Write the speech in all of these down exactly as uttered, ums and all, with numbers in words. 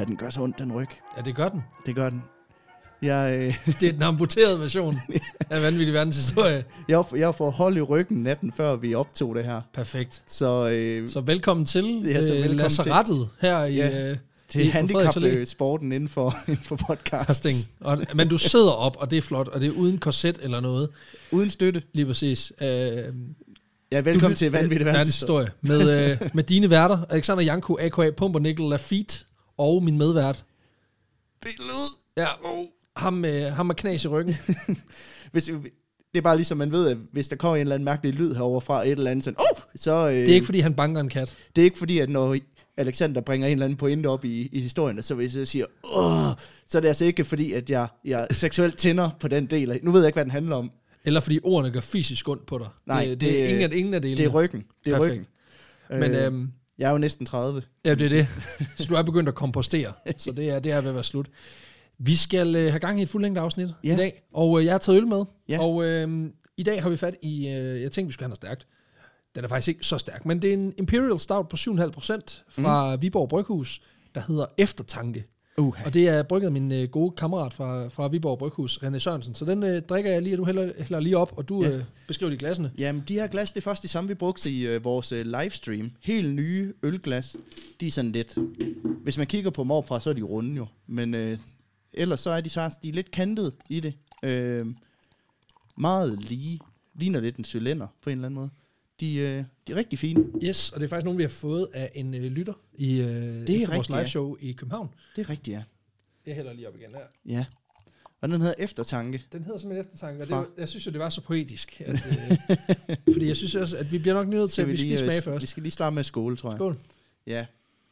den gør så ondt, den ryg. Ja, det gør den. Det gør den. Jeg, øh... det er den amputerede version af Vanvittig Verdenshistorie. Jeg har, jeg har fået hold i ryggen natten, før vi optog det her. Perfekt. Så, øh... så velkommen til ja, så velkommen lazarettet til. her i... Ja. Øh, til handicap-sporten inden for, inden for podcasting. Og, men du sidder op, og det er flot, og det er uden korset eller noget. Uden støtte. Lige præcis. Øh, ja, velkommen du, til Vanvittig Verdenshistorie. Med, øh, med dine værter, Alexander Janko, a k a. Pumpernickel Lafitte, og min medvært. Billed. Ja, oh. ham, med, ham med knas i ryggen. Hvis, det er bare ligesom, man ved, at hvis der kommer en eller anden mærkelig lyd herover fra et eller andet, sådan, oh, så... Øh, det er ikke, fordi han banker en kat. Det er ikke, fordi at når Alexander bringer en eller anden pointe op i, i historien, så hvis jeg siger, åh, så er det altså ikke, fordi at jeg, jeg seksuelt tænder på den del. Nu ved jeg ikke, hvad den handler om. Eller fordi ordene gør fysisk ondt på dig. Nej, det, det, det er ingen af, ingen af delene. Det er ryggen. Det er Perfekt. ryggen. Men, øh, øhm, jeg er jo næsten tredive. Ja, det er det. Så du er begyndt at kompostere. Så det er, det er ved at være slut. Vi skal øh, have gang i et fuldlængde afsnit ja. i dag. Og øh, jeg har taget øl med. Ja. Og øh, i dag har vi fat i, øh, jeg tænkte, vi skulle have noget stærkt. Den er faktisk ikke så stærk, men det er en Imperial Stout på syv komma fem procent fra mm. Viborg Bryghus, der hedder Eftertanke. Uh-huh. Og det er brygget af min øh, gode kammerat fra, fra Viborg Bryghus, René Sørensen. Så den øh, drikker jeg lige, og du hælder, hælder lige op, og du ja. øh, beskriver de glassene. Jamen, de her glas, det er faktisk de samme, vi brugte i øh, vores øh, livestream. Helt nye ølglas. De er sådan lidt... Hvis man kigger på dem overfra, så er de runde jo. Men øh, ellers så er de, så, de er lidt kantet i det. Øh, meget lige. Ligner lidt en cylinder på en eller anden måde. De, øh, de er rigtig fine. Yes, og det er faktisk nogle, vi har fået af en øh, lytter i øh, vores liveshow ja. i København. Det er rigtigt, ja. Jeg hælder lige op igen her. Ja. Og den hedder Eftertanke. Den hedder simpelthen Eftertanke, og det var, jeg synes jo, det var så poetisk. At, øh, fordi jeg synes også, at vi bliver nok nødt til, at vi skal lige smage først. Vi skal lige starte med skål, tror jeg. Skål. Ja.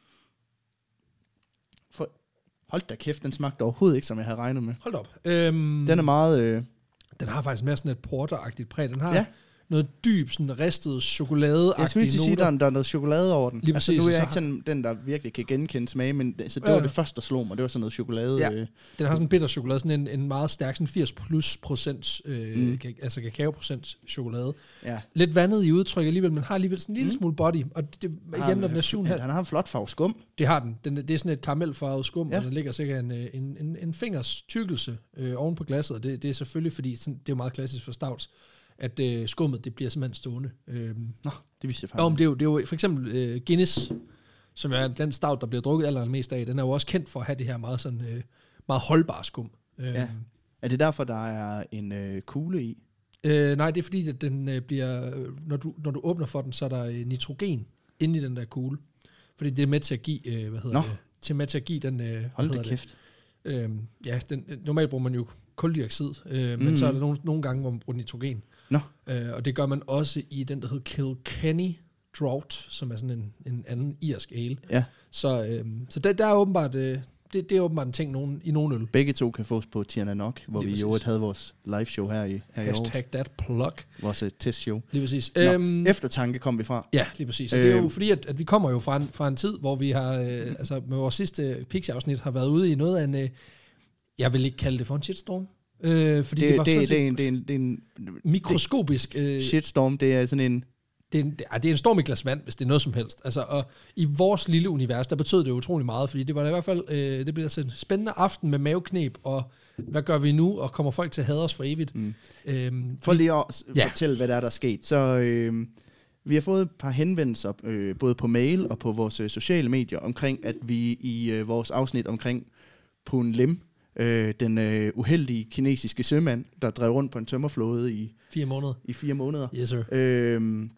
For, hold da kæft, den smagte overhovedet ikke, som jeg havde regnet med. Hold op. Øhm, den er meget... Øh, den har faktisk mere sådan et porteragtigt præg. Den har... Ja. Noget dyb, sådan ristet chokoladeagtige Jeg skulle lige sige, at der er noget chokolade over den. Lige altså, præcis, nu er jeg ikke sådan den, der virkelig kan genkende smag, men altså, det ja. var det første, der slog mig. Det var sådan noget chokolade. Ja. Øh. Den har sådan en bitter chokolade, sådan en, en meget stærk, sådan firs plus procent, øh, mm. ka- altså kakaoprocent chokolade. Ja. Lidt vandet i udtryk alligevel, men har alligevel sådan en lille mm. smule body. Og det, det igen, når den er syv komma fem. Han har en flot farve skum. Det har den. den. Det er sådan et karamelfarvet skum, ja. og der ligger sikkert en, en, en, en fingers tykkelse øh, oven på glasset. Og det, det er selvfølgelig, fordi sådan, det er jo meget klassisk for stouts, at øh, skummet, det bliver simpelthen stående. Øhm, Nå, det vidste jeg faktisk. Om det, er jo, det er jo for eksempel øh, Guinness, som er den stout, der bliver drukket allermest af, den er jo også kendt for at have det her meget, sådan, øh, meget holdbare skum. Øhm, ja. Er det derfor, der er en øh, kugle i? Øh, nej, det er fordi, at den øh, bliver, når du, når du åbner for den, så er der øh, nitrogen inde i den der kugle. Fordi det er med til at give, øh, hvad hedder Nå. det, til med til at give den, øh, hold da kæft. Øhm, ja, den, normalt bruger man jo kuldioxid, øh, men mm. så er der nogle, nogle gange, hvor man bruger nitrogen. Nå. Øh, og det gør man også i den, der hedder Kilkenny Drought, som er sådan en, en anden irsk ale. Ja. Så, øh, så der, der er åbenbart, øh, det, det er åbenbart en ting nogen, i nogen øl. Begge to kan fås på Tirna Nok, hvor Lige vi jo havde vores live show her i her Hashtag i that plug. Vores uh, testshow. Lige præcis. Nå, Øhm, Eftertanke kom vi fra. Ja, lige præcis. Og øh, det er jo fordi, at, at vi kommer jo fra en, fra en tid, hvor vi har, øh, altså med vores sidste Pixie-afsnit, har været ude i noget af en, øh, jeg vil ikke kalde det for en shitstorm. Øh, fordi det, det, var det, sådan det, er en, det, er en, det er en mikroskopisk øh, shitstorm, det er sådan en det er en, det er en storm i glas vand, hvis det er noget som helst. Altså, og i vores lille univers, der betød det utrolig meget, fordi det var i hvert fald, øh, det blev altså en spændende aften med mavekneb, og hvad gør vi nu, og kommer folk til at hade os for evigt? Mm. Øhm, for lige at ja. fortælle, hvad der er, der er sket. Så øh, vi har fået et par henvendelser, øh, både på mail og på vores øh, sociale medier, omkring, at vi i øh, vores afsnit omkring Poon Lim, Øh, den øh, uheldige kinesiske sømand, der drev rundt på en tømmerflåde i fire måneder. I fire måneder. Yes, sir. Øh,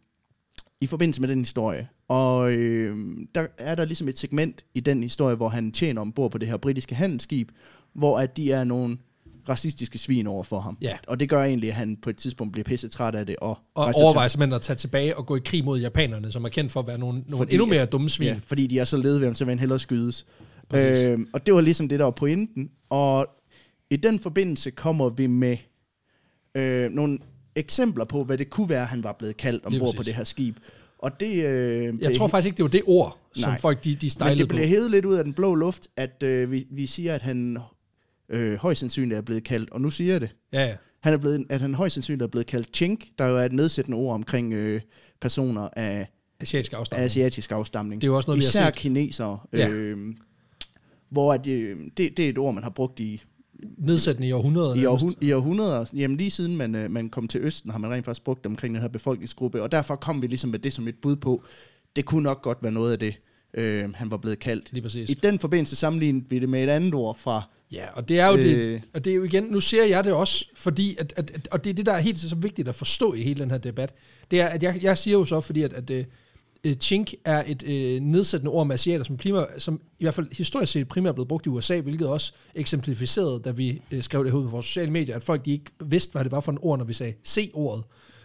I forbindelse med den historie. Og øh, der er der ligesom et segment i den historie, hvor han tjener ombord på det her britiske handelsskib, hvor at de er nogle racistiske svin over for ham. Ja. Og det gør egentlig, at han på et tidspunkt bliver pisse træt af det. Og, og overvejer simpelthen at tage tilbage og gå i krig mod japanerne, som er kendt for at være nogle, nogle fordi, endnu mere dumme svin. Ja, fordi de er så lede ved ham, så vil han hellere skydes. Øh, og det var ligesom det, der var pointen. Og i den forbindelse kommer vi med øh, nogle eksempler på, hvad det kunne være, han var blevet kaldt ombord på det her skib. Og det, øh, jeg tror faktisk ikke, det var det ord, som nej, folk de, de stejlede på. Men det blev hævet lidt ud af den blå luft, at øh, vi, vi siger, at han øh, højst sandsynligt er blevet kaldt, og nu siger jeg det, ja, ja. Han er blevet, at han højst sandsynligt er blevet kaldt chink, der jo er et nedsættende ord omkring øh, personer af asiatisk afstamning. asiatisk afstamning. Det er jo også noget, især vi har set. Kinesere. Ja. Øh, hvor at, øh, det, det er et ord, man har brugt i... Nedsættende i århundreder. I, århund, I århundreder. Jamen lige siden man, øh, man kom til Østen, har man rent faktisk brugt det omkring den her befolkningsgruppe, og derfor kom vi ligesom med det som et bud på, det kunne nok godt være noget af det, øh, han var blevet kaldt. Lige præcis. I den forbindelse sammenlignede vi det med et andet ord fra... Ja, og det er jo øh, det, og det er jo igen, nu ser jeg det også, fordi, at, at, at, og det er det, der er helt så vigtigt at forstå i hele den her debat, det er, at jeg, jeg siger jo så, fordi at, at uh, chink er et uh, nedsættende ord med asiater, som, primær, som i hvert fald historisk set primært er blevet brugt i U S A, hvilket også eksemplificerede, da vi uh, skrev det ud på vores sociale medier, at folk de ikke vidste, hvad det var for en ord, når vi sagde C-ordet.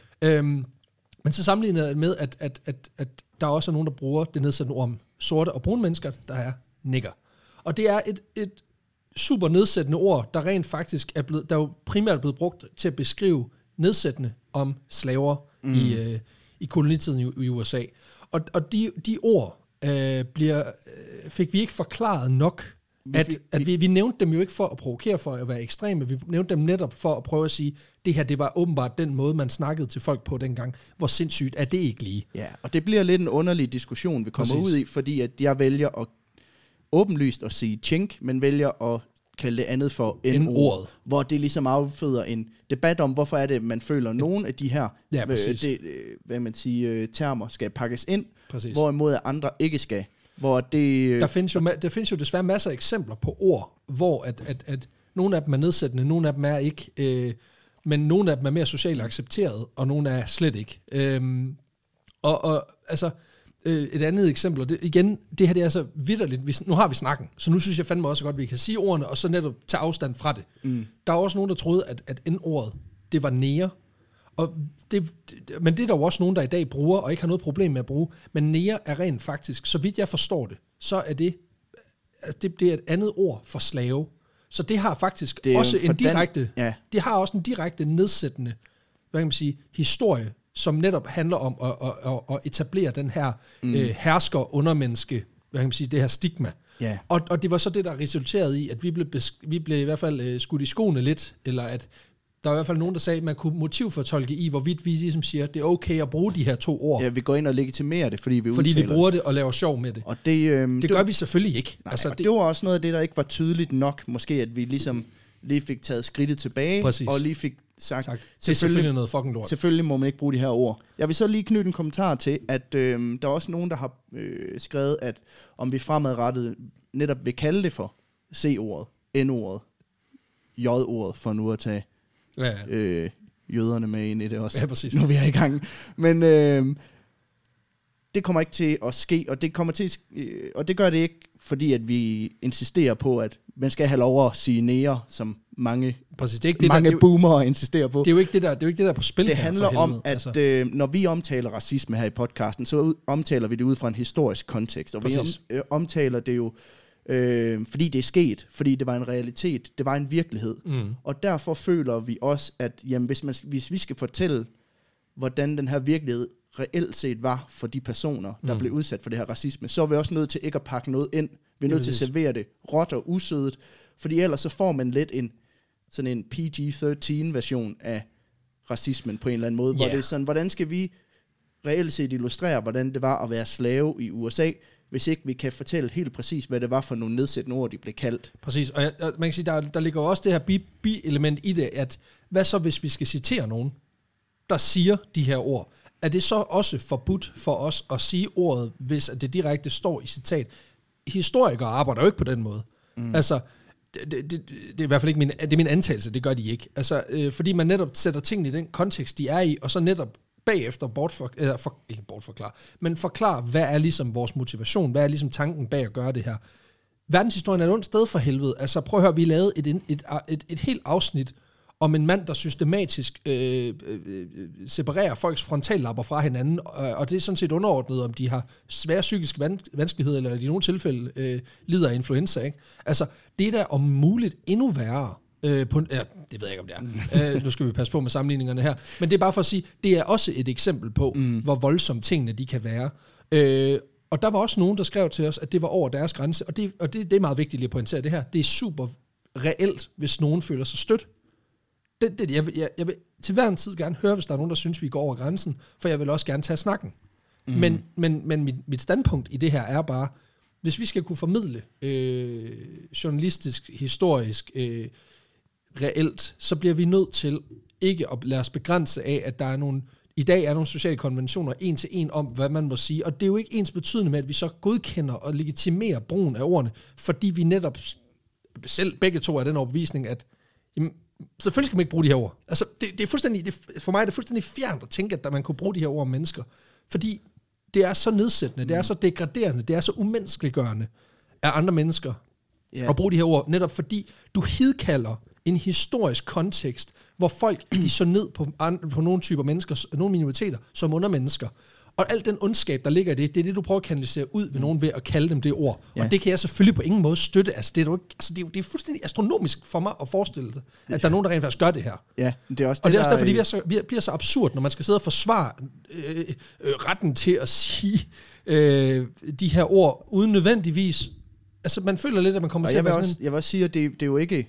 Um, men så sammenligner jeg med, at, at, at, at der også er nogen, der bruger det nedsættende ord om sorte og brune mennesker, der er nigger. Og det er et, et super nedsættende ord, der rent faktisk er blevet, der er jo primært blevet brugt til at beskrive nedsættende om slaver mm. i, øh, i kolonitiden i, i U S A. Og, og de, de ord øh, bliver, øh, fik vi ikke forklaret nok, vi fik, at, at vi, vi nævnte dem jo ikke for at provokere, for at være ekstreme, vi nævnte dem netop for at prøve at sige, det her, det var åbenbart den måde, man snakkede til folk på dengang. Hvor sindssygt er det ikke lige? Ja, og det bliver lidt en underlig diskussion, vi kommer Præcis. ud i, fordi at jeg vælger at åbenlyst at sige chink, men vælger at kalde det andet for N-ordet, hvor det ligesom afføder en debat om, hvorfor er det, man føler, at nogle af de her ja, øh, det, hvad man siger, termer skal pakkes ind, præcis. Hvorimod andre ikke skal. Hvor det, øh, der, findes jo, der findes jo desværre masser af eksempler på ord, hvor at, at, at nogle af dem er nedsættende, nogle af dem er ikke, øh, men nogle af dem er mere socialt accepteret, og nogle er slet ikke. Øhm, og, og altså... Et andet eksempel, og det, igen, det her det er så vitterligt, nu har vi snakken, så nu synes jeg fandme også godt, at vi kan sige ordene, og så netop tage afstand fra det. Mm. Der er også nogen, der troede, at, at N-ordet, det var nære, og det, det, men det er der jo også nogen, der i dag bruger, og ikke har noget problem med at bruge, men nære er rent faktisk, så vidt jeg forstår det, så er det, altså det, det er et andet ord for slave. Så det har faktisk også en direkte, den, ja. det har også en direkte nedsættende, hvad kan man sige, historie, som netop handler om at, at, at, at etablere den her mm. øh, hersker-undermenneske, hvad kan man sige, det her stigma. Yeah. Og, og det var så det, der resulterede i, at vi blev, besk- vi blev i hvert fald øh, skudt i skoene lidt, eller at der var i hvert fald nogen, der sagde, at man kunne motivfortolke i, hvorvidt vi ligesom siger, at det er okay at bruge de her to ord. Ja, vi går ind og legitimerer det, fordi vi Fordi udtaler vi bruger det og laver sjov med det. Og det, øhm, det gør det, vi selvfølgelig ikke. Nej, altså, det, det var også noget af det, der ikke var tydeligt nok, måske at vi ligesom lige fik taget skridtet tilbage, Præcis. Og lige fik sagt, sagt, det er selvfølgelig noget fucking lort. Selvfølgelig må man ikke bruge de her ord. Jeg vil så lige knytte en kommentar til, at øh, der er også nogen, der har øh, skrevet, at om vi fremadrettet netop vil kalde det for C-ordet, N-ordet, J-ordet, for nu at tage ja, ja. Øh, jøderne med ind i det også, ja, præcis. når vi er i gang. Men øh, det kommer ikke til at ske, og det kommer til at, øh, og det gør det ikke, fordi at vi insisterer på, at man skal have lov at sige nære, som mange, præcis, det er ikke det, mange der, boomere insisterer på. Det er jo ikke det der, det er jo ikke det der er på spil. Det her, handler om, at altså. øh, når vi omtaler racisme her i podcasten, så ud, omtaler vi det ud fra en historisk kontekst, og præcis. vi om, øh, omtaler det jo, øh, fordi det er sket, fordi det var en realitet, det var en virkelighed, mm. og derfor føler vi også, at jamen, hvis, man, hvis vi skal fortælle, hvordan den her virkelighed reelt set var for de personer, der mm. blev udsat for det her racisme, så er vi også nødt til ikke at pakke noget ind. Vi er nødt til at servere det råt og usødet, fordi ellers så får man lidt en sådan en P G tretten version af racismen på en eller anden måde, yeah. hvor det er sådan, hvordan skal vi reelt set illustrere, hvordan det var at være slave i U S A, hvis ikke vi kan fortælle helt præcis, hvad det var for nogle nedsættende ord, de blev kaldt. Præcis, og, jeg, og man kan sige, der, der ligger også det her bi- bi-element i det, at hvad så, hvis vi skal citere nogen, der siger de her ord? Er det så også forbudt for os at sige ordet, hvis det direkte står i citat? Historikere arbejder jo ikke på den måde. Mm. Altså, det, det, det, det er i hvert fald ikke min, det er min antagelse, det gør de ikke. Altså, øh, fordi man netop sætter tingene i den kontekst, de er i, og så netop bagefter bortfor, eller for, ikke bortforklare, men forklare, hvad er ligesom vores motivation, hvad er ligesom tanken bag at gøre det her. Verdenshistorien er et ondt sted for helvede. Altså, prøv at høre, vi lavede et, et, et, et, et helt afsnit om en mand, der systematisk øh, øh, separerer folks frontallapper fra hinanden, og, og det er sådan set underordnet, om de har svære psykiske van- vanskeligheder, eller i nogle tilfælde øh, lider af influenza. Ikke? Altså, det er da om muligt endnu værre. Øh, på, ja, det ved jeg ikke, om det er. øh, nu skal vi passe på med sammenligningerne her. Men det er bare for at sige, det er også et eksempel på, mm. hvor voldsomme tingene de kan være. Øh, og der var også nogen, der skrev til os, at det var over deres grænse, og det, og det, det er meget vigtigt lige at pointere det her. Det er super reelt, hvis nogen føler sig stødt. Det, det, jeg, jeg, jeg vil til hver en tid gerne høre, hvis der er nogen, der synes, vi går over grænsen, for jeg vil også gerne tage snakken. Mm. Men, men, men mit, mit standpunkt i det her er bare, hvis vi skal kunne formidle øh, journalistisk, historisk, øh, reelt, så bliver vi nødt til ikke at lade os begrænse af, at der er nogle, i dag er nogle sociale konventioner en til en om, hvad man må sige, og det er jo ikke ens betydende med, at vi så godkender og legitimerer brugen af ordene, fordi vi netop selv begge to er den overbevisning, at jamen, selvfølgelig skal man ikke bruge de her ord. Altså, det, det er fuldstændig, det, for mig er det fuldstændig fjernt at tænke, at man kunne bruge de her ord om mennesker, fordi det er så nedsættende, det er så degraderende, det er så umenneskeliggørende af andre mennesker yeah. at bruge de her ord, netop fordi du hidkalder en historisk kontekst, hvor folk de så ned på, på nogle typer mennesker, nogle minoriteter, som undermennesker. Og alt den ondskab, der ligger i det, det er det, du prøver at kanalisere ud ved nogen ved at kalde dem det ord. Ja. Og det kan jeg selvfølgelig på ingen måde støtte. Altså, det er, jo ikke, altså, det er, jo, det er fuldstændig astronomisk for mig at forestille sig, at ja. der er nogen, der rent faktisk gør det her. Ja, det er også det, og det er også der derfor, det bliver så, bliver så absurd, når man skal sidde og forsvare øh, øh, retten til at sige øh, de her ord, uden nødvendigvis. Altså, man føler lidt, at man kommer og til at være sådan... Også, jeg vil også sige, at det, det er jo ikke...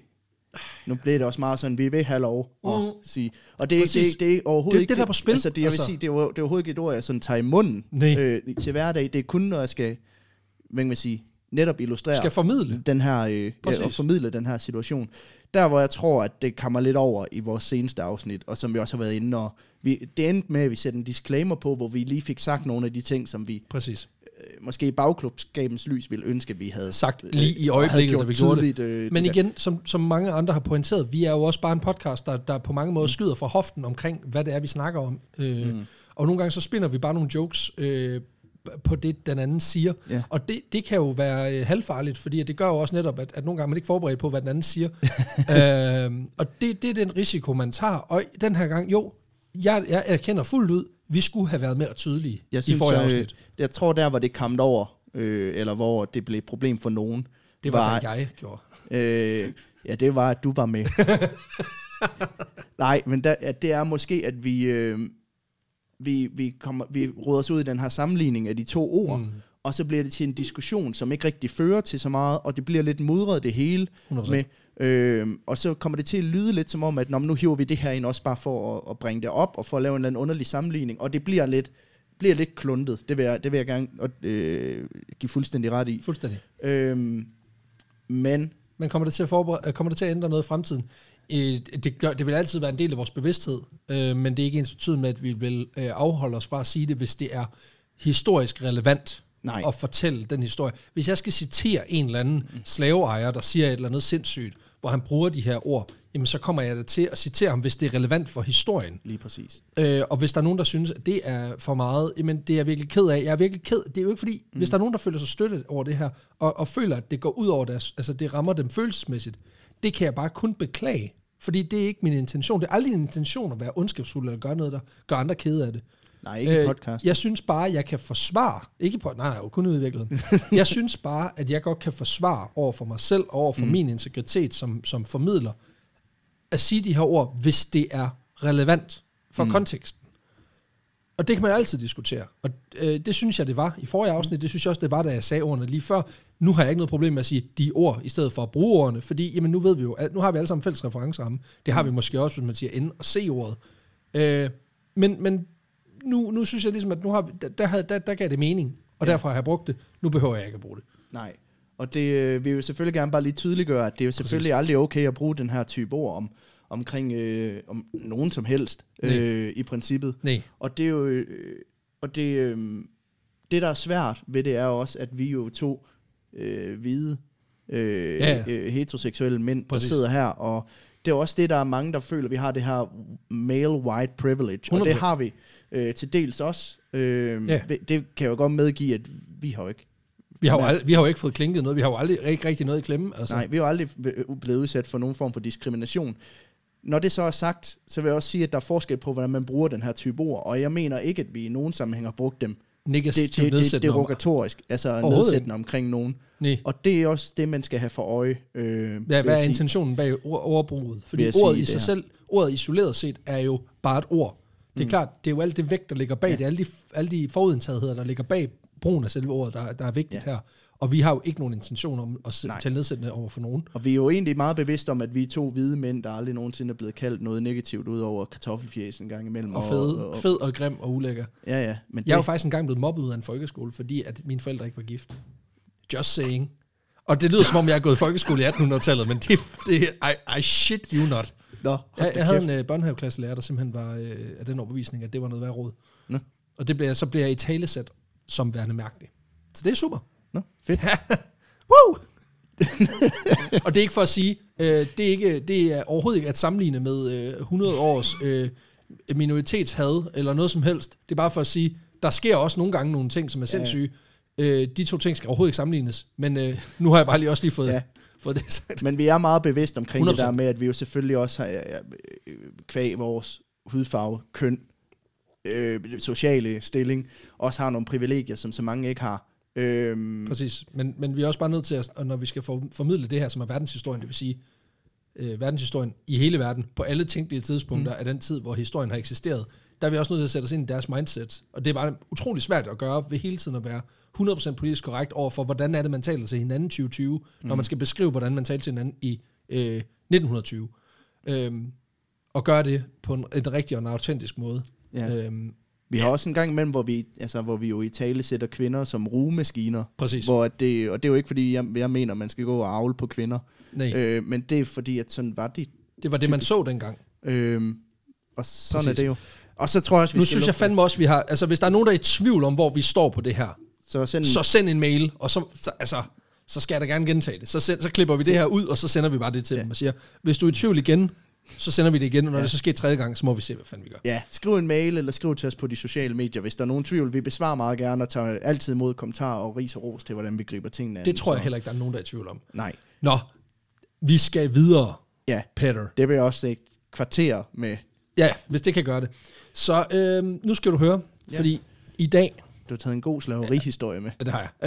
Nu bliver det også meget sådan, vi vil have lov at mm. sige. Og det, det, det, det er overhovedet det, ikke... Det der på spil. Altså, det, jeg vil altså. sige, det er, jo, det er overhovedet ikke et ord, jeg sådan tager i munden øh, til hverdag. Det er kun, når jeg skal, hvad kan man sige, netop illustrere... Skal formidle. Den her, øh, ja, og formidle den her situation. Der, hvor jeg tror, at det kommer lidt over i vores seneste afsnit, og som vi også har været inde, og vi, det endte med, at vi sætter en disclaimer på, hvor vi lige fik sagt nogle af de ting, som vi... Præcis. Måske i bagklubskabens lys ville ønske, at vi havde sagt lige i øjeblikket, da vi gjorde det. Øh, Men igen, som, som mange andre har pointeret, vi er jo også bare en podcast, der, der på mange måder skyder fra hoften omkring, hvad det er, vi snakker om. Øh, mm. Og nogle gange så spinder vi bare nogle jokes øh, på det, den anden siger. Yeah. Og det, det kan jo være øh, halvfarligt, fordi det gør jo også netop, at, at nogle gange man ikke er forberedt på, hvad den anden siger. øh, og det, det er den risiko, man tager. Og den her gang, jo, jeg, jeg erkender fuldt ud, vi skulle have været mere tydelige jeg synes, i forrige afsnit. Øh, jeg tror, der var det kommet over, øh, eller hvor det blev et problem for nogen. Det var, var da jeg gjorde. Øh, ja, det var, at du var med. Nej, men der, at det er måske, at vi, øh, vi, vi, kommer, vi råder os ud i den her sammenligning af de to ord, mm. og så bliver det til en diskussion, som ikke rigtig fører til så meget, og det bliver lidt mudret det hele hundrede procent. Med... Øh, og så kommer det til at lyde lidt som om, at nu hiver vi det her ind også bare for at, at bringe det op, og for at lave en eller anden underlig sammenligning, og det bliver lidt, bliver lidt kluntet. Det vil jeg, det vil jeg gerne øh, give fuldstændig ret i. Fuldstændig. Øh, men... Men kommer det til at, forberede, kommer det til at ændre noget i fremtiden? Det, gør, det vil altid være en del af vores bevidsthed, øh, men det er ikke ens betydende med, at vi vil øh, afholde os fra at sige det, hvis det er historisk relevant. Nej. At fortælle den historie. Hvis jeg skal citere en eller anden mm. slaveejer, der siger et eller andet sindssygt, hvor han bruger de her ord, jamen så kommer jeg da til at citere ham, hvis det er relevant for historien. Lige præcis. Øh, og hvis der er nogen, der synes, at det er for meget, jamen det er jeg virkelig ked af. Jeg er virkelig ked. Det er jo ikke fordi, mm. hvis der er nogen, der føler sig støttet over det her, og, og føler, at det går ud over deres, altså det rammer dem følelsesmæssigt, det kan jeg bare kun beklage. Fordi det er ikke min intention. Det er aldrig en intention at være ondskabsfuld eller gøre noget, der gør andre kede af det. Nej, ikke i podcast. Jeg synes bare, at jeg kan forsvare, ikke på, nej, nej, kun ud i virkeligheden. Jeg synes bare, at jeg godt kan forsvare over for mig selv, over for mm. min integritet som, som formidler, at sige de her ord, hvis det er relevant for mm. konteksten. Og det kan man altid diskutere. Og øh, det synes jeg, det var i forrige afsnit. Det synes jeg også, det var, da jeg sagde ordene lige før. Nu har jeg ikke noget problem med at sige de ord, i stedet for at bruge ordene, fordi jamen, nu ved vi jo, at nu har vi alle sammen fælles referenceramme. Det har vi måske også, hvis man siger N og C-ordet. Øh, men, men Nu, nu synes jeg ligesom, at nu har vi, der, der, der, der gav det mening, og ja. Derfor har jeg brugt det. Nu behøver jeg ikke at bruge det. Nej, og det øh, vil jo selvfølgelig gerne bare lige tydeliggøre, at det er jo selvfølgelig Præcis. aldrig okay at bruge den her type ord om, omkring øh, om nogen som helst øh, i princippet. Nej. Og det er jo, øh, og det, øh, det der er svært ved det er også, at vi jo to øh, hvide øh, ja, ja. Øh, heteroseksuelle mænd, Præcis. der sidder her, og det er også det, der er mange, der føler, at vi har det her male white privilege, hundrede procent. Og det har vi øh, til dels også. Øh, ja. Det kan jeg jo godt medgive, at vi har jo ikke... Vi har jo, aldrig, vi har jo ikke fået klinket noget, vi har jo aldrig ikke rigtig noget i klemme. Altså. Nej, vi har jo aldrig blevet udsat for nogen form for diskrimination. Når det så er sagt, så vil jeg også sige, at der er forskel på, hvordan man bruger den her type ord, og jeg mener ikke, at vi i nogen sammenhæng har brugt dem negativt det, det, det, det derogatorisk, altså nedsættende omkring nogen. Nej. Og det er også det, man skal have for øje. Øh, ja, hvad er intentionen bag ordbruget? Fordi ordet i sig selv, ordet isoleret set, er jo bare et ord. Det er mm. klart, det er jo alt det vægt, der ligger bag. Ja. Det er alle de, alle de forudindtagetheder, der ligger bag brugen af selve ordet, der, der er vigtigt ja. her. Og vi har jo ikke nogen intention om at Nej. tale nedsættende over for nogen. Og vi er jo egentlig meget bevidste om, at vi er to hvide mænd, der aldrig nogensinde er blevet kaldt noget negativt ud over kartoffelfjæs en gang imellem. Og fed og, og, fed og grim og ulækker. Ja, ja. Men jeg det... er jo faktisk en gang blevet mobbet ud af en folkeskole, fordi at mine forældre ikke var gift. Just saying. Og det lyder som om, jeg er gået i folkeskole i attenhundredetallet, men det, det I, I shit you not. Nå, jeg, jeg havde en uh, børnehaveklasselærer, der simpelthen var uh, af den overbevisning, at det var noget værd råd. Nå. Og det bliver, så bliver jeg i talesæt som værende mærkelig. Så det er super. Nå, fedt. Woo! Og det er ikke for at sige, øh, det, er ikke, det er overhovedet ikke at sammenligne med øh, hundrede års øh, minoritetshad eller noget som helst. Det er bare for at sige, der sker også nogle gange nogle ting, som er sindssyge. Ja. Øh, de to ting skal overhovedet ikke sammenlignes. Men øh, nu har jeg bare lige også lige fået, ja. fået det sagt. Men vi er meget bevidst omkring hundrede procent. Det der med, at vi jo selvfølgelig også har ja, kvæg vores hudfarve, køn, øh, sociale stilling, også har nogle privilegier, som så mange ikke har. Øhm. Præcis, men, men vi er også bare nødt til, at når vi skal for, formidle det her, som er verdenshistorien, det vil sige øh, verdenshistorien i hele verden, på alle tænkelige tidspunkter mm. af den tid, hvor historien har eksisteret, der er vi også nødt til at sætte os ind i deres mindset. Og det er bare utrolig svært at gøre ved hele tiden at være hundrede procent politisk korrekt over for, hvordan er det, man taler til hinanden i tyve tyve, mm. når man skal beskrive, hvordan man talte til hinanden i øh, nitten tyve. Øhm, og gøre det på en, en rigtig og en autentisk måde. Ja. Øhm, Vi har ja. også en gang imellem, hvor vi, altså, hvor vi jo i tale sætter kvinder som rugemaskiner. Præcis. Hvor det, og det er jo ikke, fordi jeg, jeg mener, man skal gå og avle på kvinder. Nej. Øh, men det er fordi, at sådan var det. Det var det, man så dengang. Øh, og sådan Præcis. er det jo. Og så tror jeg også, vi Nu skal synes jeg fandme også, vi har... Altså, hvis der er nogen, der er i tvivl om, hvor vi står på det her, så send, så send en mail, og så, så, altså, så skal jeg da gerne gentage det. Så, send, så klipper vi det her ud, og så sender vi bare det til ja. dem og siger, hvis du er i tvivl igen, så sender vi det igen, og når ja. det så sker tredje gang, så må vi se, hvad fanden vi gør. Ja, skriv en mail, eller skriv til os på de sociale medier, hvis der er nogen tvivl. Vi besvarer meget gerne, og tager altid imod kommentarer og ris og ros til, hvordan vi griber tingene an. Det tror jeg så. heller ikke, der er nogen, der er i tvivl om. Nej. Nå, vi skal videre, ja. Peter. Det vil jeg også et kvarter med. Ja, hvis det kan gøre det. Så øh, nu skal du høre, ja. fordi i dag... Du har taget en god slaverihistorie med. Ja, det har jeg.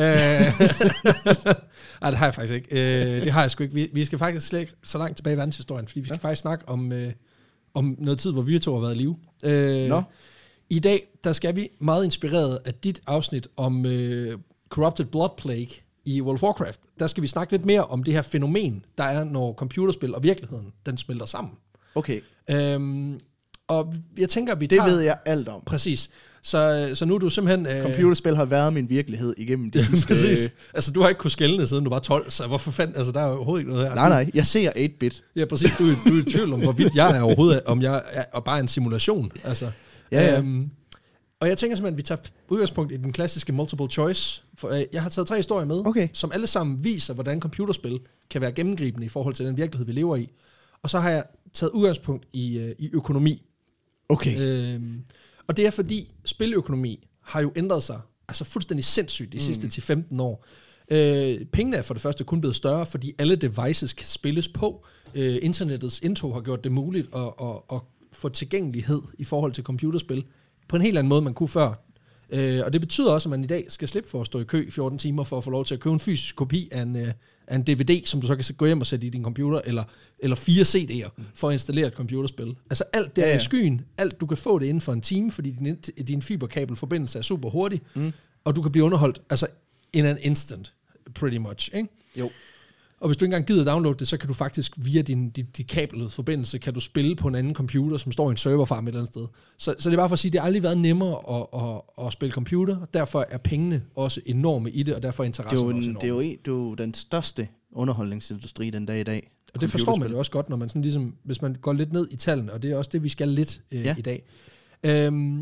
Nej, det har jeg faktisk ikke. Øh, det har jeg sgu ikke. Vi, vi skal faktisk slet ikke så langt tilbage i verdenshistorien, fordi vi skal ja. faktisk snakke om, øh, om noget tid, hvor vi to har været i live. Øh, Nå. I dag, der skal vi meget inspireret af dit afsnit om øh, Corrupted Blood Plague i World of Warcraft. Der skal vi snakke lidt mere om det her fænomen, der er, når computerspil og virkeligheden, den smelter sammen. Okay. Øhm, og jeg tænker, vi det tager... Det ved jeg alt om. Præcis. Så, så nu er du simpelthen... Øh... Computerspil har været min virkelighed igennem det sidste... Præcis. Altså, du har ikke kunnet skelne, siden du var tolv, så hvorfor fanden... Altså, der er jo overhovedet ikke noget her. Nej, nej. Jeg ser otte bit. Ja, præcis. Du, du er i tvivl om, hvorvidt jeg er overhovedet... Om jeg er og bare en simulation. Altså, ja, ja. Øhm, og jeg tænker simpelthen, at vi tager udgangspunkt i den klassiske multiple choice. For, øh, jeg har taget tre historier med, okay. som alle sammen viser, hvordan computerspil kan være gennemgribende i forhold til den virkelighed, vi lever i. Og så har jeg taget udgangspunkt i, øh, i økonomi. Okay. Øhm, og det er fordi, spiløkonomi har jo ændret sig altså fuldstændig sindssygt de mm. sidste ti til femten år. Øh, pengene er for det første kun blevet større, fordi alle devices kan spilles på. Øh, internettets indtog har gjort det muligt at, at, at få tilgængelighed i forhold til computerspil på en helt anden måde, man kunne før. Øh, og det betyder også, at man i dag skal slippe for at stå i kø i fjorten timer for at få lov til at købe en fysisk kopi af en, uh, af en D V D, som du så kan gå hjem og sætte i din computer, eller, eller fire C D'er for at installere et computerspil. Altså alt der ja, ja. i skyen, alt du kan få det inden for en time, fordi din, din fiberkabelforbindelse er super hurtig, mm. og du kan blive underholdt altså in an instant, pretty much, ikke? Jo. Og hvis du ikke engang gider downloade det, så kan du faktisk via din, din, din kabelede forbindelse, kan du spille på en anden computer, som står i en serverfarm et eller andet sted. Så, så det er bare for at sige, at det har aldrig været nemmere at, at, at spille computer, og derfor er pengene også enorme i det, og derfor er interessen også enorme. Det er jo, det er jo den største underholdningsindustri den dag i dag. Og det forstår man jo også godt, når man sådan ligesom, hvis man går lidt ned i tallene, og det er også det, vi skal lidt øh, ja. i dag. Øhm,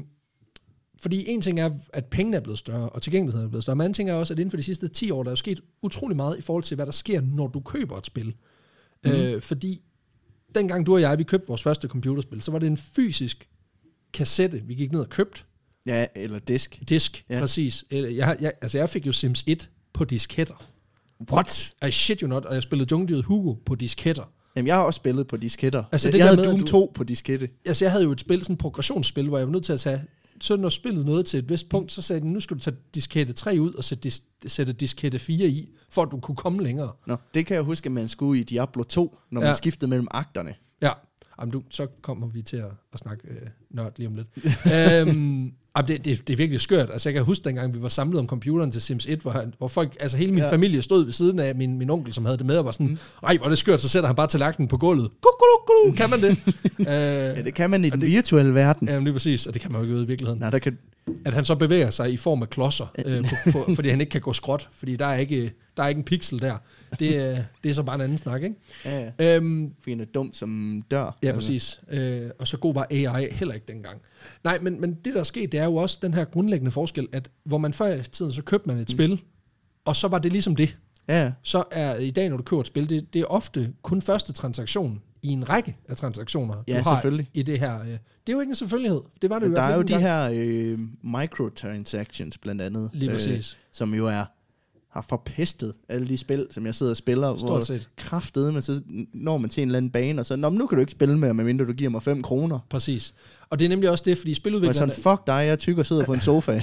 Fordi en ting er, at pengene er blevet større, og tilgængeligheden er blevet større, men anden ting er også, at inden for de sidste ti år, der er jo sket utrolig meget i forhold til, hvad der sker, når du køber et spil. Mm. Øh, fordi dengang du og jeg, vi købte vores første computerspil, så var det en fysisk kassette, vi gik ned og købte. Ja, eller disk. Disk, ja. Præcis. Jeg, jeg, altså jeg fik jo Sims et på disketter. What? I shit you not, og jeg spillede Jungdyret Hugo på disketter. Jamen, jeg har også spillet på disketter. Altså, jeg det jeg havde med, Doom du, to på diskette. Altså, jeg havde jo et spil, sådan et progressionsspil, hvor jeg var nødt til at tage... Så når spillet noget til et vist punkt, så sagde den, nu skal du tage diskette tre ud og sætte, dis- sætte diskette fire i, for at du kunne komme længere. Nå, det kan jeg huske, at man skulle i Diablo to, når man ja. skiftede mellem akterne. Ja, jamen, du, så kommer vi til at, at snakke øh, nørd lige om lidt. øhm, jamen, det, det, det er virkelig skørt. Altså, jeg kan huske dengang, vi var samlet om computeren til Sims et, hvor, hvor folk, altså hele min ja. familie stod ved siden af min, min onkel, som havde det med, og var sådan, mm. ej, hvor er det skørt, så sætter han bare tallerkenen på gulvet. Kan man det? øh, ja, det kan man i den det, virtuelle verden. Ja, lige præcis, og det kan man jo ikke i virkeligheden. Nej, der kan... At han så bevæger sig i form af klodser, øh, på, på, fordi han ikke kan gå skråt, fordi der er ikke, der er ikke en pixel der. Det er, det er så bare en anden snak, ikke? Ja, ja. Øhm, For en er dum som dør. ja, præcis. Øh, og så god var A I heller ikke dengang. Nej, men, men det der er sket, det er jo også den her grundlæggende forskel, at hvor man før i tiden, så købte man et mm. spil, og så var det ligesom det. Ja. Så er i dag, når du køber et spil, det, det er ofte kun første transaktion i en række af transaktioner, Ja, du har selvfølgelig. i det her. Det er jo ikke en selvfølgelighed. Det var det jo Der i er jo hvert de fald her øh, microtransactions blandt andet. Lige præcis. Øh, som jo er har forpestet alle de spil, som jeg sidder og spiller. Stort set. Kraftedeme, så når man til en eller anden bane, og så, Nå, men nu kan du ikke spille mere, medmindre du giver mig fem kroner. Præcis. Og det er nemlig også det, fordi Og spiludviklerne... sådan, fuck dig, jeg er tyk og sidder på en sofa.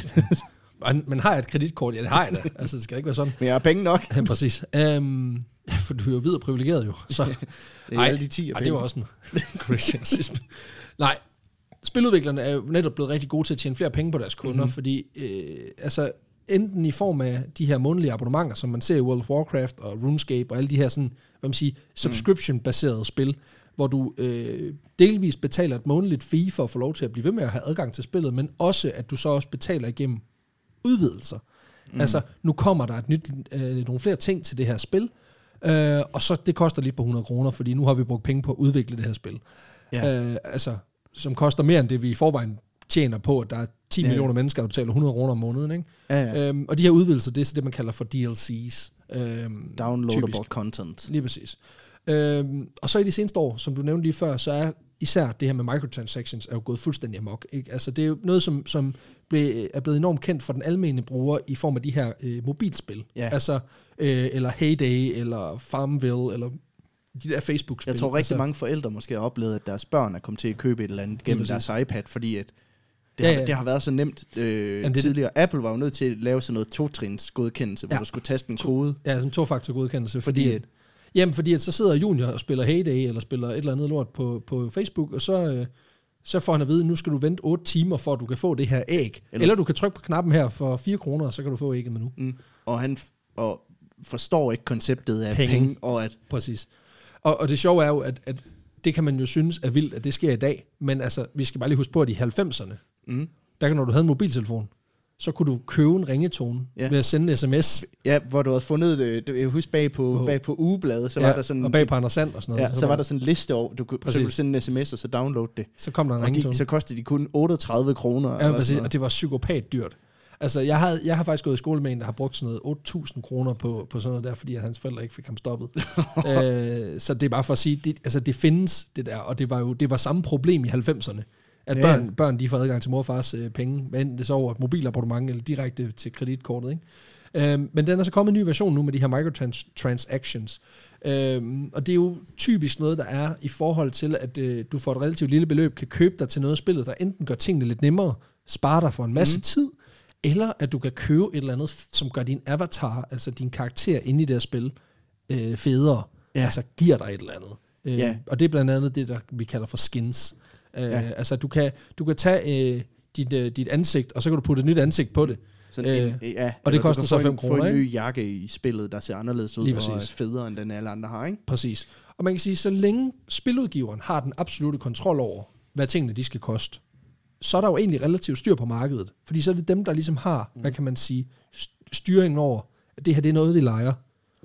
Men har jeg et kreditkort? Ja, det har jeg da. Altså, det skal ikke være sådan. Men jeg har penge nok. Ja, præcis. Um, ja, for du er jo videre privilegeret jo. Så. Det er Ej, alle de ti ej, det var også en crazy racisme. Nej, spiludviklerne er jo netop blevet rigtig gode til at tjene flere penge på deres kunder, mm-hmm. fordi øh, altså, enten i form af de her månedlige abonnementer, som man ser i World of Warcraft og RuneScape og alle de her sådan, hvad man siger, subscription-baserede spil, hvor du øh, delvis betaler et månedligt fee for at få lov til at blive ved med at have adgang til spillet, men også at du så også betaler igennem udvidelser. Mm. Altså, nu kommer der et nyt, øh, nogle flere ting til det her spil, øh, og så det koster lige på hundrede kroner, fordi nu har vi brugt penge på at udvikle det her spil. Ja. Øh, altså, som koster mere end det, vi i forvejen tjener på, at der er ti ja. millioner mennesker, der betaler hundrede kroner om måneden. Ikke? Ja, ja. Øhm, og de her udvidelser, det er så det, man kalder for D L C's. Øhm, Downloadable typisk. content. Lige præcis. Øhm, og så i de seneste år, som du nævnte lige før, så er især det her med microtransactions er jo gået fuldstændig amok. Ikke? Altså, det er jo noget, som, som ble, er blevet enormt kendt for den almene bruger i form af de her øh, mobilspil. Ja. Altså, øh, eller Heyday, eller Farmville, eller de der Facebook-spil. Jeg tror rigtig altså, mange forældre måske har oplevet, at deres børn er kommet til at købe et eller andet gennem deres iPad, fordi at det, Ja, har, ja. det har været så nemt øh, Jamen, det- tidligere. Apple var jo nødt til at lave sådan noget to-trins godkendelse, hvor Ja. du skulle taste en kode. Ja, sådan en to-faktor godkendelse. Fordi Fordi, at- jamen, fordi at så sidder Junior og spiller Heyday, eller spiller et eller andet lort på, på Facebook, og så, øh, så får han at vide, nu skal du vente otte timer, for at du kan få det her æg. Eller, Eller- eller du kan trykke på knappen her for fire kroner, og så kan du få ægget med nu. Mm. Og han f- og forstår ikke konceptet af Penge. penge, penge og at Præcis. Og, og det sjove er jo, at, at det kan man jo synes er vildt, at det sker i dag, men altså, vi skal bare lige huske på, at i halvfemserne, mm. der kan, når du havde en mobiltelefon, så kunne du købe en ringetone Ja. ved at sende en sms. ja, hvor du havde fundet det, du- jeg husker bag på, På- bag på ugebladet, så Ja, var der sådan og bag på Anders Sand og sådan noget. ja, så var der sådan en liste over, du kunne, så Præcis. kunne du sende en sms og så downloade det. så kom der en Og de, ringetone. så kostede de kun otteogtredive kroner. Ja, eller præcis, sådan noget. og det var psykopat dyrt. Altså, jeg, havde, jeg har faktisk gået i skole med en, der har brugt sådan noget otte tusind kroner på, på sådan noget der, fordi at hans forældre ikke fik ham stoppet. øh, så det er bare for at sige, det, altså det findes, det der, og det var jo det var samme problem i halvfemserne, at Ja. børn, børn de får adgang til mor og fars øh, penge, hvad enten det så over et mobilabonnement eller direkte til kreditkortet, ikke? Øhm, men den er så kommet en ny version nu med de her microtransactions. Øhm, og det er jo typisk noget, der er i forhold til, at øh, du for et relativt lille beløb kan købe dig til noget af spillet, der enten gør tingene lidt nemmere, sparer dig for en masse mm. tid, eller at du kan købe et eller andet, som gør din avatar, altså din karakter inde i det her spil, øh, federe. Ja. Altså giver dig et eller andet. Øh, Ja. Og det er blandt andet det, der vi kalder for skins. Øh, Ja. Altså du kan, du kan tage øh, dit, øh, dit ansigt, og så kan du putte et nyt ansigt på det. Sådan Øh, en, ja, og det eller du koster kan så få fem en, kroner, få en ikke? ny jakke i spillet, der ser anderledes ud Lige og er præcis. federe, end den alle andre har, ikke? Præcis. Og man kan sige, så længe spiludgiveren har den absolute kontrol over, hvad tingene de skal koste, så er der jo egentlig relativt styr på markedet. Fordi så er det dem, der ligesom har, mm. hvad kan man sige, st- styringen over, at det her det er noget, vi leger.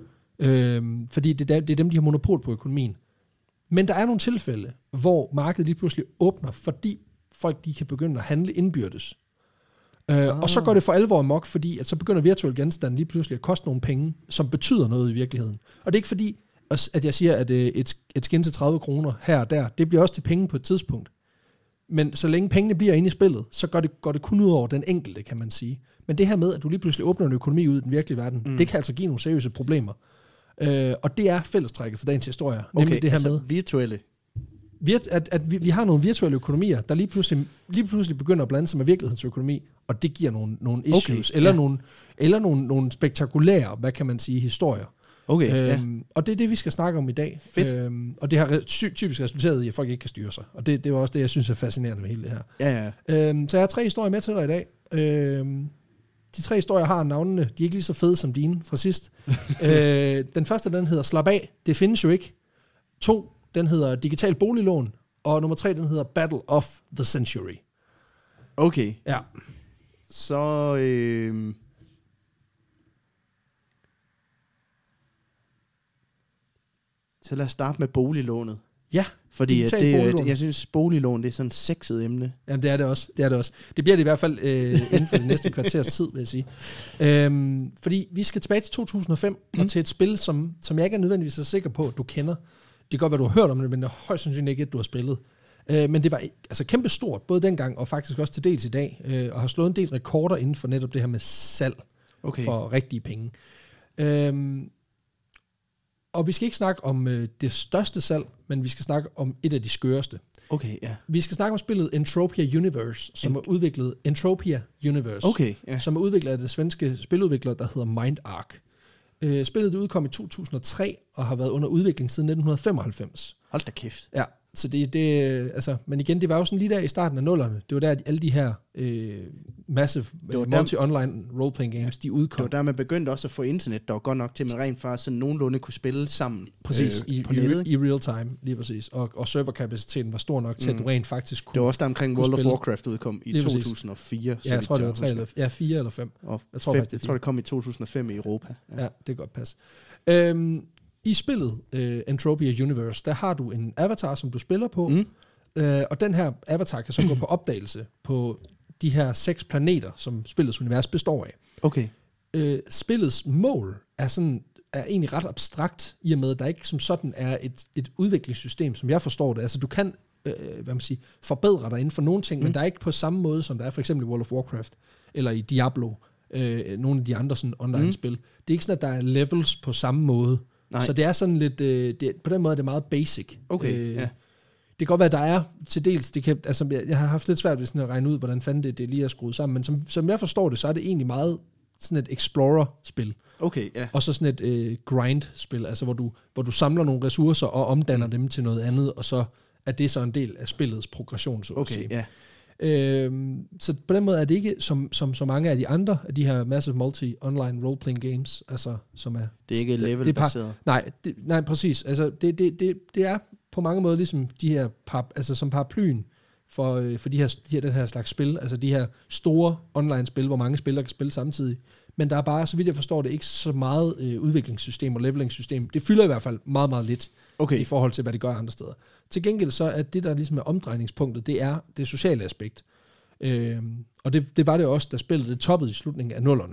Øhm, fordi det er, det er dem, de har monopol på økonomien. Men der er nogle tilfælde, hvor markedet lige pludselig åbner, fordi folk de kan begynde at handle indbyrdes. Øh, Ah. Og så går det for alvor amok, fordi at så begynder virtuelle genstande lige pludselig at koste nogle penge, som betyder noget i virkeligheden. Og det er ikke fordi, at jeg siger, at øh, et, et skin til tredive kroner her og der, det bliver også til penge på et tidspunkt. Men så længe pengene bliver inde i spillet, så går det, går det kun ud over den enkelte, kan man sige. Men det her med, at du lige pludselig åbner en økonomi ud i den virkelige verden, mm. det kan altså give nogle seriøse problemer. Øh, og det er fællestrækket for dagens historie. Okay, Nemlig det her altså med, virtuelle. virt, at, at vi, vi har nogle virtuelle økonomier, der lige pludselig, lige pludselig begynder at blande sig med virkelighedens og det giver nogle, nogle issues, Okay, eller, ja. nogle, eller nogle, nogle spektakulære, hvad kan man sige, historier. Okay, ja. Øhm, og det er det, vi skal snakke om i dag. Fedt. Øhm, og det har re- ty- typisk resulteret i, at folk ikke kan styre sig. Og det, det er også det, jeg synes er fascinerende med hele det her. Ja, ja. Øhm, så jeg har tre historier med til dig i dag. Øhm, de tre historier har navnene. De er ikke lige så fede som dine fra sidst. øh, den første, den hedder Slap af. Det findes jo ikke. To, den hedder Digital boliglån. Og nummer tre, den hedder Battle of the Century. Okay, Ja. så... Øh, Så lad os starte med boliglånet. Ja, Fordi at det, boliglån. jeg synes, boliglån det er sådan et sexet emne. Jamen, det er det også. Det er det også. Det bliver det i hvert fald øh, inden for det næste kvarters tid, vil jeg sige. Øhm, fordi vi skal tilbage til to tusind og fem, mm. og til et spil, som, som jeg ikke er nødvendigvis er sikker på, at du kender. Det kan godt være, du har hørt om det, men det er højst sandsynligt ikke, at du har spillet. Øh, men det var altså kæmpe stort, både dengang og faktisk også til dels i dag, øh, og har slået en del rekorder inden for netop det her med salg okay. for rigtige penge. Øhm, og vi skal ikke snakke om øh, det største salg, men vi skal snakke om et af de skøreste. Okay, ja. Vi skal snakke om spillet Entropia Universe, som Ent- er udviklet Entropia Universe, okay, ja. som er udviklet af det svenske spiludvikler, der hedder MindArk. Øh, spillet det udkom i to tusind og tre og har været under udvikling siden nitten femoghalvfems. Hold da kæft. Ja, så det, det altså, men igen, det var jo sådan lige der i starten af nullerne. Det var der, at alle de her øh, massive multi-online role-playing games, de udkom. Det var der, man begyndte også at få internet, der var godt nok til, at man rent faktisk sådan nogenlunde kunne spille sammen. Præcis, øh, i, på i, nettet. i real time, lige præcis. Og, og serverkapaciteten var stor nok til, mm. at du rent faktisk kunne. Det var også der omkring World of Warcraft udkom i to tusind og fire. Ja, jeg tror, det var tre eller, ja, fire eller fem. Og jeg tror, fem, faktisk, det, jeg tror, det kom i to tusind og fem i Europa. Ja, ja det kan godt passe. Øhm, I spillet uh, Entropia Universe, der har du en avatar, som du spiller på, mm. uh, og den her avatar kan så gå på opdagelse på de her seks planeter, som spillets univers består af. Okay. Uh, spillets mål er, sådan, er egentlig ret abstrakt, i og med, at der ikke som sådan er et, et udviklingssystem, som jeg forstår det. Altså du kan uh, hvad man siger, forbedre dig inden for nogle ting, mm. men der er ikke på samme måde, som der er for eksempel i World of Warcraft, eller i Diablo, Øh, nogle af de andre sådan online-spil. Mm. Det er ikke sådan, at der er levels på samme måde. Nej. Så det er sådan lidt, øh, det, på den måde er det meget basic. Okay, øh, ja. Det kan godt være, at der er til dels, det kan, altså, jeg, jeg har haft lidt svært ved sådan at regne ud, hvordan fanden det, det lige er skruet sammen, men som, som jeg forstår det, så er det egentlig meget sådan et explorer-spil. Okay, ja. Og så sådan et øh, grind-spil, altså hvor du, hvor du samler nogle ressourcer og omdanner mm. dem til noget andet, og så er det så en del af spillets progression, så at okay, sige. Ja. Øhm, så på den måde er det ikke som, som så mange af de andre af de her massive multi-online role-playing games, altså som er... Det er ikke level-baseret. Nej, det, nej, præcis. Altså det, det, det, det er på mange måder ligesom de her, par, altså som paraplyen for, for de her, de her, den her slags spil, altså de her store online-spil, hvor mange spillere kan spille samtidig. Men der er bare, så vidt jeg forstår det, ikke så meget øh, udviklingssystem og levelingssystem. Det fylder i hvert fald meget, meget lidt okay. i forhold til, hvad det gør andre steder. Til gengæld så er det, der ligesom er omdrejningspunktet, det er det sociale aspekt. Øhm, og det, det var det også, da spillet det toppede i slutningen af nullerne.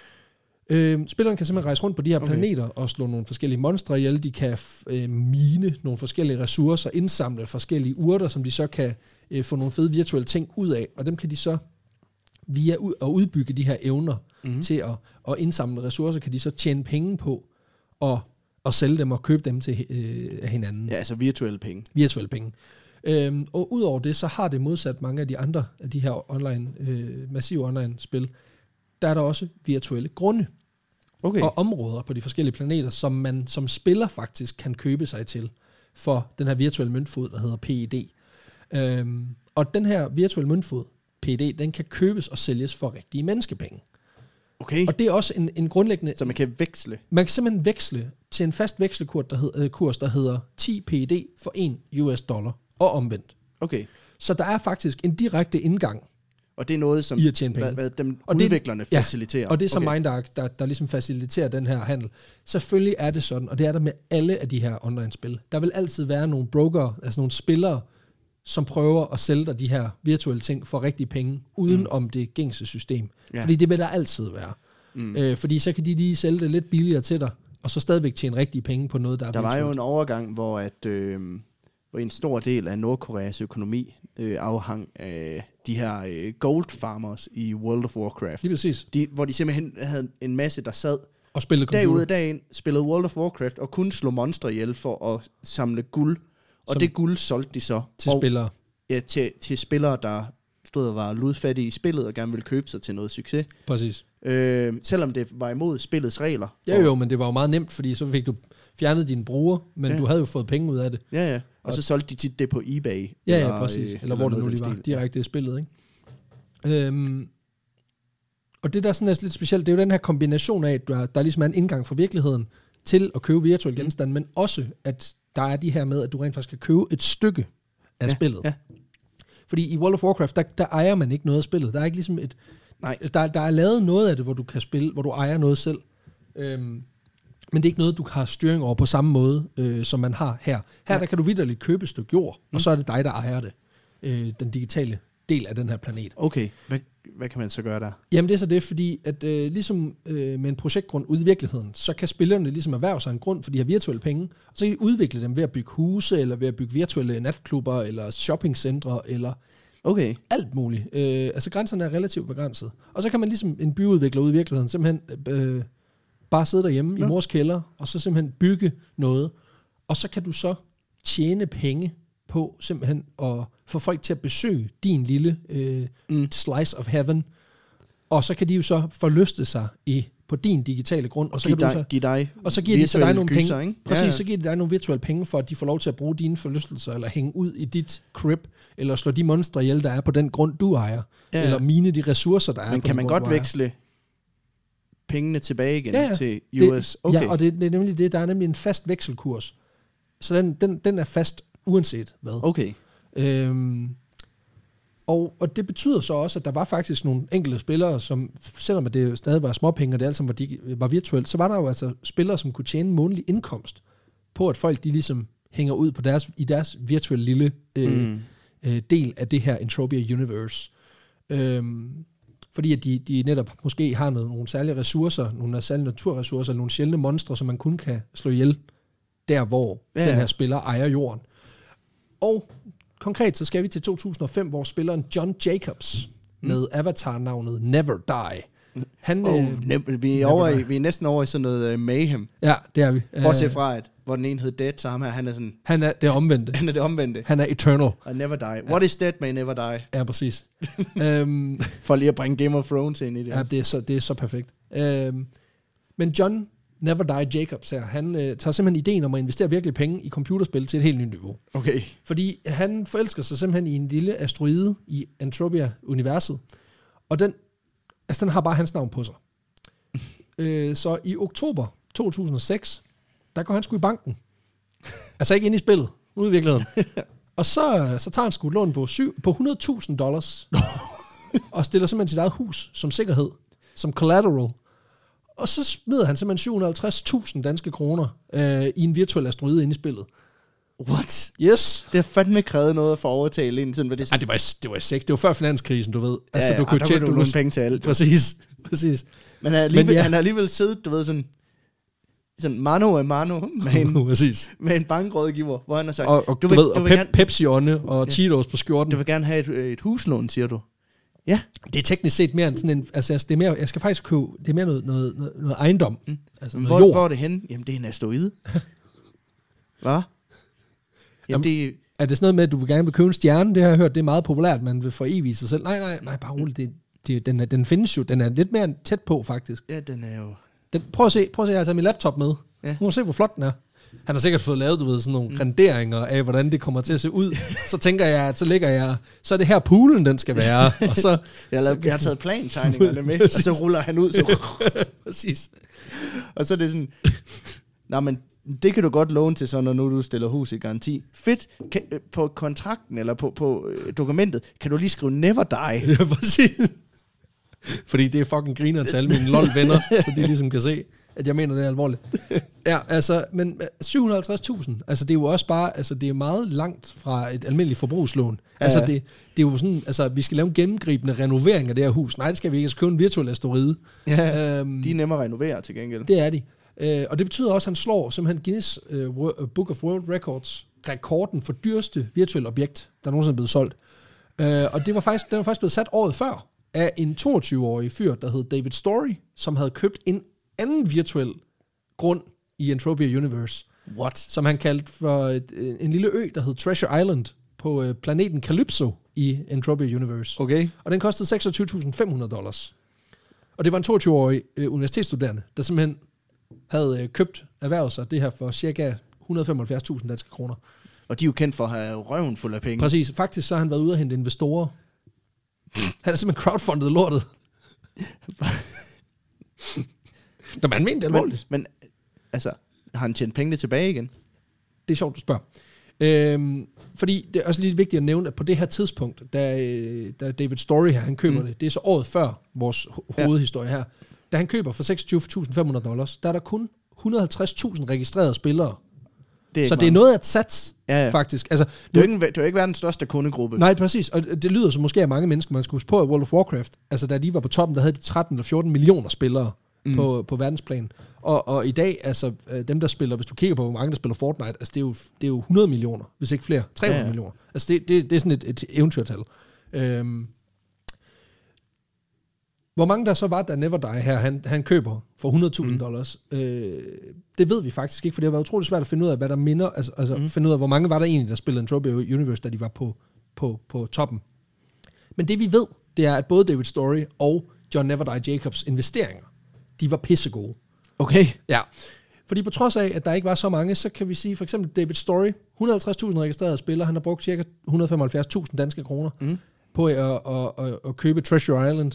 Øhm, spilleren kan simpelthen rejse rundt på de her okay. planeter og slå nogle forskellige monstre ihjel. De kan øh, mine nogle forskellige ressourcer, indsamle forskellige urter, som de så kan øh, få nogle fede virtuelle ting ud af. Og dem kan de så via ud, at udbygge de her evner mm-hmm. til at, at indsamle ressourcer, kan de så tjene penge på og, og sælge dem og købe dem til øh, af hinanden. Ja, altså virtuelle penge. Virtuelle penge. Øhm, og udover det, så har det modsat mange af de andre af de her online, øh, massive online-spil, der er der også virtuelle grunde okay. og områder på de forskellige planeter, som man som spiller faktisk kan købe sig til for den her virtuelle møntfod, der hedder P E D. Øhm, og den her virtuelle møntfod, P E D, den kan købes og sælges for rigtige menneskepenge. Okay. Og det er også en, en grundlæggende... Så man kan veksle? Man kan simpelthen veksle til en fast vekselkurs, der, hed, øh, kurs, der hedder ti P E D for en U S dollar, og omvendt. Okay. Så der er faktisk en direkte indgang. Og det er noget, som i at tjene penge. Hvad, hvad dem og udviklerne det, faciliterer? Ja, og det er så okay. MindArk, der, der ligesom faciliterer den her handel. Selvfølgelig er det sådan, og det er der med alle af de her online-spil. Der vil altid være nogle brokere, altså nogle spillere, som prøver at sælge dig de her virtuelle ting for rigtige penge, uden mm. om det gængse system. Ja. Fordi det vil der altid være. Mm. Øh, fordi så kan de lige sælge det lidt billigere til dig, og så stadigvæk tjene rigtige penge på noget, der er Der virtuelt. var jo en overgang, hvor, at, øh, hvor en stor del af Nordkoreas økonomi øh, afhang af de her øh, gold farmers i World of Warcraft. Lige præcis. De, hvor de simpelthen havde en masse, der sad og spillede dag ud af dagen, spillede World of Warcraft, og kun slå monstre ihjel for at samle guld. Og som det guld solgte de så. Til og, spillere. Ja, til, til spillere, der stod og var ludfattige i spillet, og gerne ville købe sig til noget succes. Præcis. Øh, selvom det var imod spillets regler. Ja jo, men det var jo meget nemt, fordi så fik du fjernet dine brugere, men ja. du havde jo fået penge ud af det. Ja, ja. Og, og så solgte de tit det på eBay. Ja, ja, præcis. Eller, eller, eller hvor det nu lige var. Direkte i spillet, ikke? Øhm, og det der sådan er lidt specielt, det er jo den her kombination af, at der, der ligesom er en indgang fra virkeligheden til at købe virtuelle genstande, mm. men også, at der er de her med, at du rent faktisk kan købe et stykke af ja, spillet. Ja. Fordi i World of Warcraft, der, der ejer man ikke noget af spillet. Der er ikke ligesom et... Nej. Der, der er lavet noget af det, hvor du kan spille, hvor du ejer noget selv. Øhm, Men det er ikke noget, du har styring over på samme måde, øh, som man har her. Her der kan du vitterligt købe et stykke jord, mm. og så er det dig, der ejer det. Øh, den digitale del af den her planet. Okay, hvad, hvad kan man så gøre der? Jamen det er så det, fordi at øh, ligesom øh, med en projektgrund ude i virkeligheden, så kan spillerne ligesom erhverve sig en grund for de her virtuelle penge, og så kan de udvikle dem ved at bygge huse, eller ved at bygge virtuelle natklubber, eller shoppingcentre, eller okay. alt muligt. Øh, altså grænserne er relativt begrænset. Og så kan man ligesom en byudvikler ude i virkeligheden simpelthen øh, bare sidde derhjemme ja. i mors kælder, og så simpelthen bygge noget, og så kan du så tjene penge på simpelthen at få folk til at besøge din lille øh, mm. slice of heaven, og så kan de jo så forlyste sig i på din digitale grund, og så, kan dig, du så, give dig og så giver de så dig nogle gyser, penge. Ikke? Præcis, ja, ja. så giver de dig nogle virtuelle penge, for at de får lov til at bruge dine forlystelser, eller hænge ud i dit crib, eller slå de monstre ihjel, der er på den grund, du ejer, ja, ja. eller mine de ressourcer, der er Men på kan den man grund, godt veksle pengene tilbage igen ja, ja. til U S? Det, okay. Ja, og det, det er nemlig det, der er nemlig en fast vekselkurs. Så den, den, den er fast uanset hvad. Okay. Øhm, og, og det betyder så også, at der var faktisk nogle enkelte spillere, som selvom det stadig var småpenge, og det alt sammen var, de, var virtuelt, så var der jo altså spillere, som kunne tjene månedlig indkomst på, at folk de ligesom hænger ud på deres, i deres virtuelle lille øh, mm. øh, del af det her Entropia Universe. Øhm, fordi at de, de netop måske har noget, nogle særlige ressourcer, nogle særlige naturressourcer, nogle sjældne monstre, som man kun kan slå ihjel der, hvor ja, den her spiller ejer jorden. Og konkret så skal vi til to tusind og fem, hvor spilleren John Jacobs mm. med avatar-navnet Never Die. Han, oh, øh, ne- vi, er over i, vi er næsten over i sådan noget uh, mayhem. Ja, det er vi. Bortset fra, at hvor den ene hed Dead, så ham her, han er sådan... Han er det omvendte. Han er det omvendte. Han er eternal. I never die. What is dead may never die. Ja, præcis. um, For lige at bringe Game of Thrones ind i det. Ja, det er så, det er så perfekt. Um, men John Never Die Jacobs her, han øh, tager simpelthen ideen om at investere virkelig penge i computerspil til et helt nyt niveau. Okay. Fordi han forelsker sig simpelthen i en lille asteroide i Entropia-universet, og den, altså den har bare hans navn på sig. øh, så i oktober to tusind og seks, der går han sgu i banken. Altså ikke ind i spillet, ude i virkeligheden. Og så, så tager han sgu et lån på, på hundrede tusind dollars, og stiller simpelthen sit eget hus som sikkerhed, som collateral. Og så smider han simpelthen syv hundrede og halvtreds tusind danske kroner øh, i en virtuel asteroide inde i spillet. What? Yes. Det har fandme krævet noget for at overtale ind. Sådan, det, Ej, det var det var seks. Det var før finanskrisen, du ved. Altså, ja, ja. du kunne tjene nogle penge til alt. Præcis. Præcis. Men han, alligevel, Men ja. han har alligevel siddet, du ved, sådan, sådan mano a mano med en, præcis. med en bankrådgiver, hvor han har sagt, og, og, du, du vil, ved, du og vil pep, gerne, Pepsi-ånde og ja. Cheetos på skjorten. Du vil gerne have et, et huslån, siger du. Ja. Det er teknisk set mere end sådan en, altså det er mere, jeg skal faktisk købe, det er mere noget, noget, noget, noget ejendom. Mm. Altså noget hvor, jord. Hvor er det henne? Jamen det er en asteroide. Hvad? Jamen, Jamen, det er det sådan noget med, at du vil gerne vil købe en stjerne? Det har jeg hørt, det er meget populært, man vil få evigt sig selv. Nej, nej, nej, bare roligt. Det, det, den, er, den findes jo, den er lidt mere tæt på faktisk. Ja, den er jo... Den, prøv at se, prøv at se, jeg har taget min laptop med. Ja. Nu må se, hvor flot den er. Han har sikkert fået lavet, du ved, sådan nogle mm. renderinger af, hvordan det kommer til at se ud. Så tænker jeg, at så ligger jeg, så er det her poolen, den skal være. Og så, jeg, har lavet, jeg har taget plantegningerne med, og så ruller han ud. Så præcis. Og så er det sådan, nej, men det kan du godt låne til så, når nu du stiller hus i garanti. Fedt. Kan, på kontrakten, eller på, på øh, dokumentet, kan du lige skrive never die. Ja, præcis. Fordi det er fucking griner til alle mine lol-venner, så de ligesom kan se, at jeg mener, det er alvorligt. Ja, altså, men syv hundrede og halvtreds tusind, altså det er jo også bare, altså det er meget langt fra et almindeligt forbrugslån. Ja, altså det, det er jo sådan, altså vi skal lave en gennemgribende renovering af det her hus. Nej, det skal vi ikke, jeg skal købe en virtuel asteroide. Ja, øhm, de er nemmere at renovere til gengæld. Det er de. Øh, og det betyder også, at han slår simpelthen Guinness uh, Book of World Records rekorden for dyreste virtuelle objekt, der nogensinde er blevet solgt. Øh, og det var faktisk, den var faktisk blevet sat året før af en toogtyve-årig fyr, der hed David Story, som havde købt en anden virtuel grund i Entropia Universe. What? Som han kaldte for et, en lille ø, der hed Treasure Island, på øh, planeten Calypso i Entropia Universe. Okay. Og den kostede seksogtyve tusind fem hundrede dollars. Og det var en toogtyve-årig øh, universitetsstuderende, der simpelthen havde øh, købt erhvervet sig det her for cirka et hundrede og femoghalvfjerds tusind danske kroner. Og de er jo kendt for at have røven fuld af penge. Præcis. Faktisk så har han været ude og hente investorer. Han har simpelthen crowdfundet lortet. Nå, man mener det alvorligt. Men, men altså, har han tjent pengene tilbage igen? Det er sjovt, du spørger. Øhm, fordi det er også lidt vigtigt at nævne, at på det her tidspunkt, da, da David Story her, han køber mm. det, det er så året før vores ho- hovedhistorie her, da han køber for seksogtyve tusind fem hundrede dollars, der er der kun hundrede og halvtreds tusind registrerede spillere. Det så det er meget. noget af et sats, ja, ja. faktisk. Altså, det er jo ikke, det er jo ikke verdens største kundegruppe. Nej, præcis. Og det lyder som måske af mange mennesker, man skal huske på, at World of Warcraft, altså da de var på toppen, der havde de tretten eller fjorten millioner spillere mm. på, på verdensplan. Og, og i dag, altså dem der spiller, hvis du kigger på, hvor mange der spiller Fortnite, altså det er jo, det er jo hundrede millioner, hvis ikke flere. tre hundrede ja, ja. millioner. Altså det, det, det er sådan et, et eventyrtal. Øhm. Hvor mange der så var, da Never Die her, han, han køber for hundrede tusind mm. dollars, øh, det ved vi faktisk ikke, for det har været utroligt svært at finde ud af, hvad der minder, altså, altså mm. finde ud af, hvor mange var der egentlig, der spillede Entropia Universe, da de var på, på, på toppen. Men det vi ved, det er, at både David Story og John Never Die Jacobs investeringer, de var pissegode. Okay. Ja. Fordi på trods af, at der ikke var så mange, så kan vi sige, for eksempel David Story, et hundrede og halvtreds tusind registrerede spillere, han har brugt cirka et hundrede og femoghalvfjerds tusind danske kroner mm. på at, at, at, at købe Treasure Island.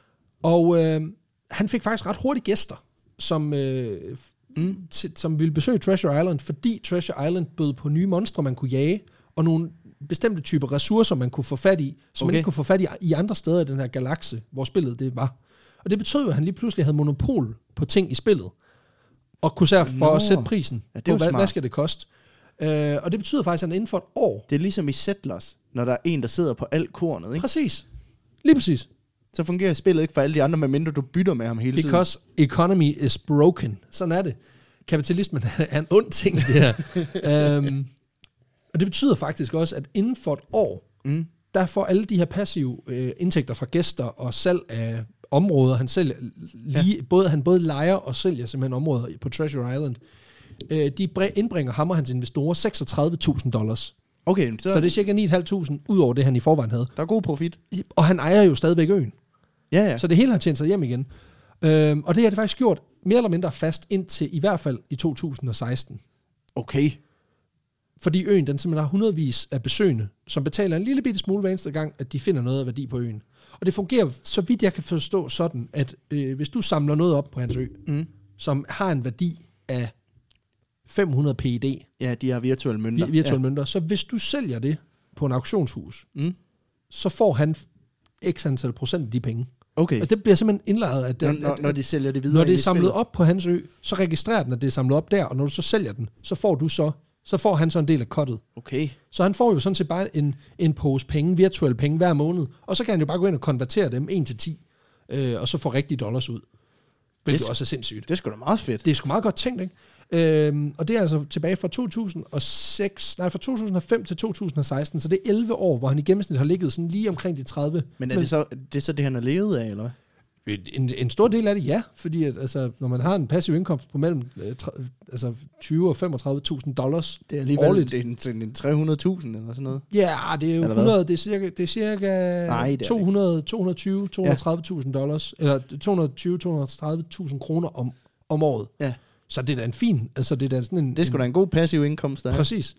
Og øh, han fik faktisk ret hurtigt gæster, som, øh, mm. t- som ville besøge Treasure Island, fordi Treasure Island bød på nye monstre, man kunne jage, og nogle bestemte typer ressourcer, man kunne få fat i, som okay. man ikke kunne få fat i i andre steder i den her galakse, hvor spillet det var. Og det betød jo, at han lige pludselig havde monopol på ting i spillet, og kunne sørge for Nå. at sætte prisen ja, det på, hvad, hvad skal det koste. Uh, og det betyder faktisk, at han inden for et år... Det er ligesom i Settlers, når der er en, der sidder på alt kornet, ikke? Præcis. Lige præcis. Så fungerer spillet ikke for alle de andre, medmindre du bytter med ham hele tiden. Because economy is broken. Sådan er det. Kapitalismen er en ond ting, det her. um, og det betyder faktisk også, at inden for et år, mm. der får alle de her passive øh, indtægter fra gæster og salg af områder, han sælger, lige, ja. både, han både lejer og sælger simpelthen områder på Treasure Island, øh, de indbringer ham og hans investorer seksogtredive tusind dollars. Okay, så, så det er cirka ni tusind fem hundrede ud over det, han i forvejen havde. Der er god profit. Og han ejer jo stadigvæk øen. Ja, ja. Så det hele har tjent sig hjem igen. Øhm, og det har det faktisk gjort mere eller mindre fast indtil i hvert fald i to tusind og seksten. Okay. Fordi øen, den simpelthen har hundredvis af besøgende, som betaler en lille bitte smule hver eneste gang, at de finder noget af værdi på øen. Og det fungerer, så vidt jeg kan forstå, sådan, at øh, hvis du samler noget op på hans ø, mm. som har en værdi af fem hundrede P E D. Ja, de har virtuelle mønter. Virtuelle ja. mønter. Så hvis du sælger det på en auktionshus, mm. så får han x antal procent af de penge. Okay. Altså det bliver simpelthen indlejret, at, når, når, at, når de sælger det videre. Når det er samlet op på hans ø, så registrerer den, at det er samlet op der, og når du så sælger den, så får du så, så får han så en del af cuttet. Okay. Så han får jo sådan set bare en, en pose penge, virtuelle penge hver måned, og så kan han jo bare gå ind og konvertere dem en til ti, øh, og så få rigtige dollars ud. Hvilket det, også er sindssygt. Det er sgu da meget fedt. Det er sgu meget godt tænkt, ikke? Øhm, og det er altså tilbage fra to tusind og seks, nej, fra to tusind og fem til to tusind og seksten, så det er elleve år, hvor han i gennemsnit har ligget sådan lige omkring de tredive. Men er det så det, er så det han har levet af, eller hvad? En, en stor del af det, ja, fordi at, altså, når man har en passiv indkomst på mellem øh, tre, altså tyve og femogtredive tusind dollars det er alligevel årligt. Det er en, en tre hundrede tusind eller sådan noget. Ja, det er jo hundrede, det er cirka, det er cirka Nej, det er to hundrede, to hundrede og tyve, to hundrede og tredive tusind dollars, eller to hundrede og tyve til to hundrede og tredive tusind kroner om, om året. Ja. Så det er da en fin, altså det er da sådan en... Det er sgu da en god passiv indkomst, der. Præcis.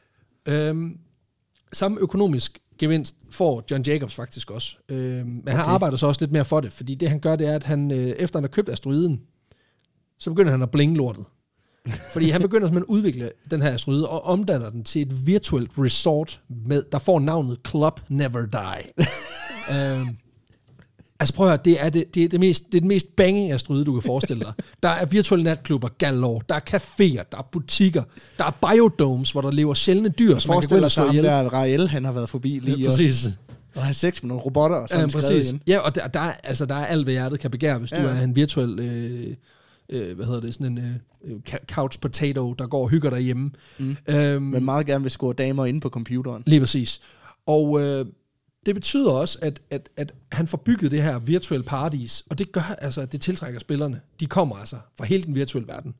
Øhm, samme økonomisk gevinst får John Jacobs faktisk også. Øhm, men okay. han arbejder så også lidt mere for det, fordi det han gør, det er, at han, øh, efter han har købt asteroiden, så begynder han at blinge lortet. Fordi han begynder simpelthen at udvikle den her asteroide, og omdanner den til et virtuelt resort, med, der får navnet Club Never Die. øhm, altså prøv at høre, det er det, det, er det, mest, det er det mest banging asteroide, du kan forestille dig. Der er virtuelle natklubber galore, der er caféer, der er butikker, der er biodomes, hvor der lever sjældne dyr, som man kan gå ind og slå ihjel. Der Rael, han har været forbi lige. Ja, præcis. Og har sex med nogle robotter, og så ja, præcis. Igen. Ja, og der, der, er, altså, der er alt, hvad hjertet kan begære, hvis ja. du er en virtuel, øh, øh, hvad hedder det, sådan en øh, couch potato, der går og hygger derhjemme. Mm. Øhm, Men meget gerne vil score damer inde på computeren. Lige præcis. Og... Øh, det betyder også, at, at, at han får bygget det her virtuelle paradis, og det gør altså, at det tiltrækker spillerne. De kommer altså fra hele den virtuelle verden.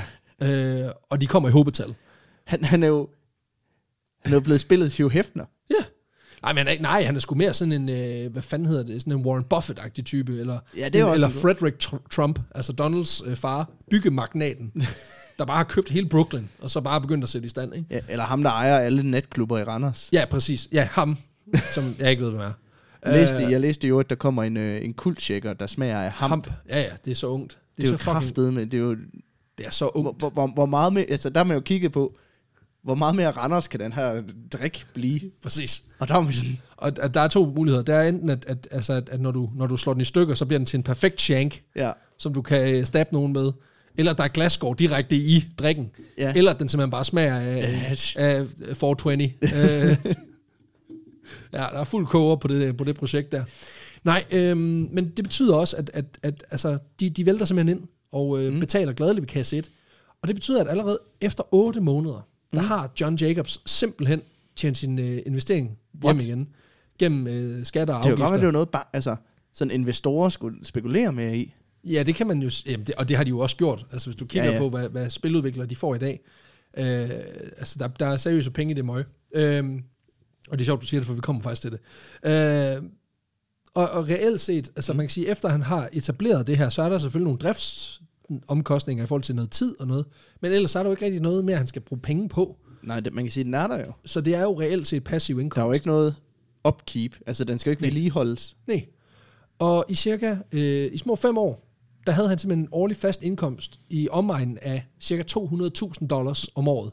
øh, og de kommer i hobetal. Han, han er jo han er jo blevet spillet Hugh Hefner. Ja. Nej, men han er, nej, han er sgu mere sådan en, øh, hvad fanden hedder det, sådan en Warren Buffett-agtig type, eller, ja, det er en, eller Frederick Trump, altså Donalds øh, far, byggemagnaten, der bare har købt hele Brooklyn, og så bare begyndt at sætte i stand. Ikke? Ja, eller ham, der ejer alle natklubber i Randers. Ja, præcis. Ja, ham. Som jeg ikke ved, hvad er. Jeg læste, jeg læste jo, at der kommer en, en kultshaker, der smager af hamp. hamp. Ja, ja, det er så ungt. Det, det er, er jo kraftet med, det er jo... Det er så ungt. Hvor, hvor, hvor meget med, altså der har man jo kigget på, hvor meget mere Randers kan den her drik blive. Præcis. Og der er, sådan... og der er to muligheder. Der er enten, at, at, altså, at, at når, du, når du slår den i stykker, så bliver den til en perfekt shank, ja. som du kan stabbe nogen med. eller der er glasskår direkte i drikken, Ja. eller den simpelthen bare smager af, af fire tyve. øh, ja, der er fuld koger på det, på det projekt der. Nej, øhm, men det betyder også, at, at, at altså, de, de vælter simpelthen ind og øh, mm. betaler gladeligt ved kasse et. Og det betyder, at allerede efter otte måneder, der mm. har John Jacobs simpelthen tjent sin øh, investering hjem What? igen, gennem øh, skatter og Det er jo afgifter. godt, at det er noget, bare, altså, sådan investorer skulle spekulere mere i. Ja, det kan man jo, jamen det, og det har de jo også gjort. Altså hvis du kigger ja, ja. på, hvad, hvad spiludviklere de får i dag, øh, altså der, der er seriøse penge i det møg. Øh, og det er sjovt, du siger det, for vi kommer faktisk til det. Øh, og, og reelt set, altså mm. man kan sige, efter han har etableret det her, så er der selvfølgelig nogle driftsomkostninger i forhold til noget tid og noget, men ellers er der jo ikke rigtig noget mere, han skal bruge penge på. Nej, det, man kan sige, den er der jo. Så det er jo reelt set passiv indkomst. Der er jo ikke noget upkeep, altså den skal jo ikke Nej. vedligeholdes. Nej. Og i cirka, øh, i små fem år, der havde han simpelthen en årlig fast indkomst i omegnen af cirka to hundrede tusind dollars om året.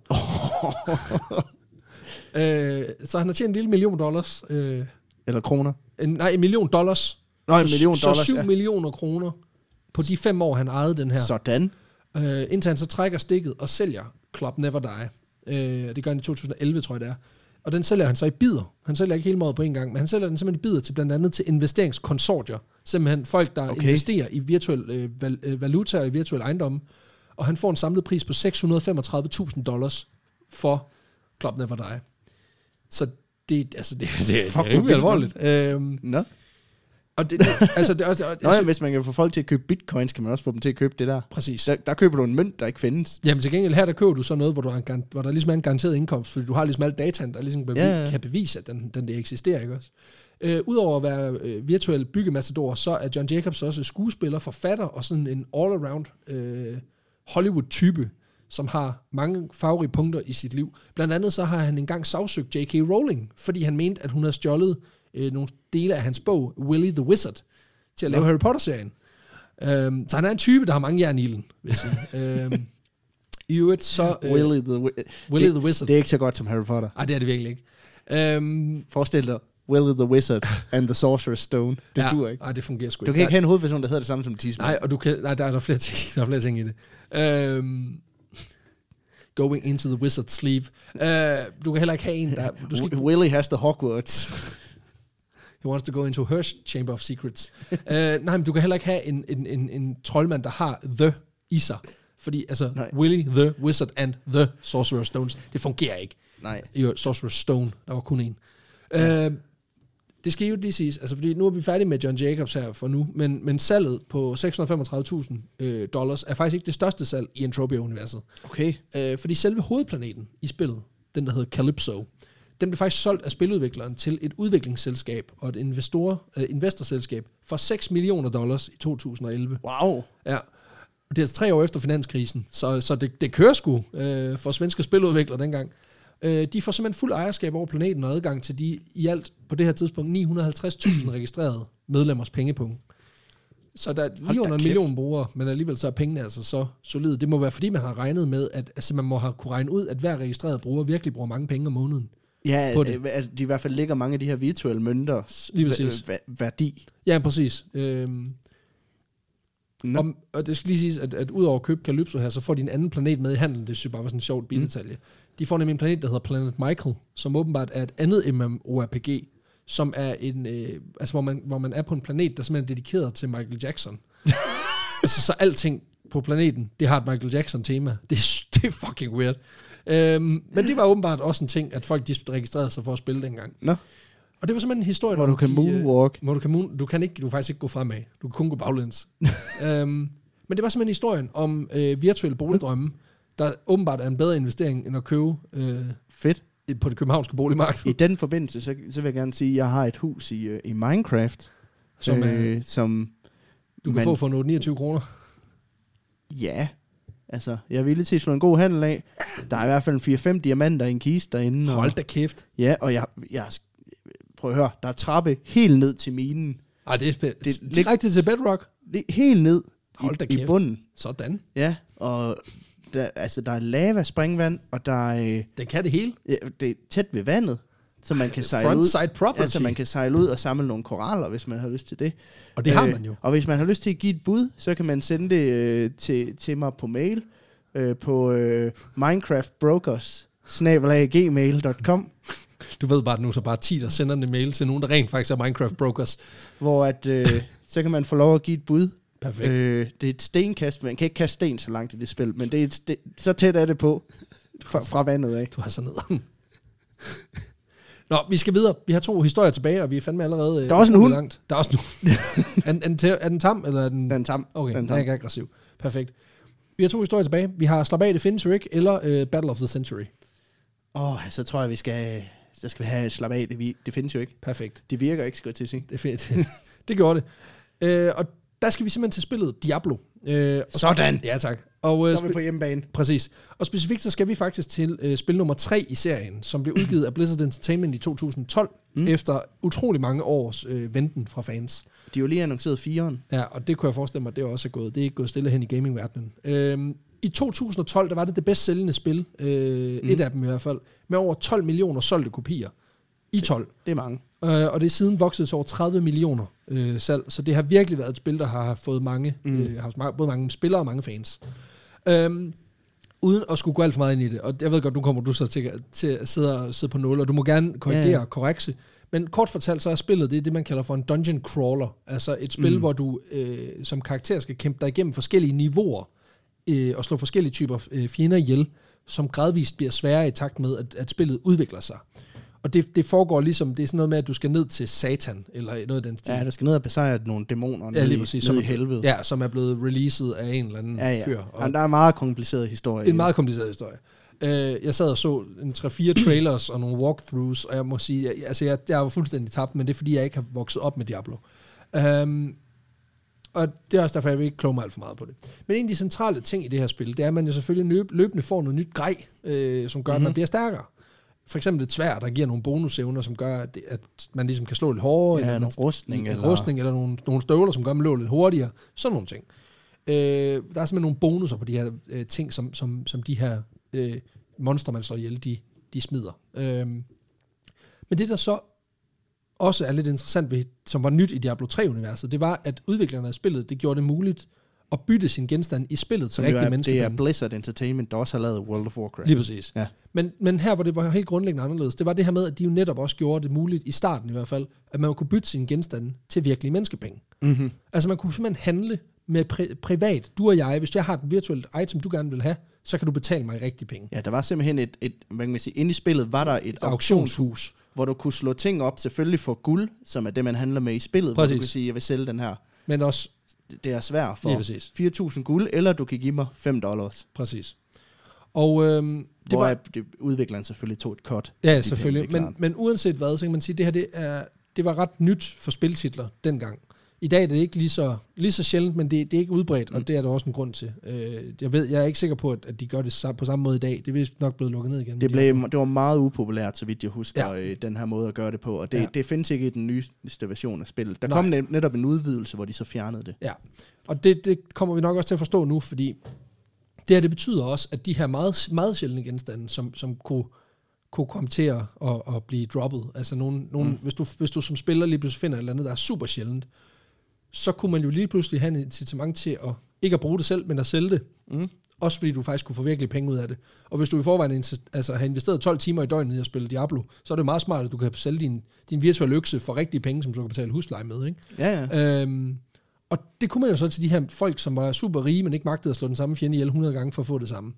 øh, så han har tjent en lille million dollars. Øh, Eller kroner. en, nej, en million dollars. Nå, en så, million dollars, Så syv ja. millioner kroner på de fem år, han ejede den her. Sådan. Øh, indtil han så trækker stikket og sælger Club Never Die. Øh, det gør han i to tusind og elleve, tror jeg det er. Og den sælger han så i bidder. Han sælger ikke hele måden på en gang, men han sælger den simpelthen i bidder til blandt andet til investeringskonsortier. Simpelthen folk, der okay. investerer i virtuel øh, val, øh, valuta og i virtuelle ejendomme. Og han får en samlet pris på seks hundrede og femogtredive tusind dollars for Club Never Die. Så det, altså det, det, det er rimelig alvorligt. Øhm, Nå. og det, det, altså det, altså, Nå ja, hvis man kan få folk til at købe bitcoins, kan man også få dem til at købe det der. Præcis. Der, der køber du en mønt, der ikke findes. Jamen til gengæld her, der køber du så noget, hvor, du har en, hvor der ligesom er en garanteret indkomst, fordi du har ligesom alt dataen, der ligesom bevi- Ja, ja. kan bevise, at den, den det eksisterer, ikke også? Øh, Udover at være øh, virtuel byggematador, så er John Jacobs også skuespiller, forfatter og sådan en all-around øh, Hollywood-type, som har mange farverige punkter i sit liv. Blandt andet så har han engang sagsøgt J K Rowling, fordi han mente, at hun havde stjålet øh, nogle dele af hans bog, Willy the Wizard, til at lave Nå. Harry Potter-serien. Øhm, så han er en type, der har mange jern i ilden, vil jeg sige. øhm, I øvrigt så... Øh, Willy the, wi- Willy det, the Wizard. Det er ikke så godt som Harry Potter. Nej, det er det virkelig ikke. Øhm, Forestil dig, Willy the Wizard and the Sorcerer's Stone. Det ja, duer ikke. Nej, det fungerer sgu Du kan ikke have en hovedperson, der hedder det samme som Tisman. Nej, og du kan, nej, der er der flere ting, der er flere ting i det. Øhm, going into the wizard's sleeve. Øh, du kan heller ikke have en, der... Du skal, W- Willy has the Hogwarts. he wants to go into her chamber of secrets. øh, nej, men du kan heller ikke have en, en, en, en troldmand, der har the i sig. Fordi, altså, Nej. Willy, the Wizard and the Sorcerer's Stones, det fungerer ikke. Nej. Jo, Sorcerer's Stone, der var kun en. Ja. Øh, det skal jo lige siges, altså fordi nu er vi færdige med John Jacobs her for nu, men, men salget på seks hundrede og femogtredive tusind øh, dollars er faktisk ikke det største salg i Entropia-universet. Okay. Øh, fordi selve hovedplaneten i spillet, den der hedder Calypso, den blev faktisk solgt af spiludvikleren til et udviklingsselskab og et investor, øh, investorselskab for seks millioner dollars i to tusind og elleve. Wow. Ja. Det er altså tre år efter finanskrisen, så, så det, det kører sgu øh, for svenske spiludviklere dengang. Øh, de får simpelthen fuld ejerskab over planeten og adgang til de i alt på det her tidspunkt ni hundrede og halvtreds tusind registrerede medlemmers pengepunkt. Så der er lige under en million brugere, men alligevel så er pengene altså så solide. Det må være, fordi man har regnet med, at altså man må have kunne regne ud, at hver registreret bruger virkelig bruger mange penge om måneden. Ja, på at, det. at de i hvert fald ligger mange af de her virtuelle mønters Lige præcis. væ- væ- værdi. Ja, præcis. Øhm, Nå. Om, og det skal lige siges, at, at udover at købe Calypso her, så får de en anden planet med i handelen. Det synes jeg bare var sådan en sjovt bidetalje. Mm. De får nemlig en planet, der hedder Planet Michael, som åbenbart er et andet MMORPG, som er en, øh, altså hvor man, hvor man er på en planet, der simpelthen er dedikeret til Michael Jackson. altså så alting på planeten, det har et Michael Jackson tema. Det er, det er fucking weird. Øhm, men det var åbenbart også en ting, at folk de registrerede sig for at spille dengang. Nå. Og det var simpelthen en historie, Hvor du kan moonwalk. Hvor du kan moon, du kan ikke, du kan faktisk ikke gå fremad. Du kan kun gå baglæns. øhm, men det var simpelthen historien om øh, virtuelle boligdrømme, der åbenbart er en bedre investering, end at købe øh, Fedt. på det københavnske boligmarked. I den forbindelse, så, så vil jeg gerne sige, at jeg har et hus i, uh, i Minecraft, Som, øh, øh, som du kan man, få for otte hundrede og niogtyve kroner. Ja, altså, jeg er villig til at slå en god handel af. Der er i hvert fald fire fem diamanter i en kiste derinde. Hold og, da kæft. Ja, og jeg, jeg... Prøv at høre, der er trappe helt ned til minen. Ej, det er spæ- Det- det, direkte til Bedrock. Det er helt ned Hold da i, i kæft. bunden. Sådan. Ja, og der, altså, der er lava, springvand, og der er, øh, Den kan det hele. ja, det er tæt ved vandet. Så man kan sejle ud. Frontside property. Altså man kan sejle ud og samle nogle koraller, hvis man har lyst til det. Og det øh, har man jo. Og hvis man har lyst til at give et bud, så kan man sende det øh, til, til mig på mail. Øh, på øh, minecraftbrokers snabel-a gmail punktum com. Du ved bare, at nu så bare ti, der sender en mail til nogen, der rent faktisk er Minecraft Brokers. Hvor at, øh, så kan man få lov at give et bud. Perfekt. Øh, det er et stenkast, man kan ikke kaste sten så langt i det spil, men det er et sten, så tæt er det på fra, fra vandet af. Du har så ned. Nå, vi skal videre. Vi har to historier tilbage, og vi er fandme allerede... Der er også en hund. Langt. Der er også en hund. er, den, er den tam, eller er den... Den er tam. Okay, den er ikke aggressiv. Perfekt. Vi har to historier tilbage. Vi har Slap af, det findes jo ikke, eller uh, Battle of the Century. Åh, oh, så tror jeg, vi skal... Så skal vi have Slap af, det, vi, det findes jo ikke. Perfekt. Det virker ikke, skal jeg til at sige. Det er fedt. Det gjorde det. Uh, og der skal vi simpelthen til spillet Diablo. Uh, og Sådan. Ja, tak. Og, uh, så er vi på hjemmebane. Præcis. Og specifikt så skal vi faktisk til uh, spil nummer tre i serien, som blev udgivet af Blizzard Entertainment i to tusind og tolv, mm. efter utrolig mange års uh, venten fra fans. De har jo lige annonceret firen. Ja, og det kunne jeg forestille mig, det er også er gået. Det er ikke gået stille hen i gamingverdenen. Uh, I to tusind og tolv, der var det det bedst sælgende spil, uh, mm. et af dem i hvert fald, med over tolv millioner solgte kopier. I tolv. Det, det er mange. Uh, og det er siden vokset til over tredive millioner uh, salg, så det har virkelig været et spil, der har fået mange, mm. uh, har haft både mange spillere og mange fans. Um, uden at skulle gå alt for meget ind i det, og jeg ved godt, nu kommer du så til, til at sidde, og, sidde på nul, og du må gerne korrigere og ja, ja. korrekse, men kort fortalt, så er spillet det, det man kalder for en dungeon crawler, altså et spil, mm. hvor du øh, som karakter skal kæmpe dig igennem forskellige niveauer, øh, og slå forskellige typer øh, fjender ihjel, som gradvist bliver sværere i takt med, at, at spillet udvikler sig. Og det, det foregår ligesom, det er sådan noget med, at du skal ned til Satan, eller noget af den stil. Ja, du skal ned og besejre nogle dæmoner ja, ned, lige præcis, ned som, i helvede. Ja, som er blevet releaset af en eller anden ja, ja. fyr. Og ja, der er en meget kompliceret historie. En meget kompliceret historie. Uh, jeg sad og så en tre-fire trailers og nogle walkthroughs, og jeg må sige, jeg, altså jeg, jeg var fuldstændig tabt, men det er fordi, jeg ikke har vokset op med Diablo. Um, og det er også derfor, jeg vil ikke kloge mig alt for meget på det. Men en af de centrale ting i det her spil, det er, at man jo selvfølgelig løbende får noget nyt grej, øh, som gør, mm-hmm. at man bliver stærkere. For eksempel et sværd, der giver nogle bonusevner, som gør, at, det, at man ligesom kan slå lidt hårdere. Ja, eller nogle rustning. En eller... rustning, eller nogle, nogle støvler, som gør, at man løber lidt hurtigere. Sådan nogle ting. Øh, der er simpelthen nogle bonusser på de her øh, ting, som, som, som de her øh, monster, man slår ihjel, de, de smider. Øh, men det, der så også er lidt interessant ved, som var nyt i Diablo tre-universet, det var, at udviklerne af spillet, det gjorde det muligt at bytte sin genstand i spillet til rigtige mennesker. Det er Blizzard Entertainment, der også har lavet World of Warcraft. Lige præcis. Ja. Men, men her, hvor det var helt grundlæggende anderledes, det var det her med, at de jo netop også gjorde det muligt, i starten i hvert fald, at man kunne bytte sin genstande til virkelige menneskepenge. Mm-hmm. Altså man kunne simpelthen handle med pri- privat, du og jeg, hvis jeg har et virtuelt item, du gerne vil have, så kan du betale mig i rigtige penge. Ja, der var simpelthen et, et hvad kan man sige, inde i spillet var der et, et auktionshus, hvor du kunne slå ting op, selvfølgelig for guld, som er det, man handler med i spillet, præcis. Hvor du kan sige, jeg vil sælge den her. Men også det er svært for fire tusind guld, eller du kan give mig fem dollars. Præcis. Og øhm, det hvor var det, udvikleren selvfølgelig tog et cut. Ja, selvfølgelig. Men, men uanset hvad, så kan man sige, det her det er, det var ret nyt for spiltitler dengang. I dag er det ikke lige så, lige så sjældent, men det, det er ikke udbredt, mm. og det er der også en grund til. Øh, jeg, ved, jeg er ikke sikker på, at, at de gør det på samme måde i dag. Det er nok blevet lukket ned igen. Det, blev, det var meget upopulært, så vidt jeg husker, ja. den her måde at gøre det på. Og det, ja. det findes ikke i den nyeste version af spillet. Der Nej. kom netop en udvidelse, hvor de så fjernede det. Ja, og det, det kommer vi nok også til at forstå nu, fordi det her, det betyder også, at de her meget, meget sjældne genstande, som, som kunne, kunne komme til at, at, at blive droppet, altså nogen, nogen, mm. hvis, du, hvis du som spiller lige pludselig finder et eller andet, der er super sjældent, så kunne man jo lige pludselig have et incitament til at ikke at bruge det selv, men at sælge det. Mm. Også fordi du faktisk kunne få virkelig penge ud af det. Og hvis du i forvejen altså, har investeret tolv timer i døgnet i at spille Diablo, så er det meget smart, at du kan sælge din, din virtuelle økse for rigtige penge, som du kan betale husleje med. Ikke? Ja, ja. Øhm, og det kunne man jo så til de her folk, som var super rige, men ikke magtede at slå den samme fjende ihjel hundrede gange for at få det samme.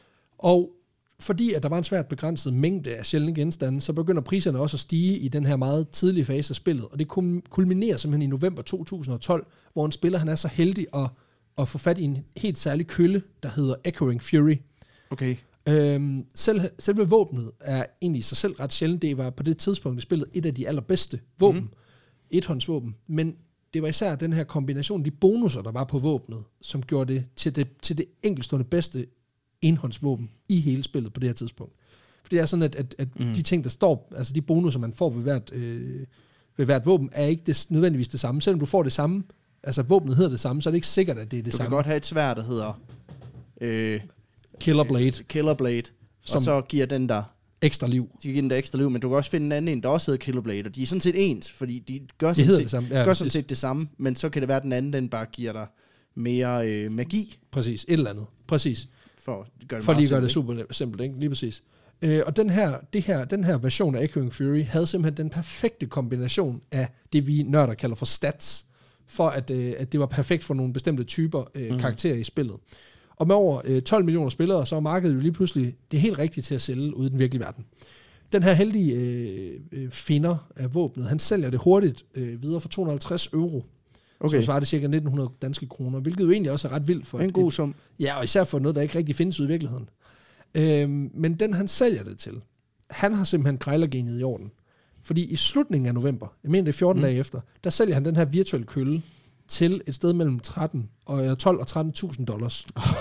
Og fordi at der var en svært begrænset mængde af sjældne genstande, så begynder priserne også at stige i den her meget tidlige fase af spillet. Og det kulminerer simpelthen i november to tusind og tolv, hvor en spiller han er så heldig at, at få fat i en helt særlig kølle, der hedder Echoing Fury. Okay. Øhm, selv, selve våbnet er egentlig sig selv ret sjældent. Det var på det tidspunkt i spillet et af de allerbedste våben. Mm. Ethåndsvåben. Men det var især den her kombination, de bonusser, der var på våbnet, som gjorde det til det, til det enkeltstående bedste enhåndsvåben i hele spillet på det her tidspunkt. For det er sådan, at, at, at mm. de ting, der står, altså de bonusser, man får ved hvert, øh, ved hvert våben, er ikke det, nødvendigvis det samme. Selvom du får det samme, altså våbnet hedder det samme, så er det ikke sikkert, at det er det du samme. Du kan godt have et sværd, der hedder øh, Killer Blade. Killer Blade, som, og så giver den der ekstra liv. De kan give den der ekstra liv, men du kan også finde en anden en, der også hedder Killblade, og de er sådan set ens, fordi de gør sådan, de set, det samme. Ja, gør sådan set det samme, men så kan det være, at den anden, den bare giver dig mere øh, magi. Præcis, et eller andet. Præcis. For at gøre det, for lige at gøre simpelt, det super simpelt, ikke? Lige præcis. Øh, og den her, det her, den her version af Echoing Fury havde simpelthen den perfekte kombination af det, vi nørder kalder for stats, for at, øh, at det var perfekt for nogle bestemte typer øh, mm. karakterer i spillet. Og med over øh, tolv millioner spillere, så er markedet jo lige pludselig det helt rigtige til at sælge ude i den virkelige verden. Den her heldige øh, øh, finder af våbnet, han sælger det hurtigt øh, videre for to hundrede og halvtreds euro. Okay. Så svarer det cirka nitten hundrede danske kroner, hvilket jo egentlig også er ret vildt for en god sum. Ja, og især for noget, der ikke rigtig findes ud i virkeligheden. Øhm, men den, han sælger det til, han har simpelthen grejlergenet i orden. Fordi i slutningen af november, jeg mener det er fjorten mm. dage efter, der sælger han den her virtuelle kølle til et sted mellem tretten og tolv og tretten tusind dollars.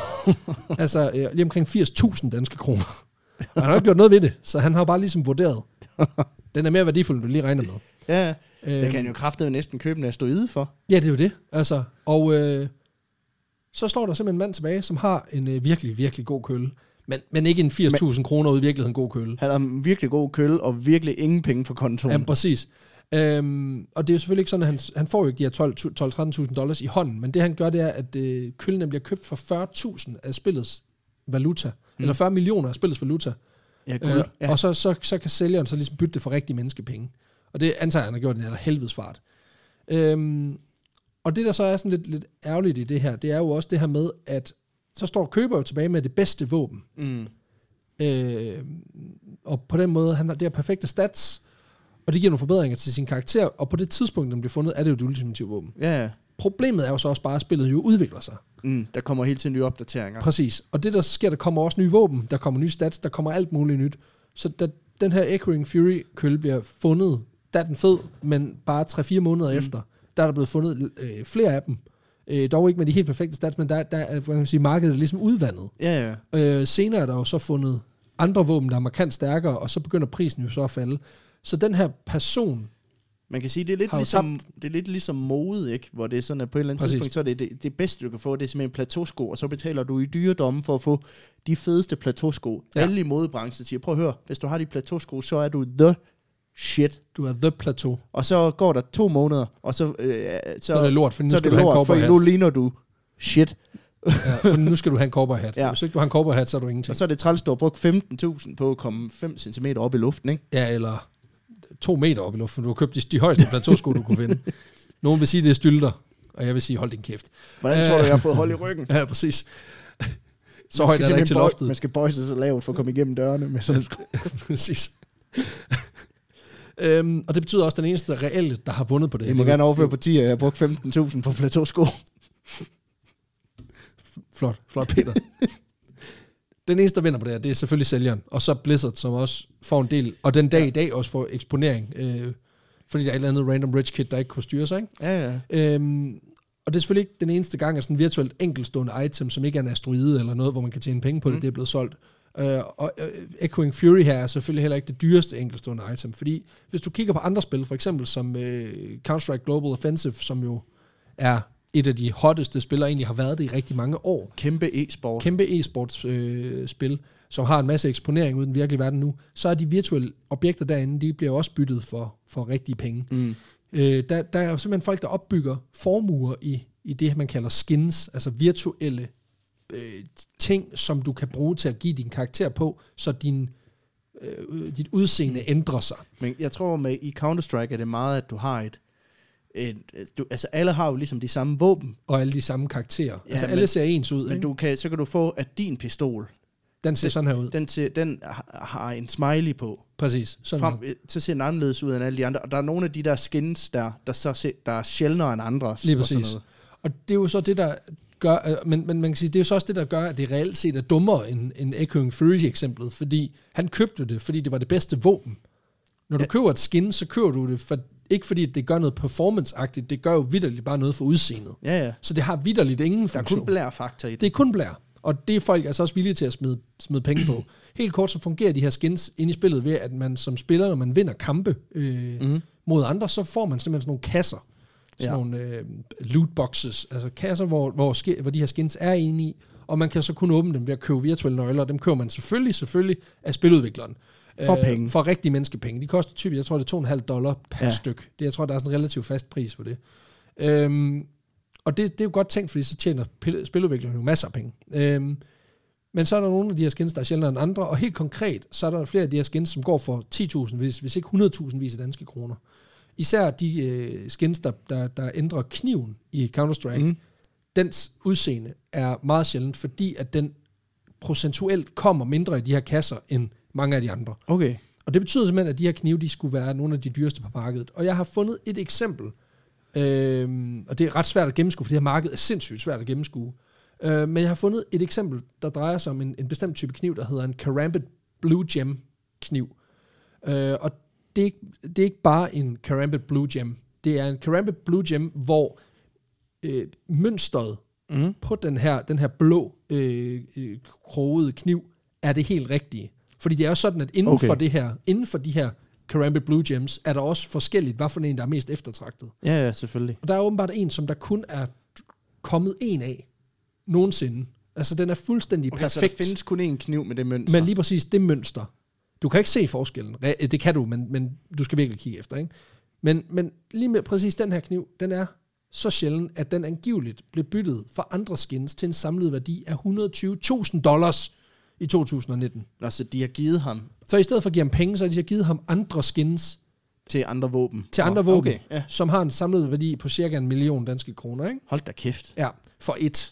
altså øh, lige omkring firs tusind danske kroner. Og han har ikke gjort noget ved det, så han har bare ligesom vurderet. Den er mere værdifuld, end du lige regner med. Ja, det øhm, kan jo kraftedeme næsten købe en asteroide for. Ja, det er jo det. Altså, og øh, så står der simpelthen en mand tilbage, som har en øh, virkelig, virkelig god kølle. Men, men ikke en firs tusind kroner ud i virkeligheden god kølle. Han har en virkelig god kølle, og virkelig ingen penge på kontoen. Ja, præcis. Øhm, og det er jo selvfølgelig ikke sådan, at han, han får jo ikke de her tolv til tretten tusind dollars i hånden, men det han gør, det er, at øh, køllen bliver købt for fyrre tusind af spillets valuta, mm. eller fyrre millioner af spillets valuta. Ja, cool. øh, ja. Og så, så, så kan sælgeren så ligesom bytte det for rigtige menneskepenge. Og det antager han har gjort i en helvedes fart. Øhm, og det, der så er sådan lidt, lidt ærgerligt i det her, det er jo også det her med, at så står køber jo tilbage med det bedste våben. Mm. Øh, og på den måde, han har det her perfekte stats, og det giver nogle forbedringer til sin karakter, og på det tidspunkt, den bliver fundet, er det jo det ultimative våben. Ja, ja. Problemet er jo så også bare, at spillet jo udvikler sig. Mm, der kommer hele tiden nye opdateringer. Præcis. Og det, der sker, der kommer også nye våben, der kommer nye stats, der kommer alt muligt nyt. Så da den her Echoing Fury-kølle bliver fundet, der er den fed, men bare tre fire måneder mm. efter, der er der blevet fundet øh, flere af dem. Øh, dog ikke med de helt perfekte stats, men der, der er, kan man sige, markedet er ligesom udvandet. Ja, ja. Øh, senere er der jo så fundet andre våben, der er markant stærkere, og så begynder prisen jo så at falde. Så den her person... Man kan sige, det er lidt, ligesom, det er lidt ligesom mode, ikke? Hvor det er sådan, at på et eller andet Præcis. tidspunkt, så er det, det det bedste, du kan få, det er simpelthen plateausko, og så betaler du i dyredomme for at få de fedeste plateausko. Ja. Alle i modebranchen siger, prøv at høre, hvis du har de plateausko, så er du the shit. Du er the plateau. Og så går der to måneder, og så, øh, så, så er det lort, for nu så skal det du lort, have en for nu ligner du shit. Ja, for nu skal du have en cowboyhat. Ja. Hvis ikke du har en cowboyhat, så er du ingenting. Og så er det træls, du har brugt femten tusind på at komme fem centimeter op i luften, ikke? Ja, eller to meter op i luften. Du har købt de, de højeste plateausko, du kunne finde. Nogen vil sige, det er stylter, og jeg vil sige, hold din kæft. Hvordan tror du, jeg har fået hold i ryggen? Ja, præcis. Så højt er der ikke til loftet. Man skal bøje sig så lavt for at komme igennem dørene med sådan præcis. Øhm, og det betyder også, at den eneste reelle, der har vundet på det. Jeg må det gerne overføre på ti, og jeg har brugt femten tusind på plateausko. Flot, flot Peter. Den eneste, der vinder på det her, det er selvfølgelig sælgeren. Og så Blizzard, som også får en del, og den dag ja. i dag også får eksponering. Øh, fordi der er et eller andet random rich kid, der ikke kunne styre sig. Ikke? Ja, ja. Øhm, og det er selvfølgelig ikke den eneste gang, at sådan et virtuelt enkeltstående item, som ikke er en asteroide eller noget, hvor man kan tjene penge på det, mm. det er blevet solgt. Uh, og uh, Echoing Fury her er selvfølgelig heller ikke det dyreste enkeltstående item, fordi hvis du kigger på andre spil, for eksempel som uh, Counter-Strike Global Offensive, som jo er et af de hotteste spil, og egentlig har været det i rigtig mange år. Kæmpe e-sport. Kæmpe e-sports øh, spil, som har en masse eksponering uden den virkelige verden nu, så er de virtuelle objekter derinde, de bliver også byttet for, for rigtige penge. Mm. Øh, der, der er jo simpelthen folk, der opbygger formuer i, i det, man kalder skins, altså virtuelle øh, ting, som du kan bruge til at give din karakter på, så din, øh, dit udseende ændrer sig. Men jeg tror, med i Counter-Strike er det meget, at du har et Et, du, altså alle har jo ligesom de samme våben. Og alle de samme karakterer. Ja, altså alle men, ser ens ud. Men du kan, så kan du få, at din pistol... Den ser den, sådan her ud. Den, ser, den har en smiley på. Præcis. Sådan Frem, så ser den anderledes ud end alle de andre. Og der er nogle af de der skins, der, der, så se, der er sjældnere end andre. Lige præcis. Og, og det er jo så det, der gør... Men, men man kan sige, det er jo så også det, der gør, at det reelt set er dummere end, end Echoing Fury-eksemplet. Fordi han købte det, fordi det var det bedste våben. Når du ja. køber et skin, så køber du det for... Ikke fordi det gør noget performance-agtigt, det gør jo vitterligt bare noget for udseendet. Ja, ja. Så det har vitterligt ingen funktion. Der er kun blær-faktor i det. Det er kun blær, og det er folk altså også villige til at smide, smide penge på. Helt kort så fungerer de her skins inde i spillet ved, at man som spiller, når man vinder kampe øh, mm. mod andre, så får man simpelthen sådan nogle kasser, sådan ja. nogle øh, lootboxes, altså kasser, hvor, hvor, sk- hvor de her skins er inde i, og man kan så kun åbne dem ved at købe virtuelle nøgler, og dem køber man selvfølgelig, selvfølgelig af spiludvikleren. For penge. For rigtige menneskepenge. De koster typisk, jeg tror det er to komma fem dollar per ja. styk. Det, jeg tror, der er sådan en relativt fast pris på det. Øhm, og det, det er jo godt tænkt, fordi så tjener spiludviklerne jo masser af penge. Øhm, men så er der nogle af de her skins, der er sjældnere end andre, og helt konkret, så er der flere af de her skins, som går for ti tusind, hvis, hvis ikke hundrede tusind vis af danske kroner. Især de øh, skins, der, der, der ændrer kniven i Counter-Strike, mm. dens udseende er meget sjældent, fordi at den procentuelt kommer mindre i de her kasser, end mange af de andre. Okay. Og det betyder simpelthen, at de her knive, de skulle være nogle af de dyreste på markedet. Og jeg har fundet et eksempel, øh, og det er ret svært at gennemskue, for det her marked er sindssygt svært at gennemskue. Øh, men jeg har fundet et eksempel, der drejer sig om en, en bestemt type kniv, der hedder en Karambit Blue Gem kniv. Øh, og det er, ikke, det er ikke bare en Karambit Blue Gem. Det er en Karambit Blue Gem, hvor øh, mønstret mm. på den her, den her blå øh, øh, krogede kniv er det helt rigtige. Fordi det er jo sådan, at inden, okay. for det her, inden for de her Karambit Blue Gems, er der også forskelligt, hvad for en, der er mest eftertragtet. Ja, ja, selvfølgelig. Og der er åbenbart en, som der kun er kommet en af nogensinde. Altså, den er fuldstændig okay, perfekt. Så der findes kun én kniv med det mønster? Men lige præcis det mønster. Du kan ikke se forskellen. Det kan du, men, men du skal virkelig kigge efter, ikke? Men, men lige med præcis den her kniv, den er så sjælden, at den angiveligt blev byttet for andre skins til en samlet værdi af et hundrede og tyve tusind dollars i to tusind nitten. Altså, de har givet ham... Så i stedet for at give ham penge, så har de givet ham andre skins. Til andre våben. Til andre oh, våben, okay, ja. Som har en samlet værdi på cirka en million danske kroner, ikke? Hold da kæft. Ja, for et.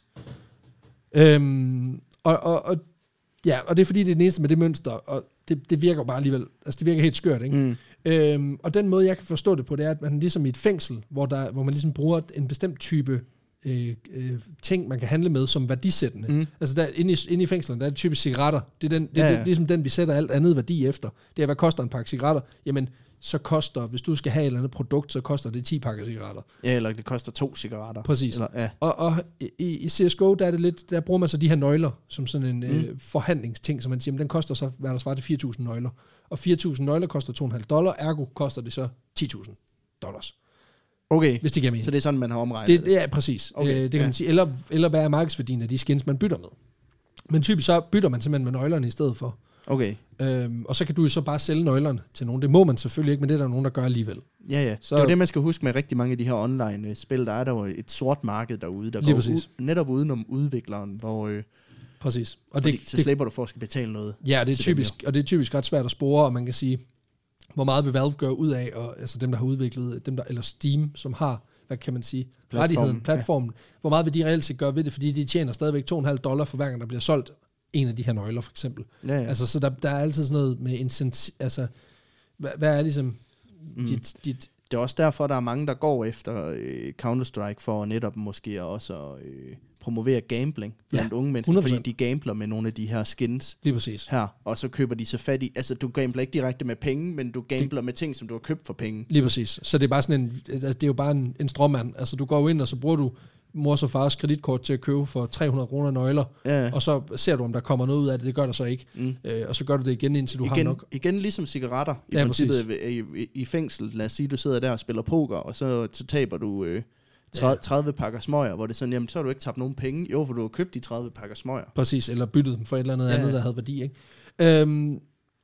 Øhm, og, og, og, ja, og det er fordi, det er det eneste med det mønster, og det, det virker bare alligevel, altså det virker helt skørt, ikke? Mm. Øhm, og den måde, jeg kan forstå det på, det er, at man ligesom i et fængsel, hvor, der, hvor man ligesom bruger en bestemt type øh, øh, ting, man kan handle med som værdisættende. Mm. Altså der, inde, i, inde i fængslerne, der er det typisk cigaretter. Det er, den, det, ja, ja. det er ligesom den, vi sætter alt andet værdi efter. Det er, hvad koster en pakke cigaretter? Jamen, så koster, hvis du skal have et eller andet produkt, så koster det ti pakker cigaretter. Ja, eller det koster to cigaretter. Præcis. Eller, ja. Og, og i, i C S G O, der er det lidt, der bruger man så de her nøgler, som sådan en mm. øh, forhandlingsting, som man siger, men den koster så, hvad der svarer til fire tusind nøgler. Og fire tusind nøgler koster to komma fem dollar, ergo koster det så ti tusind dollars. Okay, hvis det giver mening. Så det er sådan, man har omregnet det? det ja, præcis. Okay. Øh, det kan ja. man sige. Eller, eller hvad er markedsværdien af de skins, man bytter med. Men typisk så bytter man simpelthen med nøglerne i stedet for. Okay. Øhm, og så kan du jo så bare sælge nøglerne til nogen. Det må man selvfølgelig ikke, men det er der nogen, der gør alligevel. Ja, ja. Så det er det, man skal huske med rigtig mange af de her online-spil. Der er der jo et sort marked derude, der går u- netop udenom udvikleren, hvor... Øh, præcis. Og fordi, det, så slipper du for at skal betale noget. Ja, det er typisk, dem, og det er typisk ret svært at spore, og man kan sige, hvor meget vil Valve gøre ud af, og, altså dem, der har udviklet, dem der, eller Steam, som har, hvad kan man sige, platformen, rettigheden, platformen, ja. Hvor meget vil de reelt set gøre ved det, fordi de tjener stadigvæk to komma fem dollar for hver gang, der bliver solgt en af de her nøgler, for eksempel. Ja, ja. Altså, så der, der er altid sådan noget med incentiv, altså, hvad, hvad er ligesom mm. dit, dit... Det er også derfor, der er mange, der går efter øh, Counter-Strike, for netop måske også at øh, promovere gambling blandt ja, unge mennesker, hundrede procent. Fordi de gambler med nogle af de her skins. Lige præcis. Her, og så køber de så fat i, altså du gambler ikke direkte med penge, men du gambler det, med ting, som du har købt for penge. Lige præcis. Så det er bare sådan en, altså, det er jo bare en, en stråmand. Altså du går jo ind, og så bruger du mors og fars kreditkort til at købe for tre hundrede kroner nøgler, ja. Og så ser du, om der kommer noget ud af det. Det gør der så ikke. Mm. Øh, og så gør du det igen, indtil du igen, har nok. Igen ligesom cigaretter i ja, princippet i, i, i fængsel. Lad os sige, du sidder der og spiller poker, og så, så taber du øh, tredive, tredive pakker smøger, hvor det er sådan, jamen så har du ikke tabt nogen penge. Jo, for du har købt de tredive pakker smøger. Præcis, eller byttet dem for et eller andet ja. andet, der havde værdi. Ikke? Øhm,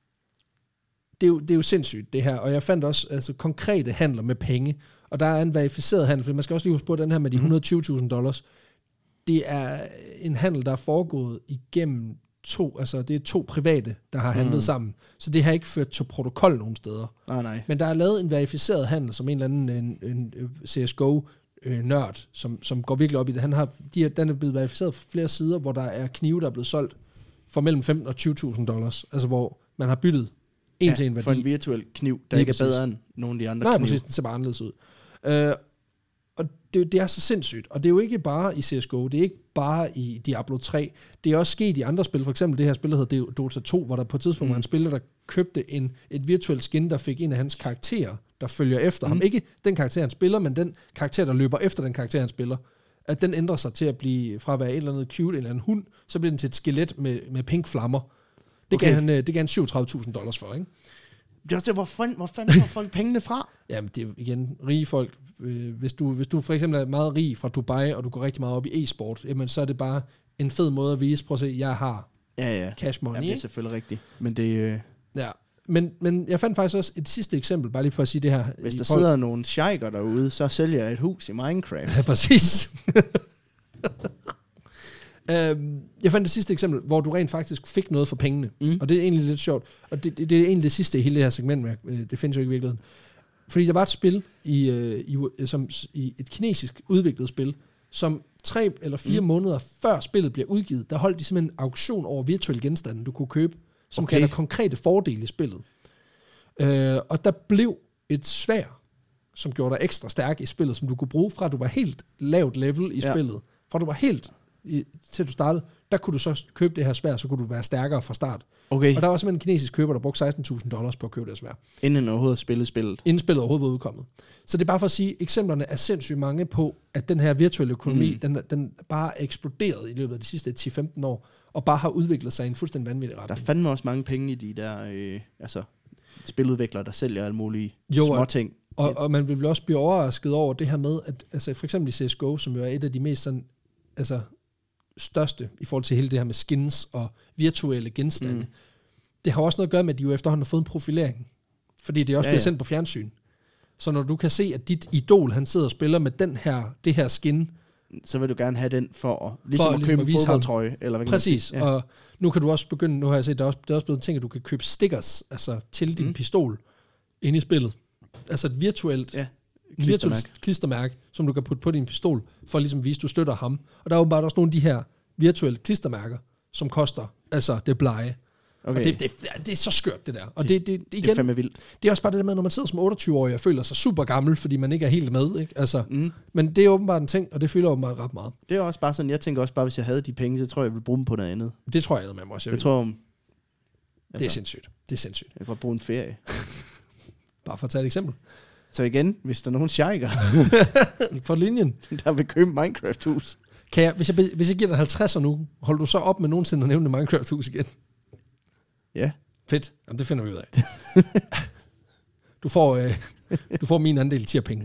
det, er jo, det er jo sindssygt, det her. Og jeg fandt også altså, konkrete handler med penge. Og der er en verificeret handel, for man skal også lige huske på, den her med de et hundrede og tyve tusind dollars, det er en handel, der er foregået igennem to, altså det er to private, der har handlet mm. sammen. Så det har ikke ført til protokol nogen steder. Ah, nej. Men der er lavet en verificeret handel, som en eller anden en, en C S G O-nørd, som, som går virkelig op i det. Han har, de, den er blevet verificeret fra flere sider, hvor der er knive, der er blevet solgt for mellem femten og tyve tusind dollars. Altså hvor man har byttet en ja, til en værdi. For en virtuel kniv, der lige ikke præcis. Er bedre end nogle af de andre Nej, knive. Nej, præcis, den ser bare anderledes ud. Uh, og det, det er så sindssygt. Og det er jo ikke bare i C S G O, det er ikke bare i Diablo tre. Det er også sket i andre spil. For eksempel det her spil, der hedder Dota to, hvor der på et tidspunkt mm. var en spiller, der købte en, et virtuelt skin, der fik en af hans karakterer, der følger efter mm. ham. Ikke den karakter, han spiller, men den karakter, der løber efter den karakter, han spiller. At den ændrer sig til at blive, fra at være et eller andet cute, en eller anden hund, så bliver den til et skelet med, med pink flammer. Det okay. gav han, det gav han syvogtredive tusind dollars for, ikke? Det er også det, hvor fanden, hvor fanden får folk pengene fra? Jamen, det er igen rige folk. Hvis du, hvis du for eksempel er meget rig fra Dubai, og du går rigtig meget op i e-sport, jamen, så er det bare en fed måde at vise, prøv at se, jeg har ja, ja. cash money. Ja, det er selvfølgelig rigtigt. Men det... Øh... Ja, men, men jeg fandt faktisk også et sidste eksempel, bare lige for at sige det her. Hvis der sidder nogle sheiker derude, så sælger jeg et hus i Minecraft. Ja, præcis. øhm, jeg fandt det sidste eksempel, hvor du rent faktisk fik noget for pengene. Mm. Og det er egentlig lidt sjovt. Og det, det, det er egentlig det sidste i hele det her segment med. Det findes jo ikke i virkeligheden. Fordi der var et spil, i, i, som, i et kinesisk udviklet spil, som tre eller fire mm. måneder før spillet bliver udgivet, der holdt de simpelthen en auktion over virtuelle genstande, du kunne købe, som okay. kalder konkrete fordele i spillet. Øh, og der blev et sværd, som gjorde dig ekstra stærk i spillet, som du kunne bruge fra, at du var helt lavt level i ja. spillet. Fra du var helt, i, til du startede, der kunne du så købe det her sværd, så kunne du være stærkere fra start. Okay. Og der var simpelthen en kinesisk køber, der brugte seksten tusind dollars på at købe det sværd. Inden overhovedet spillet spillet. Inden spillet overhovedet var udkommet. Så det er bare for at sige, eksemplerne er sindssygt mange på, at den her virtuelle økonomi, mm. den, den bare er eksploderet i løbet af de sidste ti til femten år, og bare har udviklet sig i en fuldstændig vanvittig retning. Der er fandme også mange penge i de der øh, altså, spiludviklere, der sælger alle mulige jo, små ting. Og, og man vil også blive overrasket over det her med, at altså, for eksempel i C S G O, som jo er et af de mest sådan, altså, største i forhold til hele det her med skins og virtuelle genstande, mm. det har også noget at gøre med, at de jo efterhånden har fået en profilering. Fordi det også ja, bliver sendt ja. på fjernsyn. Så når du kan se, at dit idol, han sidder og spiller med den her, det her skin, så vil du gerne have den for at, ligesom for at, at købe ligesom en fodboldtrøje. Eller hvad præcis, ja. Og nu kan du også begynde, nu har jeg set, der er også, der er også blevet en ting, at du kan købe stickers, altså til din mm. pistol, inde i spillet. Altså et virtuelt, ja. klistermærke. virtuelt klistermærke, som du kan putte på din pistol, for at ligesom vise, at du støtter ham. Og der er jo bare også nogle af de her virtuelle klistermærker, som koster, altså det blege. Okay. Og det, det, det er så skørt, det der. Og det, det, det, igen, det er fandme vildt. Det er også bare det der med, når man sidder som otteogtyve-årig og føler sig super gammel, fordi man ikke er helt med. Ikke? Altså, mm. Men det er åbenbart en ting, og det fylder åbenbart ret meget. Det er også bare sådan, jeg tænker også bare, hvis jeg havde de penge, så tror jeg, jeg ville bruge dem på noget andet. Det tror jeg, jeg med også. Jeg, jeg tror, altså, det er sindssygt. Det er sindssygt. Jeg kan godt bruge en ferie. Bare for at tage et eksempel. Så igen, hvis der er nogen sheiker for linjen, der vil købe Minecraft-hus. Kan jeg, hvis, jeg, hvis jeg giver dig halvtredser nu, holder du så op med nogensinde at nævne Minecraft-hus igen? Ja. Fedt. Jamen, det finder vi ud af. Du får, øh, du får min andel ti af pengene.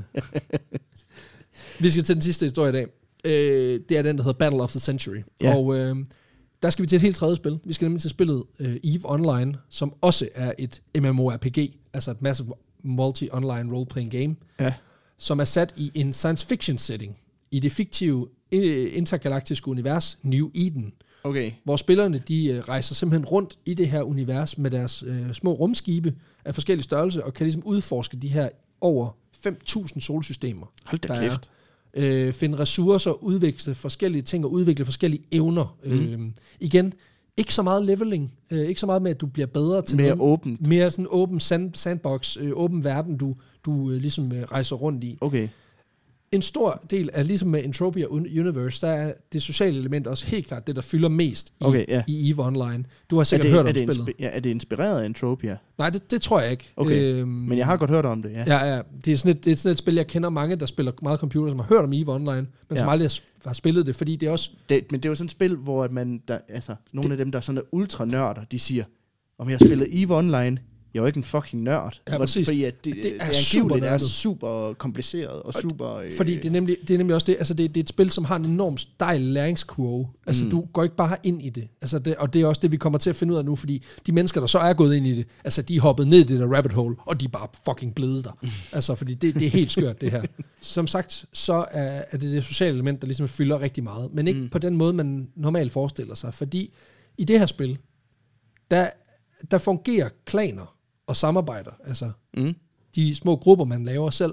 Vi skal til den sidste historie i dag. Øh, det er den, der hedder Battle of the Century. Ja. Og øh, der skal vi til et helt tredje spil. Vi skal nemlig til spillet øh, EVE Online, som også er et MMORPG, altså et Massive Multi-Online Role-Playing Game, ja. Som er sat i en science fiction setting, i det fiktive intergalaktiske univers New Eden. Okay. Hvor spillerne, de rejser simpelthen rundt i det her univers med deres øh, små rumskibe af forskellige størrelse, og kan ligesom udforske de her over fem tusind solsystemer. Hold da kæft. Øh, finde ressourcer, udvikle forskellige ting og udvikle forskellige evner. Mm. Øh, igen, ikke så meget leveling, øh, ikke så meget med, at du bliver bedre til mere noget. Åbent. Mere sådan åben sand, sandbox, øh, åben verden, du, du øh, ligesom øh, rejser rundt i. Okay. En stor del af, ligesom med Entropia Universe, der er det sociale element også helt klart det, der fylder mest i, okay, yeah. i EVE Online. Du har sikkert det, hørt om det spillet. Inspi- ja, er det inspireret af Entropia? Nej, det, det tror jeg ikke. Okay. Øhm, men jeg har godt hørt om det, ja. Ja, ja. Det er, sådan et, det er sådan et spil, jeg kender mange, der spiller meget computer, som har hørt om EVE Online, men ja. som aldrig har spillet det, fordi det er også... Det, men det er jo sådan et spil, hvor at man, der, altså, nogle det, af dem, der er sådan ultra-nørder, de siger, om jeg har spillet EVE Online... Jeg er jo ikke en fucking nørd. Ja, præcis. Fordi at det, det, det er, det super, er super kompliceret og super... Øh, fordi det er, nemlig, det er nemlig også det, altså det, det er et spil, som har en enorm stejl læringskurve. Altså mm. du går ikke bare ind i det. Altså det. Og det er også det, vi kommer til at finde ud af nu, fordi de mennesker, der så er gået ind i det, altså de er hoppet ned i det der rabbit hole, og de er bare fucking blevet der. Mm. Altså fordi det, det er helt skørt, det her. Som sagt, så er, er det det sociale element, der ligesom fylder rigtig meget. Men ikke mm. på den måde, man normalt forestiller sig. Fordi i det her spil, der, der fungerer klaner og samarbejder, altså mm. de små grupper, man laver selv,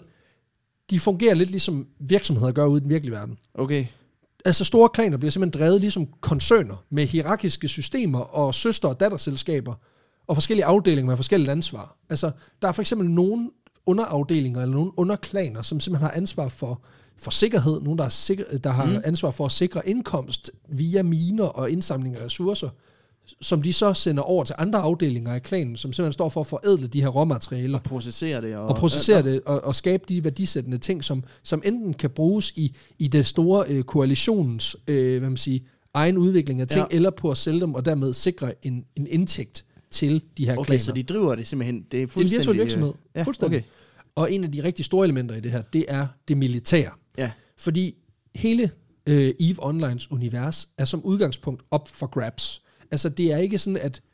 de fungerer lidt ligesom virksomheder gør ude i den virkelige verden. Okay. Altså store klaner bliver simpelthen drevet ligesom koncerner med hierarkiske systemer og søster- og datterselskaber og forskellige afdelinger med forskellige ansvar. Altså der er for eksempel nogle underafdelinger eller nogle underklaner, som simpelthen har ansvar for, for sikkerhed, nogen der, er sikker, der har mm. ansvar for at sikre indkomst via miner og indsamling af ressourcer, som de så sender over til andre afdelinger af klanen, som simpelthen står for at forædle de her råmaterialer. Og processere det. Og, og processere ja, det, og, og skabe de værdisættende ting, som, som enten kan bruges i, i det store øh, koalitionens øh, hvad man siger, egen udvikling af ting, ja. Eller på at sælge dem, og dermed sikre en, en indtægt til de her okay, klaner. Så de driver det simpelthen, det er fuldstændig... Det er en virtuel virksomhed, ja, fuldstændig. Okay. Og en af de rigtig store elementer i det her, det er det militære. Ja. Fordi hele øh, EVE Onlines univers er som udgangspunkt op for grabs. Altså, det er ikke sådan, at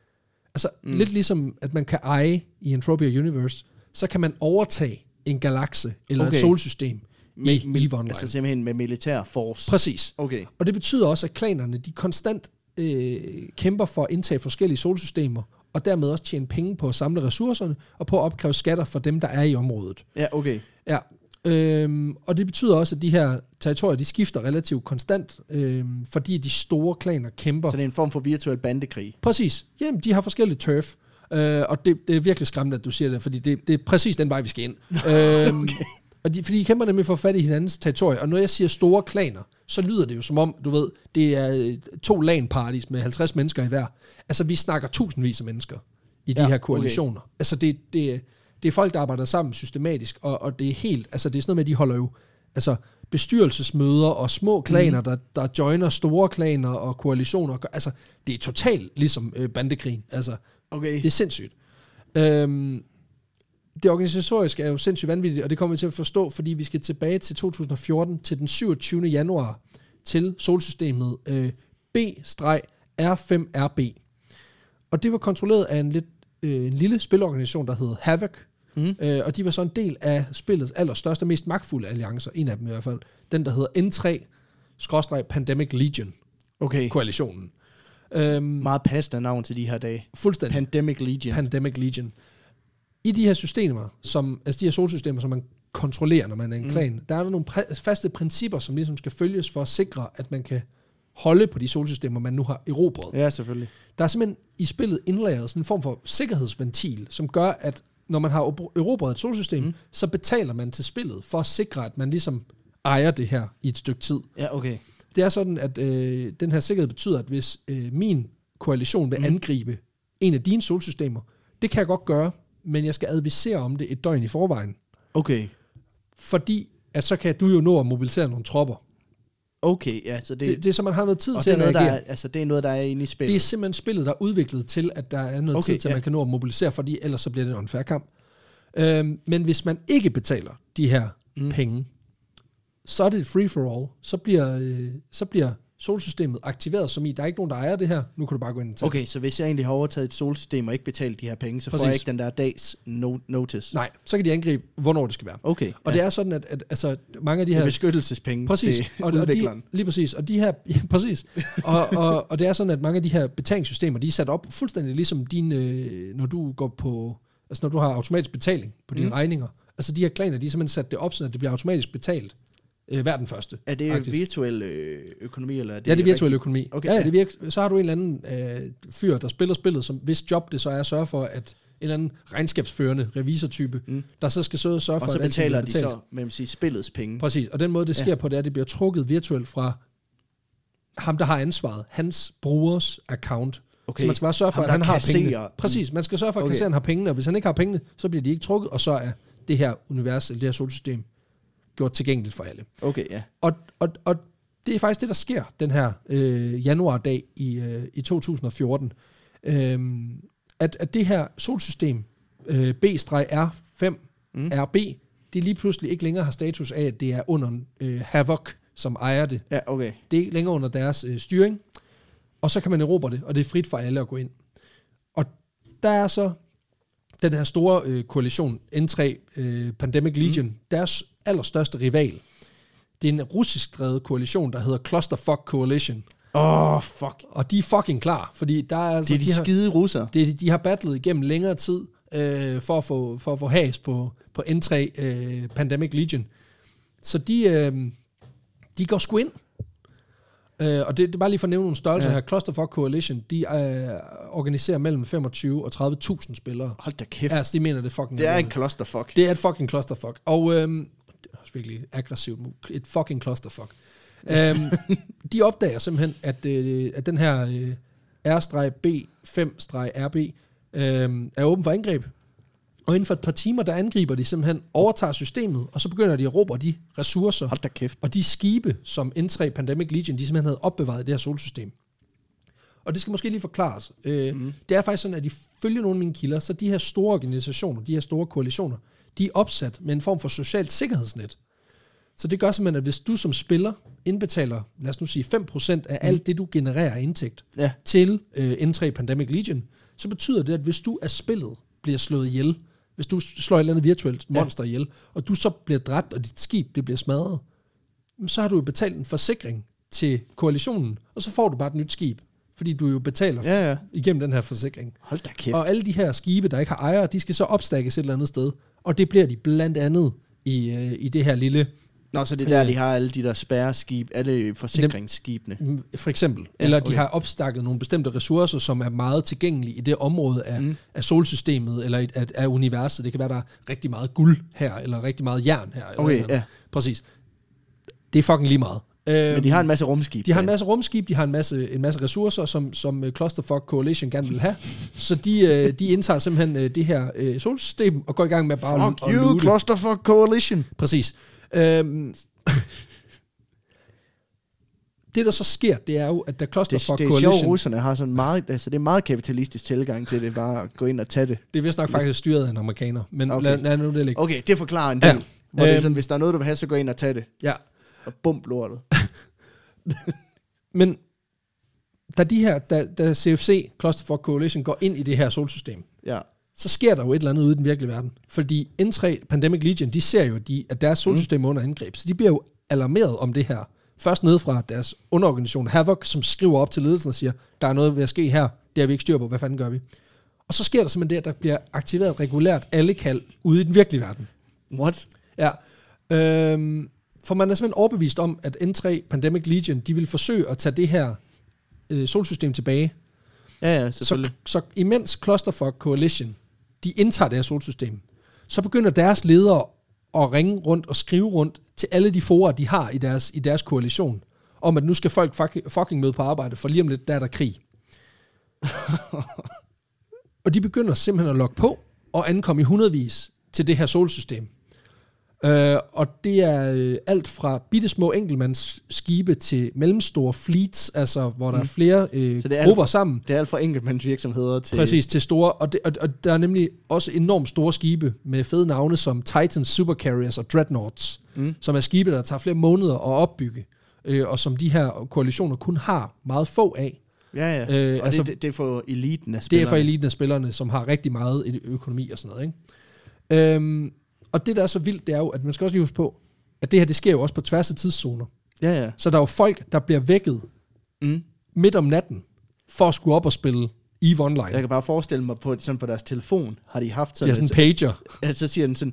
Altså Mm. lidt ligesom, at man kan eje i Entropia Universe, så kan man overtage en galakse eller Okay. et solsystem Med, i med, EVE Online. altså simpelthen med militær force. Præcis. Okay. Og det betyder også, at klanerne, de konstant øh, kæmper for at indtage forskellige solsystemer, og dermed også tjene penge på at samle ressourcerne, og på at opkræve skatter for dem, der er i området. Ja, okay. Ja, øhm, og det betyder også, at de her territorier, de skifter relativt konstant, øhm, fordi de store klaner kæmper. Så det er en form for virtuel bandekrig. Præcis. Jamen, de har forskellige turf, øh, og det, det er virkelig skræmmende, at du siger det, fordi det, det er præcis den vej, vi skal ind. øhm, Okay. Og de, fordi de kæmper nemlig for at fat i hinandens territorier, og når jeg siger store klaner, så lyder det jo som om, du ved, det er øh, to LAN-parties med halvtreds mennesker i hver. Altså, vi snakker tusindvis af mennesker i de Ja, her koalitioner. Okay. Altså, det, det, det er folk, der arbejder sammen systematisk, og, og det er helt, altså det er sådan noget med, at de holder jo, altså bestyrelsesmøder og små klaner, mm. der, der joiner store klaner og koalitioner. Altså, det er totalt ligesom øh, bandekrigen. Altså, Okay. det er sindssygt. Øhm, det organisatoriske er jo sindssygt vanvittigt, og det kommer vi til at forstå, fordi vi skal tilbage til to tusind og fjorten, til den syvogtyvende januar, til solsystemet øh, B R fem R B. Og det var kontrolleret af en, lidt, øh, en lille spilorganisation, der hed Havoc, Mm. øh, og de var så en del af spillets allerstørste, mest magtfulde alliancer, en af dem i hvert fald, den der hedder N tre Pandemic Legion, Okay. koalitionen. Øhm, Meget passende navn til de her dage. fuldstændig. Pandemic Legion. Pandemic Legion. I de her systemer, som, altså de her solsystemer, som man kontrollerer, når man er en Mm. klan, der er der nogle præ- faste principper, som ligesom skal følges for at sikre, at man kan holde på de solsystemer, man nu har erobret. Ja, selvfølgelig. Der er simpelthen i spillet indlagret sådan en form for sikkerhedsventil, som gør, at når man har erobret et solsystem, Mm. mm. så betaler man til spillet for at sikre, at man ligesom ejer det her i et stykke tid. Ja, okay. Det er sådan, at øh, den her sikkerhed betyder, at hvis øh, min koalition vil Mm. angribe en af dine solsystemer, det kan jeg godt gøre, men jeg skal advisere om det et døgn i forvejen. Okay. Fordi, at så kan du jo nå at mobilisere nogle tropper. Okay, ja, så det, Det, det er så, man har noget tid og til det er at noget, der reagere. er, altså, det er noget, der er inde i spillet. Det er simpelthen spillet, der er udviklet til, at der er noget Okay, tid til, at ja. man kan nå at mobilisere, fordi ellers så bliver det en unfair kamp. Øhm, men hvis man ikke betaler de her Mm. mm. penge, så er det et free-for-all. Så bliver, øh, så bliver solsystemet aktiveret, som i, der er ikke nogen, der ejer det her. Nu kan du bare gå ind og tage. Okay, så hvis jeg egentlig har overtaget et solsystem og ikke betalt de her penge, så Præcis. får Præcis. jeg ikke den der dags no- notice. Nej, så kan de angribe, hvornår det skal være. Okay, Og det er sådan, at, at altså, mange af de her her... beskyttelsespenge Præcis, til og, og de, udvikleren. lige præcis, og de her, ja, præcis, og, og, og det er sådan, at mange af de her betalingssystemer, de er sat op fuldstændig ligesom dine, øh, når du går på, altså når du har automatisk betaling på dine Mm. mm. regninger, altså de her klaner, de har simpelthen sat det op, så at det bliver automatisk betalt øh, hver den første. Er det Agtigt. virtuel øh, økonomi, eller er det Ja, det er virtuel rigtig- økonomi. Okay, ja, ja, ja. det virker, så har du en eller anden øh, fyr, der spiller spillet, som hvis job det så er at sørge for, at en eller anden regnskabsførende revisortype, Mm. der så skal sidde og sørge for, Og så at alting betaler bliver de betalt. så, med at sige, spillets penge. Præcis, og den måde, det sker Ja. ja. på, det er, at det bliver trukket virtuelt fra ham, der har ansvaret, hans brugers account. Okay. Så man skal bare sørge for, Ham, at der han har kasserer. pengene. Præcis, man skal sørge for, at Okay. okay. kasseren har pengene, og hvis han ikke har pengene, så bliver de ikke trukket, og så er det her univers, eller det her solsystem, gjort tilgængeligt for alle. Okay, ja. Og, og, og det er faktisk det, der sker den her øh, januardag i, øh, i to tusind og fjorten. Øhm, at, at det her solsystem, øh, B R fem Mm. R B, det lige pludselig ikke længere har status af, at det er under øh, Havoc, som ejer det. Ja, okay. Det er ikke længere under deres øh, styring. Og så kan man erobre det, og det er frit for alle at gå ind. Og der er så den her store øh, koalition, N tre øh, Pandemic Legion, mm. deres allerstørste rival. Det er en russisk drevet koalition, der hedder Clusterfuck Coalition. Åh, oh, fuck. Og de er fucking klar, fordi der er altså... Det er de, de har, skide russere. det, de har battlet igennem længere tid, øh, for, at få, for at få has på, på N tre øh, Pandemic Legion. Så de, øh, de går sgu ind. Øh, og det, det er bare lige for at nævne nogle størrelser Ja. her. Clusterfuck Coalition, de øh, organiserer mellem femogtyve og tredive tusind spillere. Hold da kæft. Ja, altså, de mener, det er fucking... Det er en clusterfuck. Det er et fucking clusterfuck. Og øhm, det er også virkelig aggressivt. Et fucking clusterfuck. øhm, de opdager simpelthen, at, øh, at den her øh, R B fem R B øh, er åben for angreb. Og inden for et par timer, der angriber de simpelthen, overtager systemet, og så begynder de at råbe de ressourcer, Hold da kæft. og de skibe, som N tre Pandemic Legion, de simpelthen havde opbevaret i det her solsystem. Og det skal måske lige forklares. Øh, Mm. Det er faktisk sådan, at ifølge nogle af mine kilder, så de her store organisationer, de her store koalitioner, de er opsat med en form for socialt sikkerhedsnet. Så det gør simpelthen, at hvis du som spiller indbetaler, lad os nu sige, fem procent af mm. alt det, du genererer af indtægt ja. til øh, N tre Pandemic Legion, så betyder det, at hvis du af spillet bliver slået ihjel, hvis du slår et eller andet virtuelt monster ja. ihjel, og du så bliver dræbt, og dit skib det bliver smadret, så har du jo betalt en forsikring til koalitionen, og så får du bare et nyt skib, fordi du jo betaler ja, ja. igennem den her forsikring. Hold da kæft. Og alle de her skibe, der ikke har ejere, de skal så opstakkes et eller andet sted, og det bliver de blandt andet i, øh, i det her lille... Nå, så det er der, de har alle de der spærreskib, alle forsikringsskibene. For eksempel. Ja, eller okay. de har opstakket nogle bestemte ressourcer, som er meget tilgængelige i det område af, mm. af solsystemet, eller af, af universet. Det kan være, der er rigtig meget guld her, eller rigtig meget jern her. Eller Okay, eller ja. Præcis. Det er fucking lige meget. Men de har en masse rumskib. De har en masse rumskib, de har en masse, en masse ressourcer, som, som Clusterfuck Coalition gerne vil have. Så de, de indtager simpelthen det her solsystem, og går i gang med bare Fuck at you, loote. Clusterfuck Coalition. Præcis. Øhm, det der så sker, det er jo, at da Clusterfuck det, Coalition... Det er sjovt, russerne har sådan meget, altså det er meget kapitalistisk tilgang til det, bare at gå ind og tage det. Det er vist nok faktisk styret af en amerikaner, men okay. lad, lad nu det ligge. Okay, det forklarer en del. Ja. Hvor øhm, det er sådan, hvis der er noget, du vil have, så gå ind og tage det. Ja. Og bump lortet. Men da de her, da, da C F C, Clusterfuck Coalition, går ind i det her solsystem, ja. så sker der jo et eller andet ude i den virkelige verden. Fordi N tre Pandemic Legion, de ser jo, de, at deres solsystem mm. er under angreb, så de bliver jo alarmeret om det her. Først ned fra deres underorganisation Havoc, som skriver op til ledelsen og siger, der er noget ved at ske her, det har vi ikke styr på, hvad fanden gør vi? Og så sker der simpelthen det, at der bliver aktiveret regulært alle kald ude i den virkelige verden. What? Ja. Øhm, for man er simpelthen overbevist om, at N tre Pandemic Legion, de vil forsøge at tage det her øh, solsystem tilbage. Ja, ja, selvfølgelig. Så, så imens Clusterfuck Coalition, de indtager det her solsystem, så begynder deres ledere at ringe rundt og skrive rundt til alle de forer, de har i deres, i deres koalition, om at nu skal folk fucking, fucking møde på arbejde, for lige om lidt, der er der krig. Og de begynder simpelthen at logge på og ankomme i hundredvis til det her solsystem. Uh, og det er uh, alt fra bittesmå enkeltmandsskibe til mellemstore fleets, altså hvor der mm. er flere uh, grupper for, sammen. Det er alt fra enkeltmandsvirksomheder til... Præcis, til store, og, det, og, og der er nemlig også enormt store skibe med fede navne som Titans, Supercarriers og Dreadnoughts, mm. som er skibe, der tager flere måneder at opbygge, uh, og som de her koalitioner kun har meget få af. Ja, ja, uh, og altså, det, det er for eliten af spillerne. Det er for eliten af spillerne, som har rigtig meget økonomi og sådan noget, ikke? Um, Og det, der er så vildt, det er jo, at man skal også lige huske på, at det her, det sker jo også på tværs af tidszoner. Ja, ja. Så der er jo folk, der bliver vækket mm. midt om natten, for at skulle op og spille EVE Online. Jeg kan bare forestille mig, på, sådan på deres telefon, har de haft sådan... De har sådan en pager. Ja, så siger den sådan...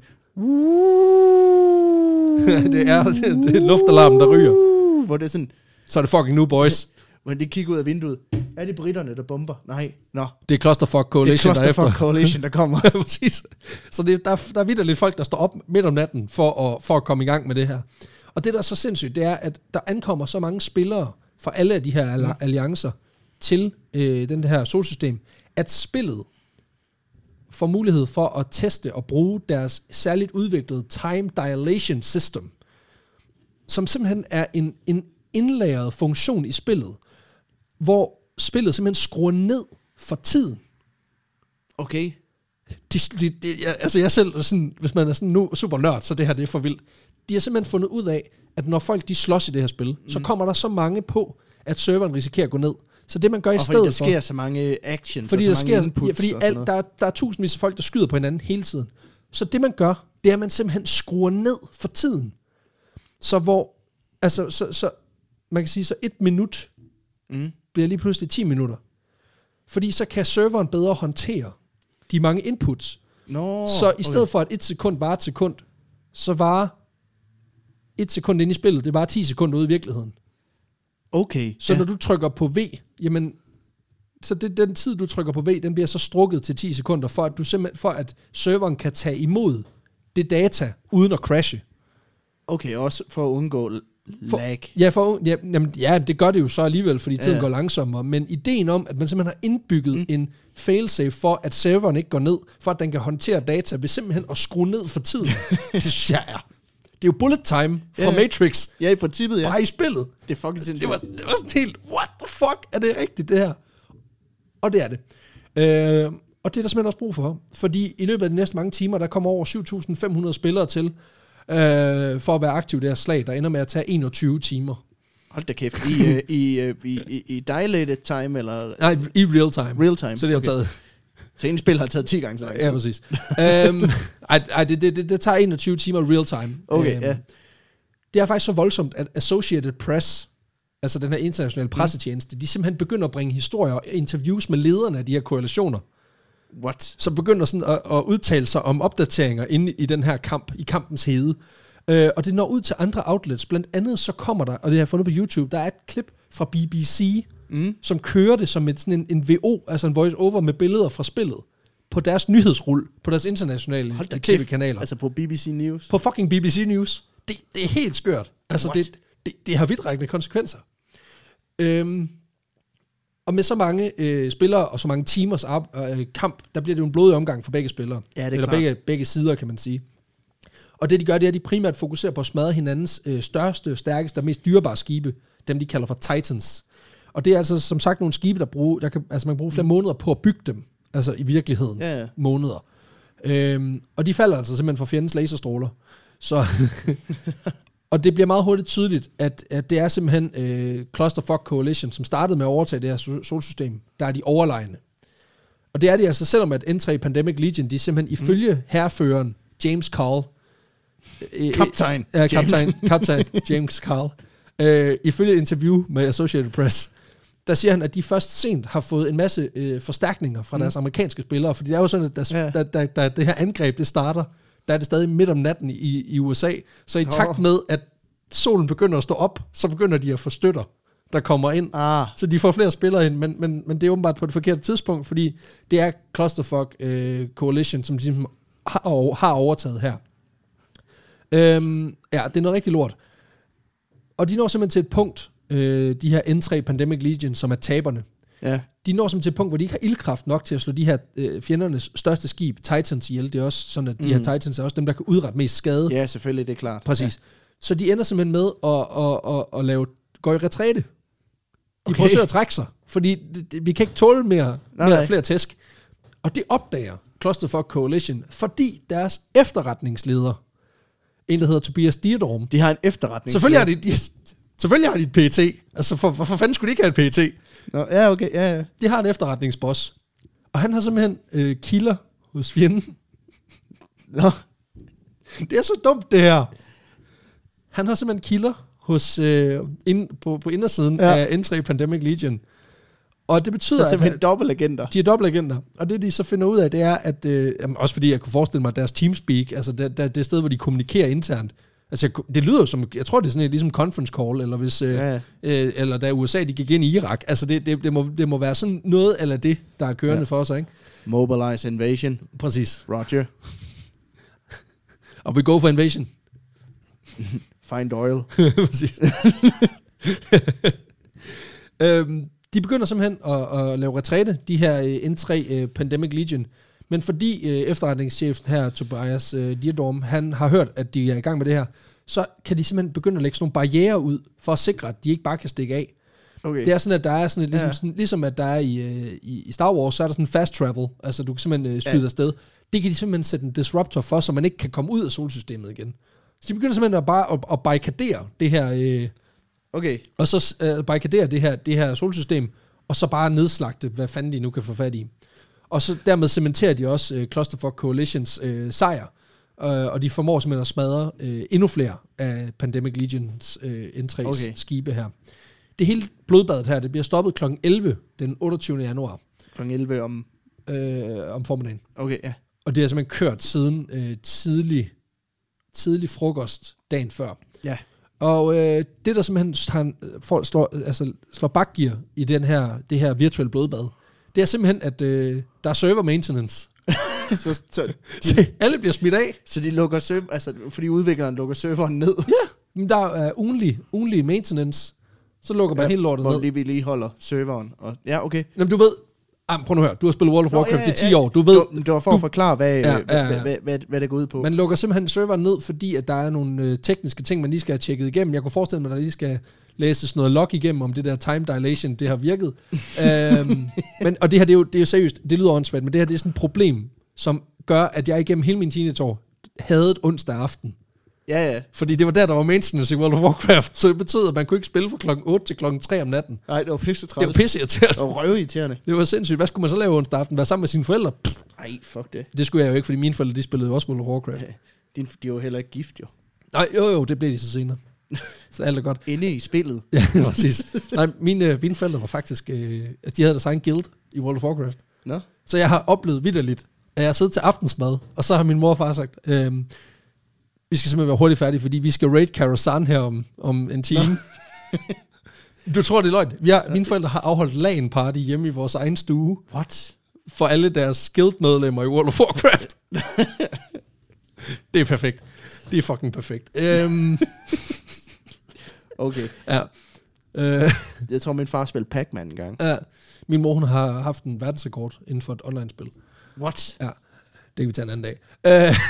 det er, det, er, det er luftalarmen, der ryger. Hvor det er sådan... Så er det fucking nu, boys. Hvor de kigger ud af vinduet. Er det britterne, der bomber? Nej, nå. Det er Clusterfuck Coalition, det er Clusterfuck Coalition, der kommer. Præcis. Så det, der, der er vitterligt folk, der står op midt om natten for at, for at komme i gang med det her. Og det, der er så sindssygt, det er, at der ankommer så mange spillere fra alle af de her mm. alliancer til øh, den her solsystem, at spillet får mulighed for at teste og bruge deres særligt udviklede Time Dilation System, som simpelthen er en, en indlagret funktion i spillet, hvor spillet simpelthen skruer ned for tiden. Okay. De, de, de, jeg, altså jeg selv, sådan, hvis man er sådan nu super nørd, så det her det er for vildt. De har simpelthen fundet ud af, at når folk de slås i det her spil, mm. så kommer der så mange på, at serveren risikerer at gå ned. Så det man gør og i stedet for... fordi der sker så mange actions fordi og så der mange sker, ja, fordi alt, der, der er tusindvis af folk, der skyder på hinanden hele tiden. Så det man gør, det er, at man simpelthen skruer ned for tiden. Så hvor... Altså, så, så man kan sige, så et minut mm. bliver lige pludselig ti minutter. Fordi så kan serveren bedre håndtere de mange inputs. No, så i stedet okay. for, at et sekund varer et sekund, så varer et sekund inde i spillet, det varer ti sekunder ude i virkeligheden. Okay. Så ja. når du trykker på V, jamen, så det, den tid, du trykker på V, den bliver så strukket til ti sekunder, for at, du simpelthen, for at serveren kan tage imod det data, uden at crashe. Okay, også for at undgå for, lag. Ja, for, ja, jamen, ja, det gør det jo så alligevel, fordi tiden ja. går langsommere, men ideen om, at man simpelthen har indbygget mm. en failsafe for, at serveren ikke går ned, for at den kan håndtere data, ved simpelthen at skrue ned for tiden. Det synes jeg er. Det er jo bullet time fra ja. Matrix. Ja, i princippet, ja. Bare i spillet. Det er fucking sindssygt. Det var, det var sådan helt, what the fuck, er det rigtigt det her? Og det er det. Øh, og det er der simpelthen også brug for, fordi i løbet af de næste mange timer, der kommer over syv tusind fem hundrede spillere til, øh, for at være aktiv i det her slag, der ender med at tage enogtyve timer. Hold da kæft. I, uh, i, uh, i, i, i dilated time, eller? Nej, i real time. Real time. Så det har okay. taget... Så en spil har taget ti gange så lang tid. Ja, præcis. øhm, ej, ej det, det, det, det tager enogtyve timer real time. Okay, øhm, ja. Det er faktisk så voldsomt, at Associated Press, altså den her internationale pressetjeneste, mm. de simpelthen begynder at bringe historier og interviews med lederne af de her koalitioner. What? Så begynder sådan at, at udtale sig om opdateringer inde i den her kamp, i kampens hede. Øh, og det når ud til andre outlets. Blandt andet så kommer der, og det har jeg fundet på YouTube, der er et klip fra B B C, mm. som kører det som et, sådan en, en V O, altså en voice-over med billeder fra spillet, på deres nyhedsrull, på deres internationale tv-kanaler. Altså på B B C News? På fucking B B C News. Det, det er helt skørt. Altså det, det, det har vidtrækkende konsekvenser. Øhm, og med så mange øh, spillere og så mange timers op, øh, kamp, der bliver det jo en blodig omgang for begge spillere. Ja, det er Eller klart. begge, begge sider, kan man sige. Og det de gør, det er, at de primært fokuserer på at smadre hinandens øh, største, stærkeste og mest dyrebare skibe, dem de kalder for Titans. Og det er altså som sagt nogle skibe, der, bruger, der kan, altså man kan bruge flere måneder på at bygge dem, altså i virkeligheden, ja, ja. måneder. Øhm, og de falder altså simpelthen for fjendens laserstråler. Så og det bliver meget hurtigt tydeligt, at, at det er simpelthen øh, Clusterfuck Coalition, som startede med at overtage det her solsystem, der er de overlegne. Og det er de altså, selvom at N tre Pandemic Legion, de simpelthen ifølge herreføreren James Carl, Kaptajn. Ja, kaptajn, kaptajn James Carl. Øh, ifølge et interview med Associated Press, der siger han, at de først sent har fået en masse øh, forstærkninger fra mm. deres amerikanske spillere, fordi det er jo sådan, at der, ja. der, der, der, det her angreb, det starter, der er det stadig midt om natten i, i U S A, så i takt med, at solen begynder at stå op, så begynder de at få støtter, der kommer ind, ah. så de får flere spillere ind, men, men, men det er åbenbart på det forkerte tidspunkt, fordi det er Clusterfuck øh, Coalition, som de har, har overtaget her. Øhm, ja, det er noget rigtig lort. Og de når simpelthen til et punkt, øh, de her N tre Pandemic Legion, som er taberne, ja. de når simpelthen til et punkt, hvor de ikke har ildkraft nok til at slå de her øh, fjendernes største skib, Titans, ihjel. Det er også sådan, at de mm. her Titans er også dem, der kan udrette mest skade. Ja, selvfølgelig, det er klart. Præcis. Ja. Så de ender simpelthen med at, at, at, at lave, gå i retræte. De okay. forsøger at trække sig, fordi det, det, vi kan ikke tåle mere, nej, mere nej. flere tæsk. Og det opdager Clusterfuck Coalition, fordi deres efterretningsleder, en, der hedder Tobias Dierdorm. De har en efterretning. Selvfølgelig har de, de, selvfølgelig har de et P E T. Altså, for, for, for fanden skulle de ikke have et P E T? Nå, ja, okay, ja, ja. De har en efterretningsboss. Og han har simpelthen øh, kilder hos fjenden. Nå. Det er så dumt, det her. Han har simpelthen kilder hos, øh, ind, på, på indersiden ja. af N tre Pandemic Legion. Og det betyder, det er simpelthen at dobbeltagenter. De er dobbeltagenter. Og det, de så finder ud af, det er, at øh, også fordi jeg kunne forestille mig, at deres teamspeak, altså det, det, det sted, hvor de kommunikerer internt, altså det lyder jo som, jeg tror, det er sådan et ligesom conference call, eller hvis, øh, ja. øh, eller da U S A, de gik ind i Irak. Altså det, det, det, må, det må være sådan noget eller det, der er kørende ja. for os, ikke? Mobilize invasion. Præcis. Roger. Og we go for invasion. Find oil. Præcis. øhm, de begynder simpelthen at, at lave retræte, de her N tre uh, Pandemic Legion. Men fordi uh, efterretningschefen her, Tobias uh, Dierdorm, han har hørt, at de er i gang med det her, så kan de simpelthen begynde at lægge sådan nogle barrierer ud, for at sikre, at de ikke bare kan stikke af. Okay. Det er sådan, at der er sådan et, ligesom, ja. sådan, ligesom at der er i, uh, i Star Wars, så er der sådan fast travel, altså du kan simpelthen uh, skyde ja. afsted. Det kan de simpelthen sætte en disruptor for, så man ikke kan komme ud af solsystemet igen. Så de begynder simpelthen at bare at, at barrikadere det her, uh, okay. og så uh, barrikadere det her, det her solsystem, og så bare nedslagte, hvad fanden de nu kan få fat i. Og så dermed cementerer de også uh, Clusterfuck Coalitions uh, sejr, uh, og de formår simpelthen at smadre uh, endnu flere af Pandemic Legions uh, N tre's okay. skibe her. Det hele blodbadet her, det bliver stoppet klokken elleve den otteogtyvende januar. klokken elleve om? Øh, om formiddagen. Okay, ja. Og det er simpelthen kørt siden øh, tidlig, tidlig frokost dagen før. Ja. Og øh, det der simpelthen han, folk slår, altså, slår bakgear i den her, det her virtuelle blodbad, det er simpelthen, at øh, der er server maintenance. så, så, de, alle bliver smidt af. Så de lukker server, altså fordi udvikleren lukker serveren ned? Ja, men der er ugenlig, ugenlig maintenance. Så lukker man ja, hele lortet ned. Hvor lige vi lige holder serveren. Og, ja, okay. Jamen du ved, ah, prøv nu at høre, du har spillet World of Warcraft Nå, ja, ja, i ti år. Du ved, du, det var for du, at forklare, hvad, ja, ja, ja. Hvad, hvad, hvad, hvad det går ud på. Man lukker simpelthen serveren ned, fordi at der er nogle øh, tekniske ting, man lige skal have tjekket igennem. Jeg kunne forestille mig, at der lige skal læses noget log igennem, om det der time dilation, det har virket. øhm, men, og det her, det er, jo, det er jo seriøst, det lyder åndssvagt, men det her, det er sådan et problem, som gør, at jeg igennem hele min teenageår havde et onsdag aften. Ja, ja. Fordi det var der, der var maintenance i World of Warcraft, så det betød, at man kunne ikke spille fra klokken otte til klokken tre om natten. Nej, det var pisse træls. Det var pisseirriterende. Det var røvirriterende. Det var sindssygt. Hvad skulle man så lave onsdag aften? Være sammen med sine forældre? Nej, fuck det. Det skulle jeg jo ikke, fordi mine forældre, de spillede jo også World of Warcraft. Ja, de, de var heller ikke gift, jo. Nej, jo jo, det blev de så senere. Så alt er godt. Inde i spillet. Ja, præcis. Nej, mine, mine forældre var faktisk, øh, de havde deres egen guild i World of Warcraft. Nå? Så jeg har oplevet vitterligt, at jeg har siddet til aftensmad, og så har min mor og far sagt, øh, vi skal simpelthen være hurtigt færdige, fordi vi skal raid Karazhan her om, om en time. Du tror, det er løgn. Vi har, mine forældre har afholdt LAN party hjemme i vores egen stue. What? For alle deres guild-medlemmer i World of Warcraft. Det er perfekt. Det er fucking perfekt. Um, okay. Ja. Uh, jeg tror, min far spillede Pac-Man en gang. Ja. Min mor, hun har haft en verdensrekord inden for et online-spil. What? Ja. Det kan vi tage en anden dag. Uh,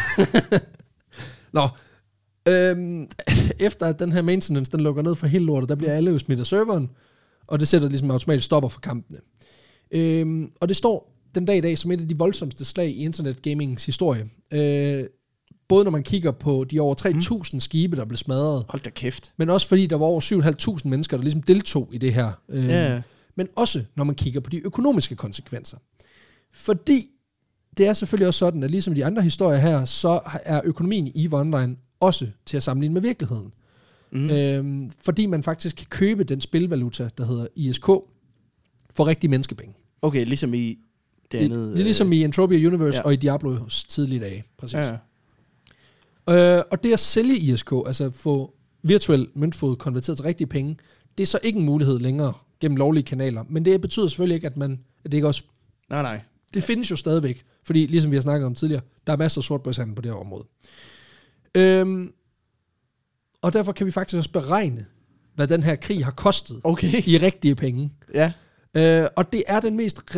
Nå. Øhm, efter at den her maintenance, den lukker ned for hele lortet, der bliver alle jo smidt af serveren, og det sætter ligesom automatisk stopper for kampene. Øhm, og det står den dag i dag som et af de voldsomste slag i internetgamings historie. Øh, både når man kigger på de over tre tusind mm. skibe, der blev smadret. Hold da kæft. Men også fordi der var over syv tusind fem hundrede mennesker, der ligesom deltog i det her. Øh, yeah. Men også når man kigger på de økonomiske konsekvenser. Fordi det er selvfølgelig også sådan, at ligesom de andre historier her, så er økonomien i EVE Online også til at sammenligne med virkeligheden. Mm. Øhm, fordi man faktisk kan købe den spilvaluta, der hedder I S K, for rigtige menneskepenge. Okay, ligesom i det andet... Det er ligesom i Entropia Universe ja. og i Diablos tidlige dage. Præcis. Ja. Øh, og det at sælge I S K, altså få virtuel møntfod konverteret til rigtige penge, det er så ikke en mulighed længere gennem lovlige kanaler. Men det betyder selvfølgelig ikke, at man... At det ikke også... Nej, nej. Det findes jo stadigvæk, fordi ligesom vi har snakket om tidligere, der er masser af sortbørshandel på det her område. Øhm, og derfor kan vi faktisk også beregne, hvad den her krig har kostet okay. i rigtige penge. Ja. Øh, og det er den mest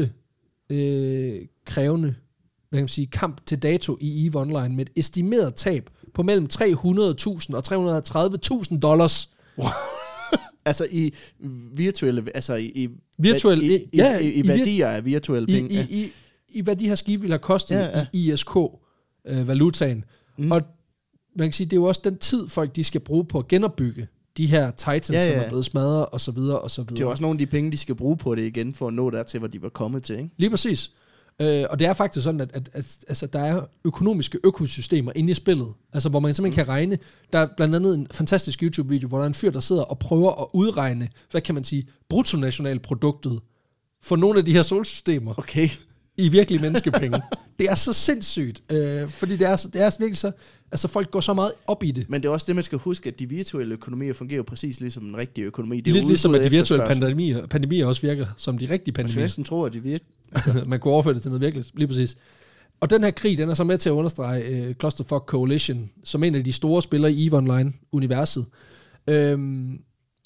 ressourcekrævende, hvad kan man sige, kamp til dato i EVE Online med et estimeret tab på mellem tre hundrede tusind og tre hundrede og tredive tusind dollars. Wow. Altså i virtuelle, altså i, virtuelle, i, i, ja, i, i, i værdier af virtuelle penge. I, ja. i, i, I hvad de her skibe ville have kostet ja, ja. i I S K-valutaen. Øh, mm. Og man kan sige, det er jo også den tid, folk de skal bruge på at genopbygge de her Titans, ja, ja. som er blevet smadret, og så videre, og så videre. Det er også nogle af de penge, de skal bruge på det igen, for at nå dertil, hvor de var kommet til, ikke? Lige præcis. Øh, og det er faktisk sådan, at, at, at altså, der er økonomiske økosystemer inde i spillet, altså hvor man simpelthen mm. kan regne. Der er blandt andet en fantastisk YouTube-video, hvor der er en fyr, der sidder og prøver at udregne, hvad kan man sige, bruttonationalproduktet for nogle af de her solsystemer. Okay. I virkelige menneskepenge. Det er så sindssygt, øh, fordi det er, det er virkelig så, altså folk går så meget op i det. Men det er også det, man skal huske, at de virtuelle økonomier fungerer præcis ligesom en rigtig økonomi. Det er lidt ligesom, at de virtuelle pandemier, pandemier også virker som de rigtige pandemier. Man næsten tror, at de virker. Man kunne overføre det til noget virkeligt, lige præcis. Og den her krig, den er så med til at understrege uh, Clusterfuck Coalition, som en af de store spillere i EVE Online-universet. Øhm,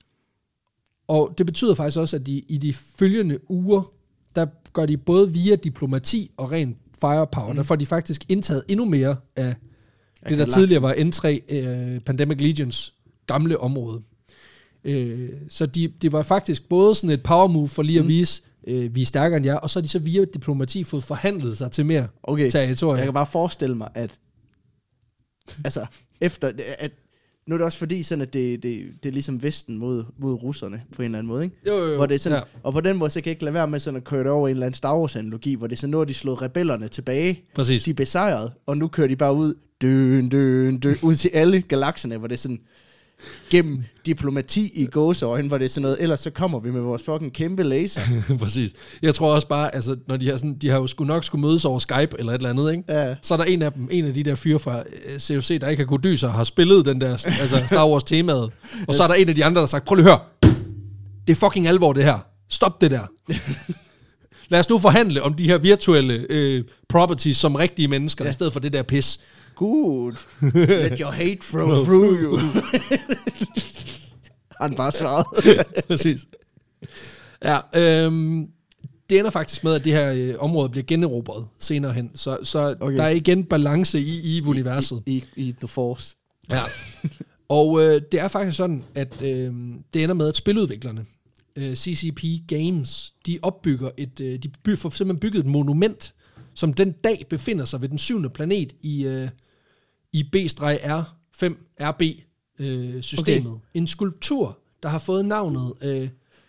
og det betyder faktisk også, at de i de følgende uger, der gør de både via diplomati og ren firepower, mm. der får de faktisk indtaget endnu mere af det, der galaksen. Tidligere var N tre uh, Pandemic Legions gamle område. Uh, så de, det var faktisk både sådan et power move for lige at mm. vise, uh, vi er stærkere end jer, og så har de så via diplomati fået forhandlet sig til mere okay. territorier. Jeg kan bare forestille mig, at altså, efter, at nu er det også fordi, sådan, at det, det, det er ligesom Vesten mod, mod russerne, på en eller anden måde, ikke? Jo, jo, jo. Hvor det er sådan, ja. Og på den måde, så kan jeg ikke lade være med sådan at køre det over en eller anden Star Wars-analogi, hvor det er sådan, nu har de slået rebellerne tilbage. Præcis. De er besejret, og nu kører de bare ud, døn, døn, døn, ud til alle galakserne, hvor det er sådan, gennem diplomati i gåseøjne, hvor det er sådan noget, ellers så kommer vi med vores fucking kæmpe laser. Præcis. Jeg tror også bare, altså, når de har, sådan, de har jo sgu nok skulle mødes over Skype eller et eller andet, ikke? Ja. Så er der en af dem, en af de der fyre fra C O C, der ikke har kunnet dyse og har spillet den der altså Star Wars temaet. Og så er der en af de andre, der har sagt, prøv lige at høre, det er fucking alvor det her. Stop det der. Lad os nu forhandle om de her virtuelle øh, properties som rigtige mennesker, ja. I stedet for det der pis. Good. Let your hate flow through you. Han bare svaret. Præcis. Ja, øhm, det ender faktisk med, at det her øh, område bliver generobret senere hen. Så, så okay. Der er igen balance i EVE-universet. I, i, I The Force. Ja. Og øh, det er faktisk sådan, at øh, det ender med, at spiludviklerne, øh, C C P Games, de opbygger et, øh, de by, får simpelthen bygget et monument, som den dag befinder sig ved den syvende planet i, øh, i B R fem R B-systemet. Øh, okay. En skulptur, der har fået navnet øh,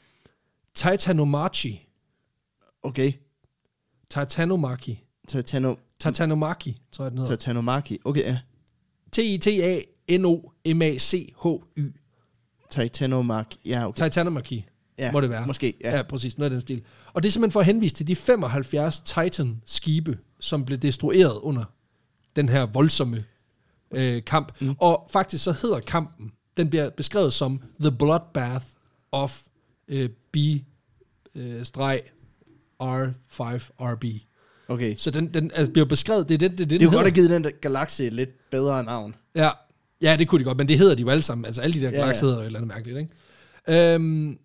Titanomachy. Okay. Titanomachy. Titano... Titanomachy, tror jeg, den hedder. Titanomachy. Okay, ja. T I T A N O M A C H Y. Titanomachy. Ja, okay. Titanomachy. Ja, må det være. Måske, ja. Ja, præcis. Noget af den stil. Og det er simpelthen for at henvise til de femoghalvfjerds Titan-skibe, som blev destrueret under den her voldsomme øh, kamp. Mm. Og faktisk så hedder kampen, den bliver beskrevet som The Bloodbath of øh, B øh, R fem R B. Okay. Så den, den altså, bliver beskrevet, det er det, det, det, det er jo godt at give den der galakse et lidt bedre navn. Ja. Ja, det kunne de godt, men det hedder de jo alle sammen. Altså alle de der ja, galakser ja. hedder jo et eller andet mærkeligt, ikke? Øhm,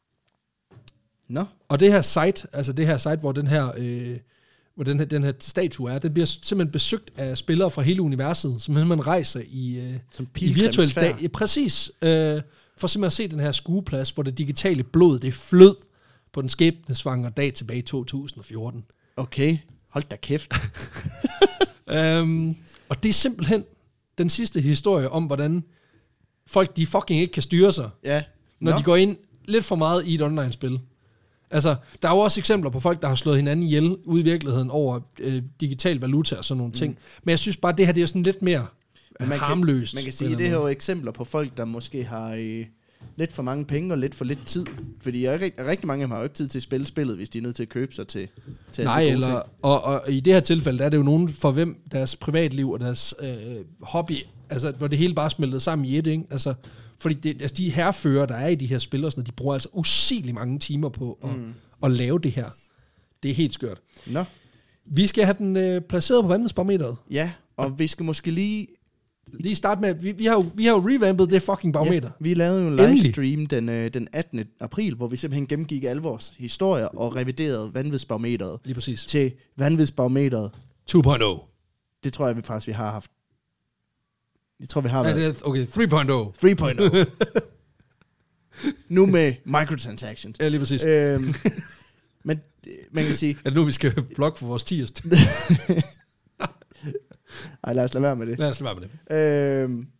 Nå. Og det her site, altså det her site, hvor den her, øh, hvor den her, den her statue er, den bliver simpelthen besøgt af spillere fra hele universet, som man rejser i, øh, i virtuelt dag. Ja, præcis. Øh, for simpelthen at se den her skueplads, hvor det digitale blod, det flød på den skæbnesvangre dag tilbage i to tusind og fjorten. Okay, hold da kæft. øhm, og det er simpelthen den sidste historie om, hvordan folk, de fucking ikke kan styre sig, ja. når Nå. de går ind lidt for meget i et online-spil. Altså, der er jo også eksempler på folk, der har slået hinanden ihjel ude i virkeligheden over øh, digital valuta og sådan nogle mm. ting. Men jeg synes bare, det her det er sådan lidt mere man harmløst. Kan, man kan sige, at det her er jo eksempler på folk, der måske har øh, lidt for mange penge og lidt for lidt tid. Fordi jeg, rigtig mange af dem har jo ikke tid til at spille spillet, hvis de er nødt til at købe sig til, til Nej, eller, og, og i det her tilfælde, der er det jo nogen, for hvem deres privatliv og deres øh, hobby, altså hvor det hele bare smeltet sammen i et, ikke? Altså, fordi det, altså, de herfører, der er i de her spil, og sådan, de bruger altså usigeligt mange timer på at, mm. at lave det her. Det er helt skørt. Nå. Vi skal have den øh, placeret på vanvidsbarometeret. Ja, og vi skal måske lige... Lige starte med, vi, vi, har jo, vi har jo revampet det fucking barometer. Ja, vi lavede jo en livestream den, øh, den attende april, hvor vi simpelthen gennemgik alle vores historier og reviderede vanvidsbarometeret. Lige præcis. Til vanvidsbarometeret to punkt nul. Det tror jeg, vi faktisk vi har haft. Jeg tror, vi har ja, været... Det er, okay, tre punkt nul. tre punkt nul. Nu med microtransactions. Ja, lige præcis. Øhm, men man kan sige... Er det nu, vi skal blogge for vores tiers? Ej, lad os lade være med det. Lad os lade være med det. Øhm,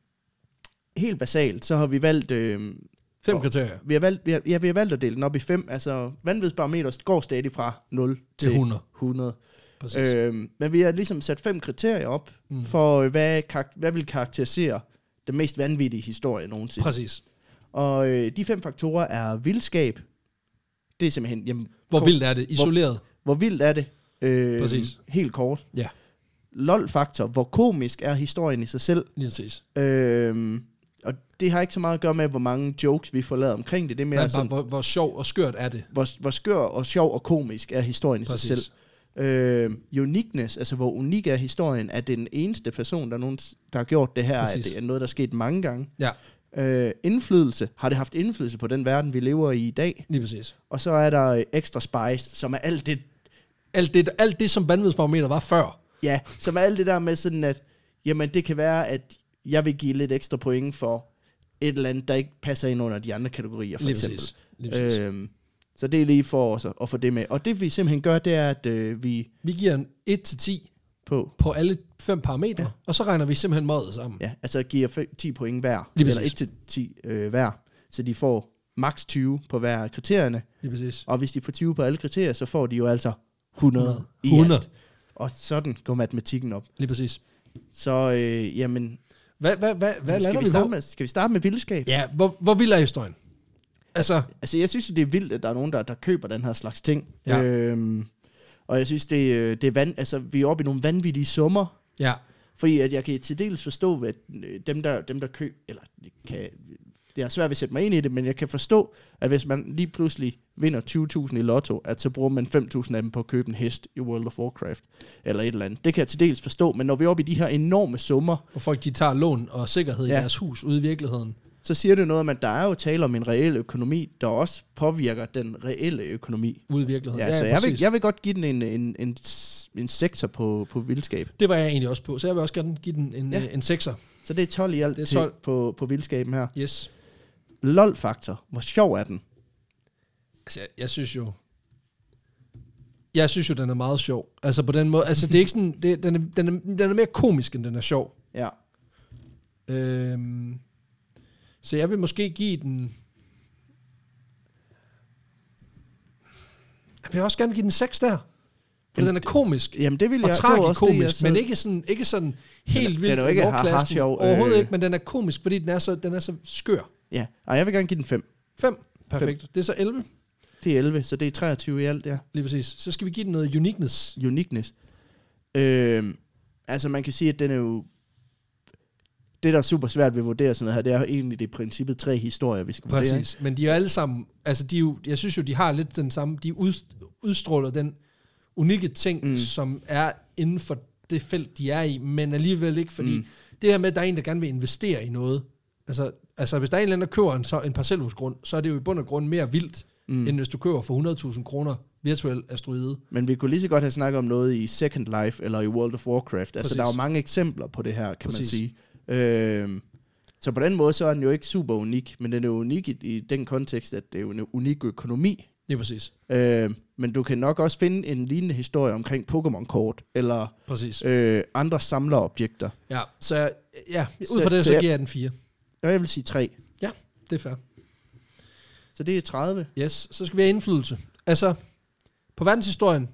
helt basalt, så har vi valgt... Øhm, fem kriterier. Vi har valgt, vi har, ja, vi har valgt at dele den op i fem. Altså, vanvidsbarometer går stadig fra nul til hundrede. hundrede. Øhm, men vi har ligesom sat fem kriterier op, mm. for hvad, hvad vil karakterisere den mest vanvittige historie nogensinde. Præcis. Og øh, de fem faktorer er vildskab. Det er simpelthen... Jamen, hvor kom, vildt er det? Isoleret? Hvor, hvor vildt er det? Øh, præcis. Helt kort. Ja. Lol-faktor. Hvor komisk er historien i sig selv? Lige præcis. Øh, og det har ikke så meget at gøre med, hvor mange jokes vi får lavet omkring det. Det er mere Nej, sådan, hvor, hvor sjov og skørt er det? Hvor, hvor skør og sjov og komisk er historien præcis. I sig selv. Øh, uniqueness, altså hvor unik er historien, er den eneste person, der, nogen, der har gjort det her, er det er noget, der er sket mange gange. Ja. Øh, indflydelse, har det haft indflydelse på den verden, vi lever i i dag? Lige præcis. Og så er der øh, extra spice, som er alt det... Alt det, alt det som vanvidsbarometer var før. Ja, som er alt det der med sådan, at jamen, det kan være, at jeg vil give lidt ekstra point for et eller andet, der ikke passer ind under de andre kategorier, for lige eksempel. Præcis. Lige præcis. Øhm, Så det er lige for os at få det med. Og det vi simpelthen gør, det er, at øh, vi... Vi giver en et til ti på, på alle fem parametre, ja. Og så regner vi simpelthen mådet sammen. Ja, altså giver ti point hver. Lige eller et til ti øh, hver. Så de får maks tyve på hver af kriterierne. Lige præcis. Og hvis de får tyve på alle kriterier, så får de jo altså hundrede, hundrede. i alt. Og sådan går matematikken op. Lige præcis. Så, øh, jamen... Hvad, hvad, hvad, hvad skal, lander vi vi starte på? Med, skal vi starte med vildskab? Ja, hvor, hvor vild er historien? Altså, altså, jeg synes, det er vildt, at der er nogen, der, der køber den her slags ting. Ja. Øhm, og jeg synes, det, det er vand, altså, vi er oppe i nogle vanvittige summer. Ja. Fordi at jeg kan til dels forstå, at dem, der, dem, der køber, eller kan, det er svært at sætte mig ind i det, men jeg kan forstå, at hvis man lige pludselig vinder tyve tusind i lotto, at så bruger man fem tusind af dem på at købe en hest i World of Warcraft, eller et eller andet. Det kan jeg til dels forstå, men når vi er oppe i de her enorme summer... Hvor folk de tager lån og sikkerhed ja. i deres hus ude i virkeligheden. Så siger det noget om, at der er jo tale om en reel økonomi, der også påvirker den reelle økonomi. Ude i virkeligheden. Ja, ja så jeg vil, jeg vil godt give den en, en, en, en sekser på, på vildskab. Det var jeg egentlig også på, så jeg vil også gerne give den en, ja. en sekser. Så det er tolv i alt det er tolv. Til på, på vildskaben her. Yes. Lol-faktor. Hvor sjov er den? Altså, jeg, jeg synes jo... Jeg synes jo, den er meget sjov. Altså på den måde... Altså, det er ikke sådan... Det, den, er, den, er, den er mere komisk, end den er sjov. Ja. Øhm, så jeg vil måske give den... Jeg vil også gerne give den seks der. For Jamen, den er komisk. Jamen det vil og jeg... Og tragikomisk, det, men ikke sådan, ikke sådan helt vildt. Den er jo ikke haha-sjov. Overhovedet øh... ikke, men den er komisk, fordi den er så, den er så skør. Ja, og jeg vil gerne give den fem. fem? Perfekt. fem. Det er så elleve? Det er elleve, så det er treogtyve i alt, ja. Lige præcis. Så skal vi give den noget uniqueness. Uniqueness. Øh, altså man kan sige, at den er jo... Det, der er super svært ved at vurdere sådan noget her, det er jo egentlig det princippet tre historier, vi skal vurdere. Præcis, men de er jo alle sammen, altså de er jo, jeg synes jo, de har lidt den samme, de udstråler den unikke ting, mm. som er inden for det felt, de er i, men alligevel ikke, fordi mm. det her med, at der er en, der gerne vil investere i noget, altså, altså hvis der er en eller anden, der køber en, så, en parcelhusgrund, så er det jo i bund og grund mere vildt, mm. end hvis du køber for hundrede tusind kroner virtuel asteroide. Men vi kunne lige så godt have snakket om noget i Second Life, eller i World of Warcraft. Altså, der er jo mange eksempler på det her, kan Præcis. man sige. Øh, så på den måde, så er den jo ikke super unik, men den er unik i, i den kontekst, at det er jo en unik økonomi. Ja, præcis. Øh, men du kan nok også finde en lignende historie omkring Pokémon-kort, eller øh, andre samlerobjekter. Ja, så ja, ud fra det, så, så giver jeg den fire. Og jeg vil sige tre. Ja, det er fair. Så det er tredive. Yes, så skal vi have indflydelse. Altså, på verdenshistorien,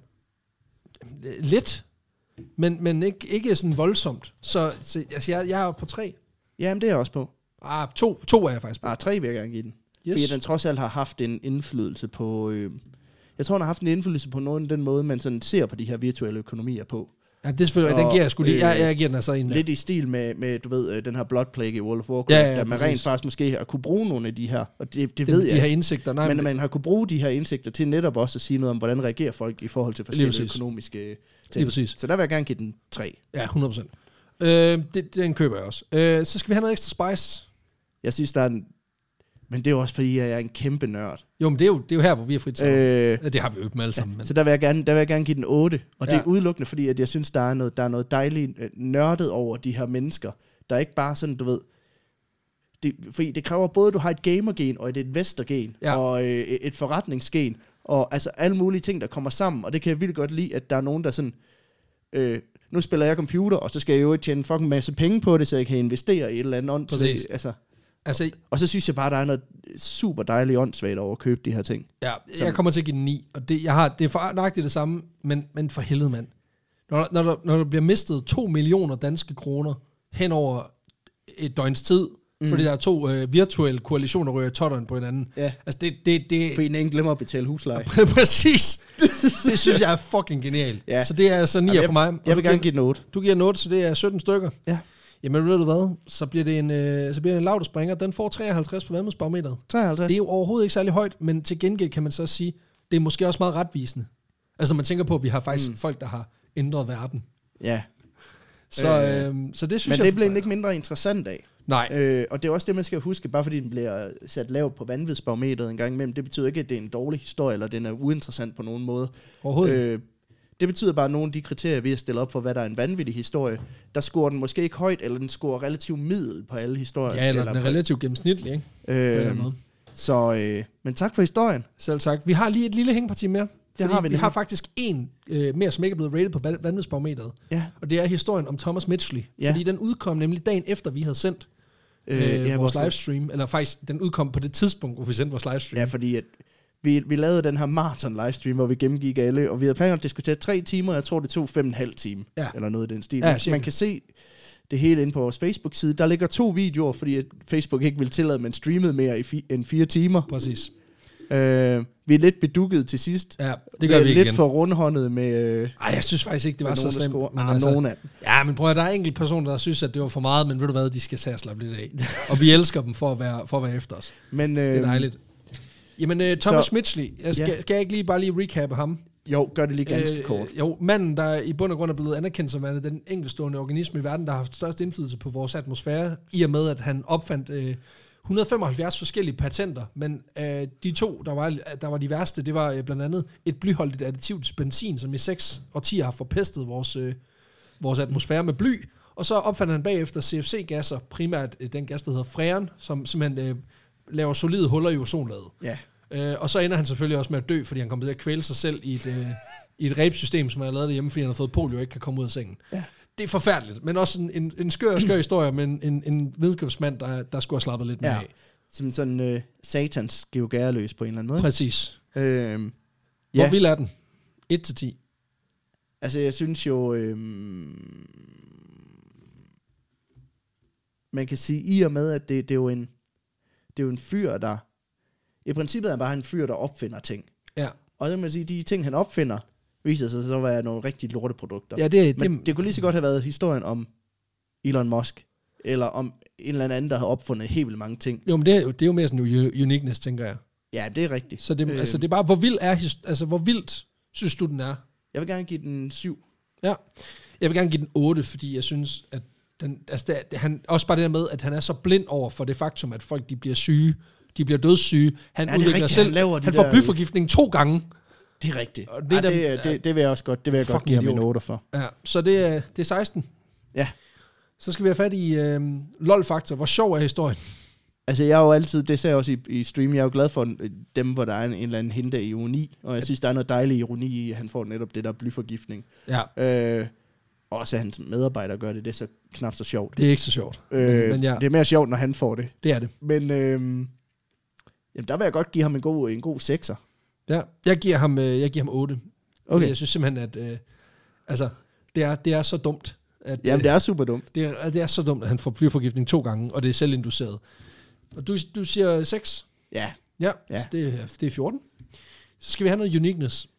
lidt, men, men ikke, ikke sådan voldsomt. Så, så altså, jeg, jeg er på tre. Jamen, det er jeg også på. Ah, to, to er jeg faktisk på. Ah, tre vil jeg gerne give den. Yes. Fordi den trods alt har haft en indflydelse på... Øh, jeg tror, den har haft en indflydelse på noget den måde, man sådan ser på de her virtuelle økonomier på. Ja, det er selvfølgelig, og, den giver jeg sgu lige. Øh, jeg, jeg giver den altså en. Lidt i stil med, med, du ved, den her Blood Plague i World of Warcraft, ja, ja, der man rent faktisk måske har kunne bruge nogle af de her, og det, det den, ved jeg. De her indsigter. Nej, men, men man har kunne bruge de her indsigter til netop også at sige noget om, hvordan reagerer folk i forhold til forskellige økonomiske ting. Lige præcis. Så der vil jeg gerne give den tre. Ja, hundrede procent. Øh, det, den køber jeg også. Øh, så skal vi have noget ekstra spice. Jeg synes, der er en... Men det er jo også, fordi jeg er en kæmpe nørd. Jo, men det er jo, det er jo her, hvor vi er frit øh, ja, det har vi jo ikke med alle sammen. Ja, men. Så der vil, jeg gerne, der vil jeg gerne give den otte. Og ja. Det er udelukkende, fordi at jeg synes, der er noget, der er noget dejligt øh, nørdet over de her mennesker. Der er ikke bare sådan, du ved... Det, fordi det kræver både, at du har et gamergen og et investorgen, ja. og øh, et forretningsgen, og altså alle mulige ting, der kommer sammen. Og det kan jeg vildt godt lide, at der er nogen, der sådan... Øh, nu spiller jeg computer, og så skal jeg jo tjene fucking masse penge på det, så jeg kan investere i et eller andet åndssvagt. Altså, altså, og, og så synes jeg bare, der er noget super dejligt åndssvagt over at købe de her ting. Ja, som, jeg kommer til at give den ni, og det, jeg har, det er for nøjagtigt det samme, men, men for helvede, mand. Når, når, der, når der bliver mistet to millioner danske kroner hen over et døgns tid, mm. fordi der er to øh, virtuelle koalitioner, rører totteren på hinanden. Ja. Altså det, det, det, fordi den ikke glemmer at betale husleje. Præcis. Det synes jeg er fucking genialt. Ja. Så det er altså nier for mig. Jeg vil gerne give den otte. Du giver den otte, så det er sytten stykker. Ja. Jamen ved du hvad, så bliver det en, øh, så bliver det en lavdespringer. Den får treoghalvtreds på vandmodsbarometeret. treoghalvtreds. Det er jo overhovedet ikke særlig højt, men til gengæld kan man så sige, det er måske også meget retvisende. Altså når man tænker på, at vi har faktisk mm. folk, der har ændret verden. Ja. Så, øh, så det synes men jeg... Men det bliver ikke mindre interessant af. Nej. Øh, og det er også det, man skal huske, bare fordi den bliver sat lavt på vanvidsbarometeret en gang imellem, det betyder ikke, at det er en dårlig historie, eller den er uinteressant på nogen måde. Overhovedet. Øh, det betyder bare, at nogle af de kriterier, vi har stillet op for, hvad der er en vanvittig historie, der scorer den måske ikke højt, eller den scorer relativt middel på alle historier. Ja, eller, eller den er relativt gennemsnitlig, ikke? Øh, så, øh, men tak for historien. Selv tak. Vi har lige et lille hængeparti mere. Det har vi, vi har faktisk en øh, mere, som ikke er blevet rated på vanvidsbarometeret. Ja. Og det er historien om Thomas Mitchell. Ja. Fordi den udkom nemlig dagen efter, vi havde sendt øh, øh, ja, vores livestream. Eller faktisk, den udkom på det tidspunkt, hvor vi sendte vores livestream. Ja, fordi at vi, vi lavede den her marathon livestream, hvor vi gennemgik alle, og vi havde planer at diskutere tre timer, jeg tror det tog fem og en halv time, ja. Eller noget i den stil. Ja, man kan se det hele inde på vores Facebook-side. Der ligger to videoer, fordi at Facebook ikke vil tillade, at man streamede mere i fi- end fire timer. Præcis. Øh, vi er lidt bedukket til sidst. Ja, det gør vi, vi lidt igen. for rundhåndet med... Øh, Ej, jeg synes faktisk ikke, det var så slemt. Men ah, altså, nogen af dem. Ja, men prøv at der er enkelte personer, der synes, at det var for meget, men ved du hvad, de skal sære slappe lidt af. Og vi elsker dem for at være, for at være efter os. Men, øh, det er dejligt. Jamen, uh, Thomas så, Mitchell, jeg skal, ja. skal jeg ikke lige bare lige recappe ham? Jo, gør det lige ganske øh, kort. Jo, manden, der i bund og grund er blevet anerkendt som den enkeltstående organisme i verden, der har haft størst indflydelse på vores atmosfære, i og med, at han opfandt øh, et hundrede og femoghalvfjerds forskellige patenter, men øh, de to, der var, der var de værste, det var øh, blandt andet et blyholdigt additiv til benzin, som i seks årtier har forpestet vores, øh, vores atmosfære med bly, og så opfandt han bagefter C F C-gasser, primært øh, den gas, der hedder freon, som simpelthen øh, laver solide huller i ozonlaget. Ja. Øh, og så ender han selvfølgelig også med at dø, fordi han kommer til at kvæle sig selv i et, øh, i et ræbsystem, som han har lavet derhjemme, fordi han har fået polio og ikke kan komme ud af sengen. Ja. det er forfærdeligt, men også en, en, en skør, skør historie, men en, en videnskabsmand, der, der skulle have slappet lidt mere ja. af. Som sådan øh, satans geogærløs på en eller anden måde. Præcis. Øh, Hvor ja. vild er den? et til ti. Altså, jeg synes jo... Øh, man kan sige, i og med, at det, det, er jo en, det er jo en fyr, der... I princippet er bare en fyr, der opfinder ting. Ja. Og så kan man sige, de ting, han opfinder, viser sig så at være nogle rigtig lorteprodukter. Ja, det, Men det, det kunne lige så godt have været historien om Elon Musk, eller om en eller anden, der har opfundet helt vildt mange ting. jo, men det er jo, det er jo mere sådan en uniqueness, tænker jeg. Ja, det er rigtigt. Så det, Øh, altså, det er bare, hvor vild er, his- altså, hvor vildt synes du, den er? Jeg vil gerne give den syv. Ja. Jeg vil gerne give den otte, fordi jeg synes, at den, altså det, det, han, også bare det der med, at han er så blind over for det faktum, at folk de bliver syge, de bliver dødssyge. Han Ja, det er udvikler rigtigt, selv, han laver de han får der- blyforgiftning to gange. Det er rigtigt. Og Det, det er ja, der- det, det, det vil jeg også godt, det vil jeg godt Fucking give ham en idiot. otte for. Ja, så det er, det er seksten. Ja. Så skal vi have fat i øh, LOL-faktor. Hvor sjov er historien? Altså, jeg er jo altid, det sagde jeg også i, i stream, jeg er jo glad for dem, hvor der er en, en eller anden hinte af ironi, og jeg synes, der er noget dejlig ironi i, at han får netop det der blyforgiftning. Ja, Øh, også at hans medarbejdere gør det, det er så knap så sjovt. det er ikke så sjovt. Øh, men, men ja, Det er mere sjovt, når han får det. det er det. Men øh, jamen, der vil jeg godt give ham en god, en god sekser. Ja, jeg giver ham, øh, jeg giver ham otte. Okay. Okay. Jeg synes simpelthen, at øh, altså, det, er, det er så dumt. At, Jamen, øh, det er super dumt. det, er, det er så dumt, at han får blyforgiftning to gange, og det er selvinduceret. Og du, du siger seks? Ja. Ja, Ja. så det, er- det er fjorten. Så skal vi have noget uniqueness.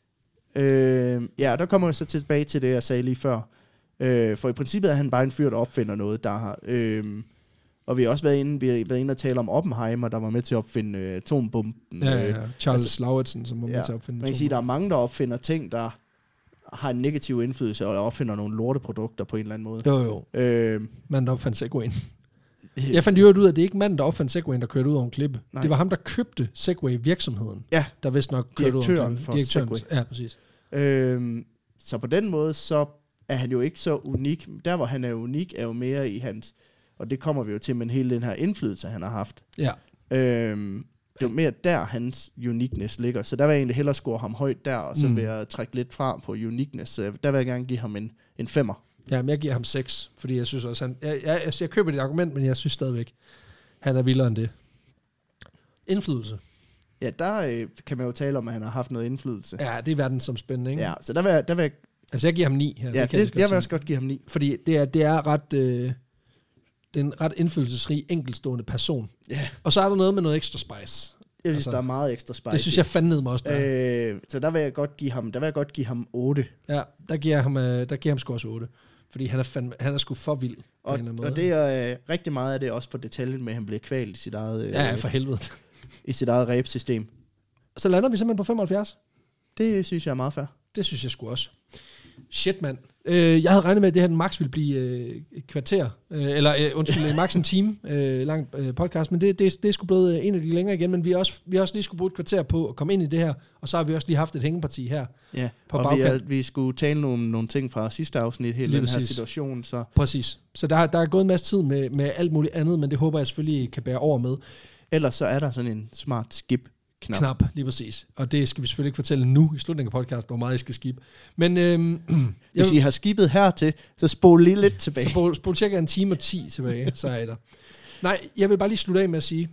Øh, ja, der kommer jeg så tilbage til det, jeg sagde lige før. Øh, for i princippet er han bare en fyr, der opfinder noget, der har... Øh, og vi har også været inde, vi har været inde og tale om Oppenheimer, der var med til at opfinde øh, atombomben. Ja, ja, Øh, ja. Charles altså- Lauritsen, som var med ja, til at opfinde man kan sige, der er mange, der opfinder ting, der har en negativ indflydelse, og opfinder nogle lorteprodukter på en eller anden måde. Jo, jo. Øh, Manden, der opfandt Segwayen. Jeg fandt jo ud af, at det er ikke manden, der opfandt Segwayen, der kørte ud over en klippe. Nej. Det var ham, der købte Segway-virksomheden. Ja. Der vist nok kørte ud over en Direktøren klippe. for Direktøren. Segway. Ja, præcis. øh, så på den måde, så er han jo ikke så unik. Der, hvor han er unik, er jo mere i hans... Og det kommer vi jo til, men hele den her indflydelse, han har haft. Ja. Øhm, det er jo mere der, hans uniqueness ligger. Så der vil jeg egentlig hellere score ham højt der, og så Mm. vil jeg trække lidt fra på uniqueness. Så der vil jeg gerne give ham en, en femmer. Ja, men jeg giver ham seks, fordi jeg synes også, han... Jeg, jeg, jeg, jeg køber dit argument, men jeg synes stadigvæk, han er vildere end det. Indflydelse. Ja, der øh, kan man jo tale om, at han har haft noget indflydelse. Ja, det er verden som spændende, ikke? Ja, så der vil jeg, der vil jeg, Altså, jeg giver ham ni her. ja, kan det, så jeg godt vil også sige. godt give ham ni. Fordi det er, det er ret... Øh, det er en ret indflydelsesrig, enkeltstående person. Ja, Og så er der noget med noget ekstra spice. jeg synes, Altså, der er meget ekstra spicy. Det synes jeg fandede mig også der. Øh, så der vil jeg godt give ham, der vil jeg godt give ham otte. Ja, der giver jeg ham, øh, der giver jeg ham sgu også otte. Fordi han er, fandme, han er sgu for vild på Og, en eller anden måde. og det er øh, rigtig meget af det også for detaljen med, at han bliver kvalt i sit eget, øh, Ja, ja, for helvede. i sit eget ræbsystem. Så lander vi simpelthen på femoghalvfjerds. Det synes jeg er meget fair. Det synes jeg sgu også. Shit, mand. Øh, jeg havde regnet med, at det her max ville blive øh, et kvarter. Øh, eller øh, undskyld, max en time øh, lang øh, podcast. Men det, det, det er sgu blevet øh, en af de længere igen. Men vi har også, vi har også lige skulle bruge et kvarter på at komme ind i det her. Og så har vi også lige haft et hængeparti her. Ja, På og vi, er, bagkant. vi skulle tale nogle, nogle ting fra sidste afsnit, hele Lige den her præcis. situation, så Præcis. Så der, der er gået en masse tid med, med alt muligt andet, men det håber jeg selvfølgelig I kan bære over med. ellers så er der sådan en smart skip knap. Knap, lige præcis. Og det skal vi selvfølgelig ikke fortælle nu i slutningen af podcasten, hvor meget I skal skibe. Men øhm, Hvis I har skibet hertil, så spol lige lidt tilbage. så spol, spol cirka en time og ti tilbage, så er I der. Nej, jeg vil bare lige slutte af med at sige,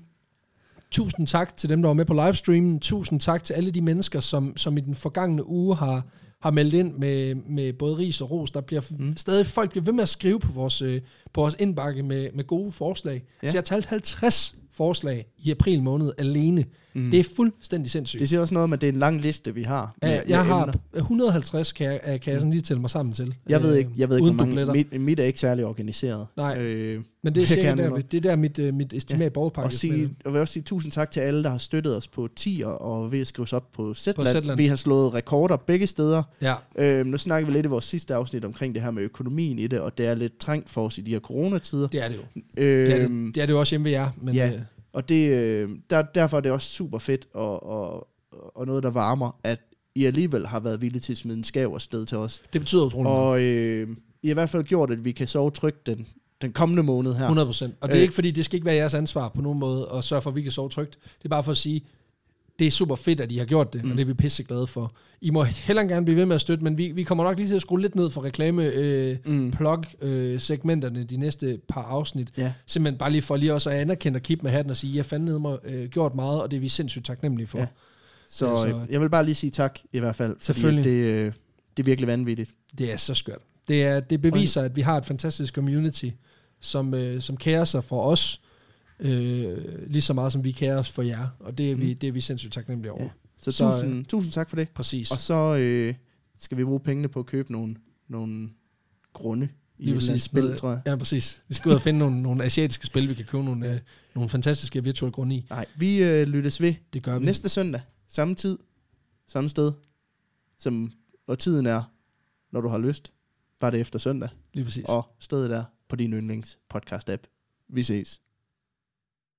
tusind tak til dem, der var med på livestreamen. Tusind tak til alle de mennesker, som, som i den forgangne uge har, har meldt ind med, med både ris og ros. Der bliver mm. stadig, folk bliver ved med at skrive på vores, øh, på vores indbakke med, med gode forslag. Ja. Så jeg har talt halvtreds forslag i april måned alene. Mm. Det er fuldstændig sindssygt. Det siger også noget om, at det er en lang liste, vi har. Med, Ja, med jeg har emner. et hundrede og halvtreds, kan jeg, kan jeg sådan lige tælle mig sammen til. Jeg ved Øh, ikke, jeg ved ikke uden hvor mange, dubletter. mit, mit er ikke særlig organiseret. Nej, øh, Men det er jeg cirka kan der, nu. vi- det er der mit, uh, mit estimat ja. ballpark. Og, sige, og vil også sige tusind tak til alle, der har støttet os på tier og ved at skrive os op på Zetland. Zetland. Vi har slået rekorder begge steder. Ja, Øh, nu snakker vi lidt i vores sidste afsnit omkring det her med økonomien i det, og det er lidt trængt for os i de her coronatider. det er det jo. Øh, Det er det, det er det jo også hjemme ved jer. Men, ja. øh, Og det, øh, der, derfor er det også super fedt, og, og, og noget, der varmer, at I alligevel har været villige til at smide en skav afsted til os. det betyder utroligt meget. Og øh, I har i hvert fald gjort, at vi kan sove trygt den, den kommende måned her. hundrede procent. Og det er Øh. ikke fordi, det skal ikke være jeres ansvar på nogen måde at sørge for, at vi kan sove trygt. Det er bare for at sige, det er super fedt, at I har gjort det, mm. og det er vi pisse glade for. I må heller gerne blive ved med at støtte, men vi, vi kommer nok lige til at skrue lidt ned for reklame øh, mm. plug øh, segmenterne de næste par afsnit. Yeah. Simpelthen bare lige for lige også at anerkende og kippe med hatten og sige, jeg fandme mig øh, gjort meget, og det er vi sindssygt taknemmelige for. Yeah. Så, øh, så jeg vil bare lige sige tak i hvert fald, fordi det, øh, det er virkelig vanvittigt. Det er så skørt. Det, er, det beviser, at vi har et fantastisk community, som, øh, som kærer sig for os, øh, lige så meget som vi kærer os for jer, og det er, mm. vi, det er vi sindssygt taknemmelige over. Ja. Så, så tusind, øh, tusind tak for det. Præcis. Og så øh, skal vi bruge pengene på at købe nogle, nogle grunde i et eller spil, tror jeg. Ja, præcis. Vi skal ud og finde nogle, nogle asiatiske spil, vi kan købe nogle, øh, nogle fantastiske virtuelle grunde i. Nej, vi øh, lyttes ved. Det gør vi. Næste søndag, samme tid, samme sted, som, og tiden er, når du har lyst, bare det efter søndag. Lige præcis. Og stedet er på din yndlings podcast app. Vi ses.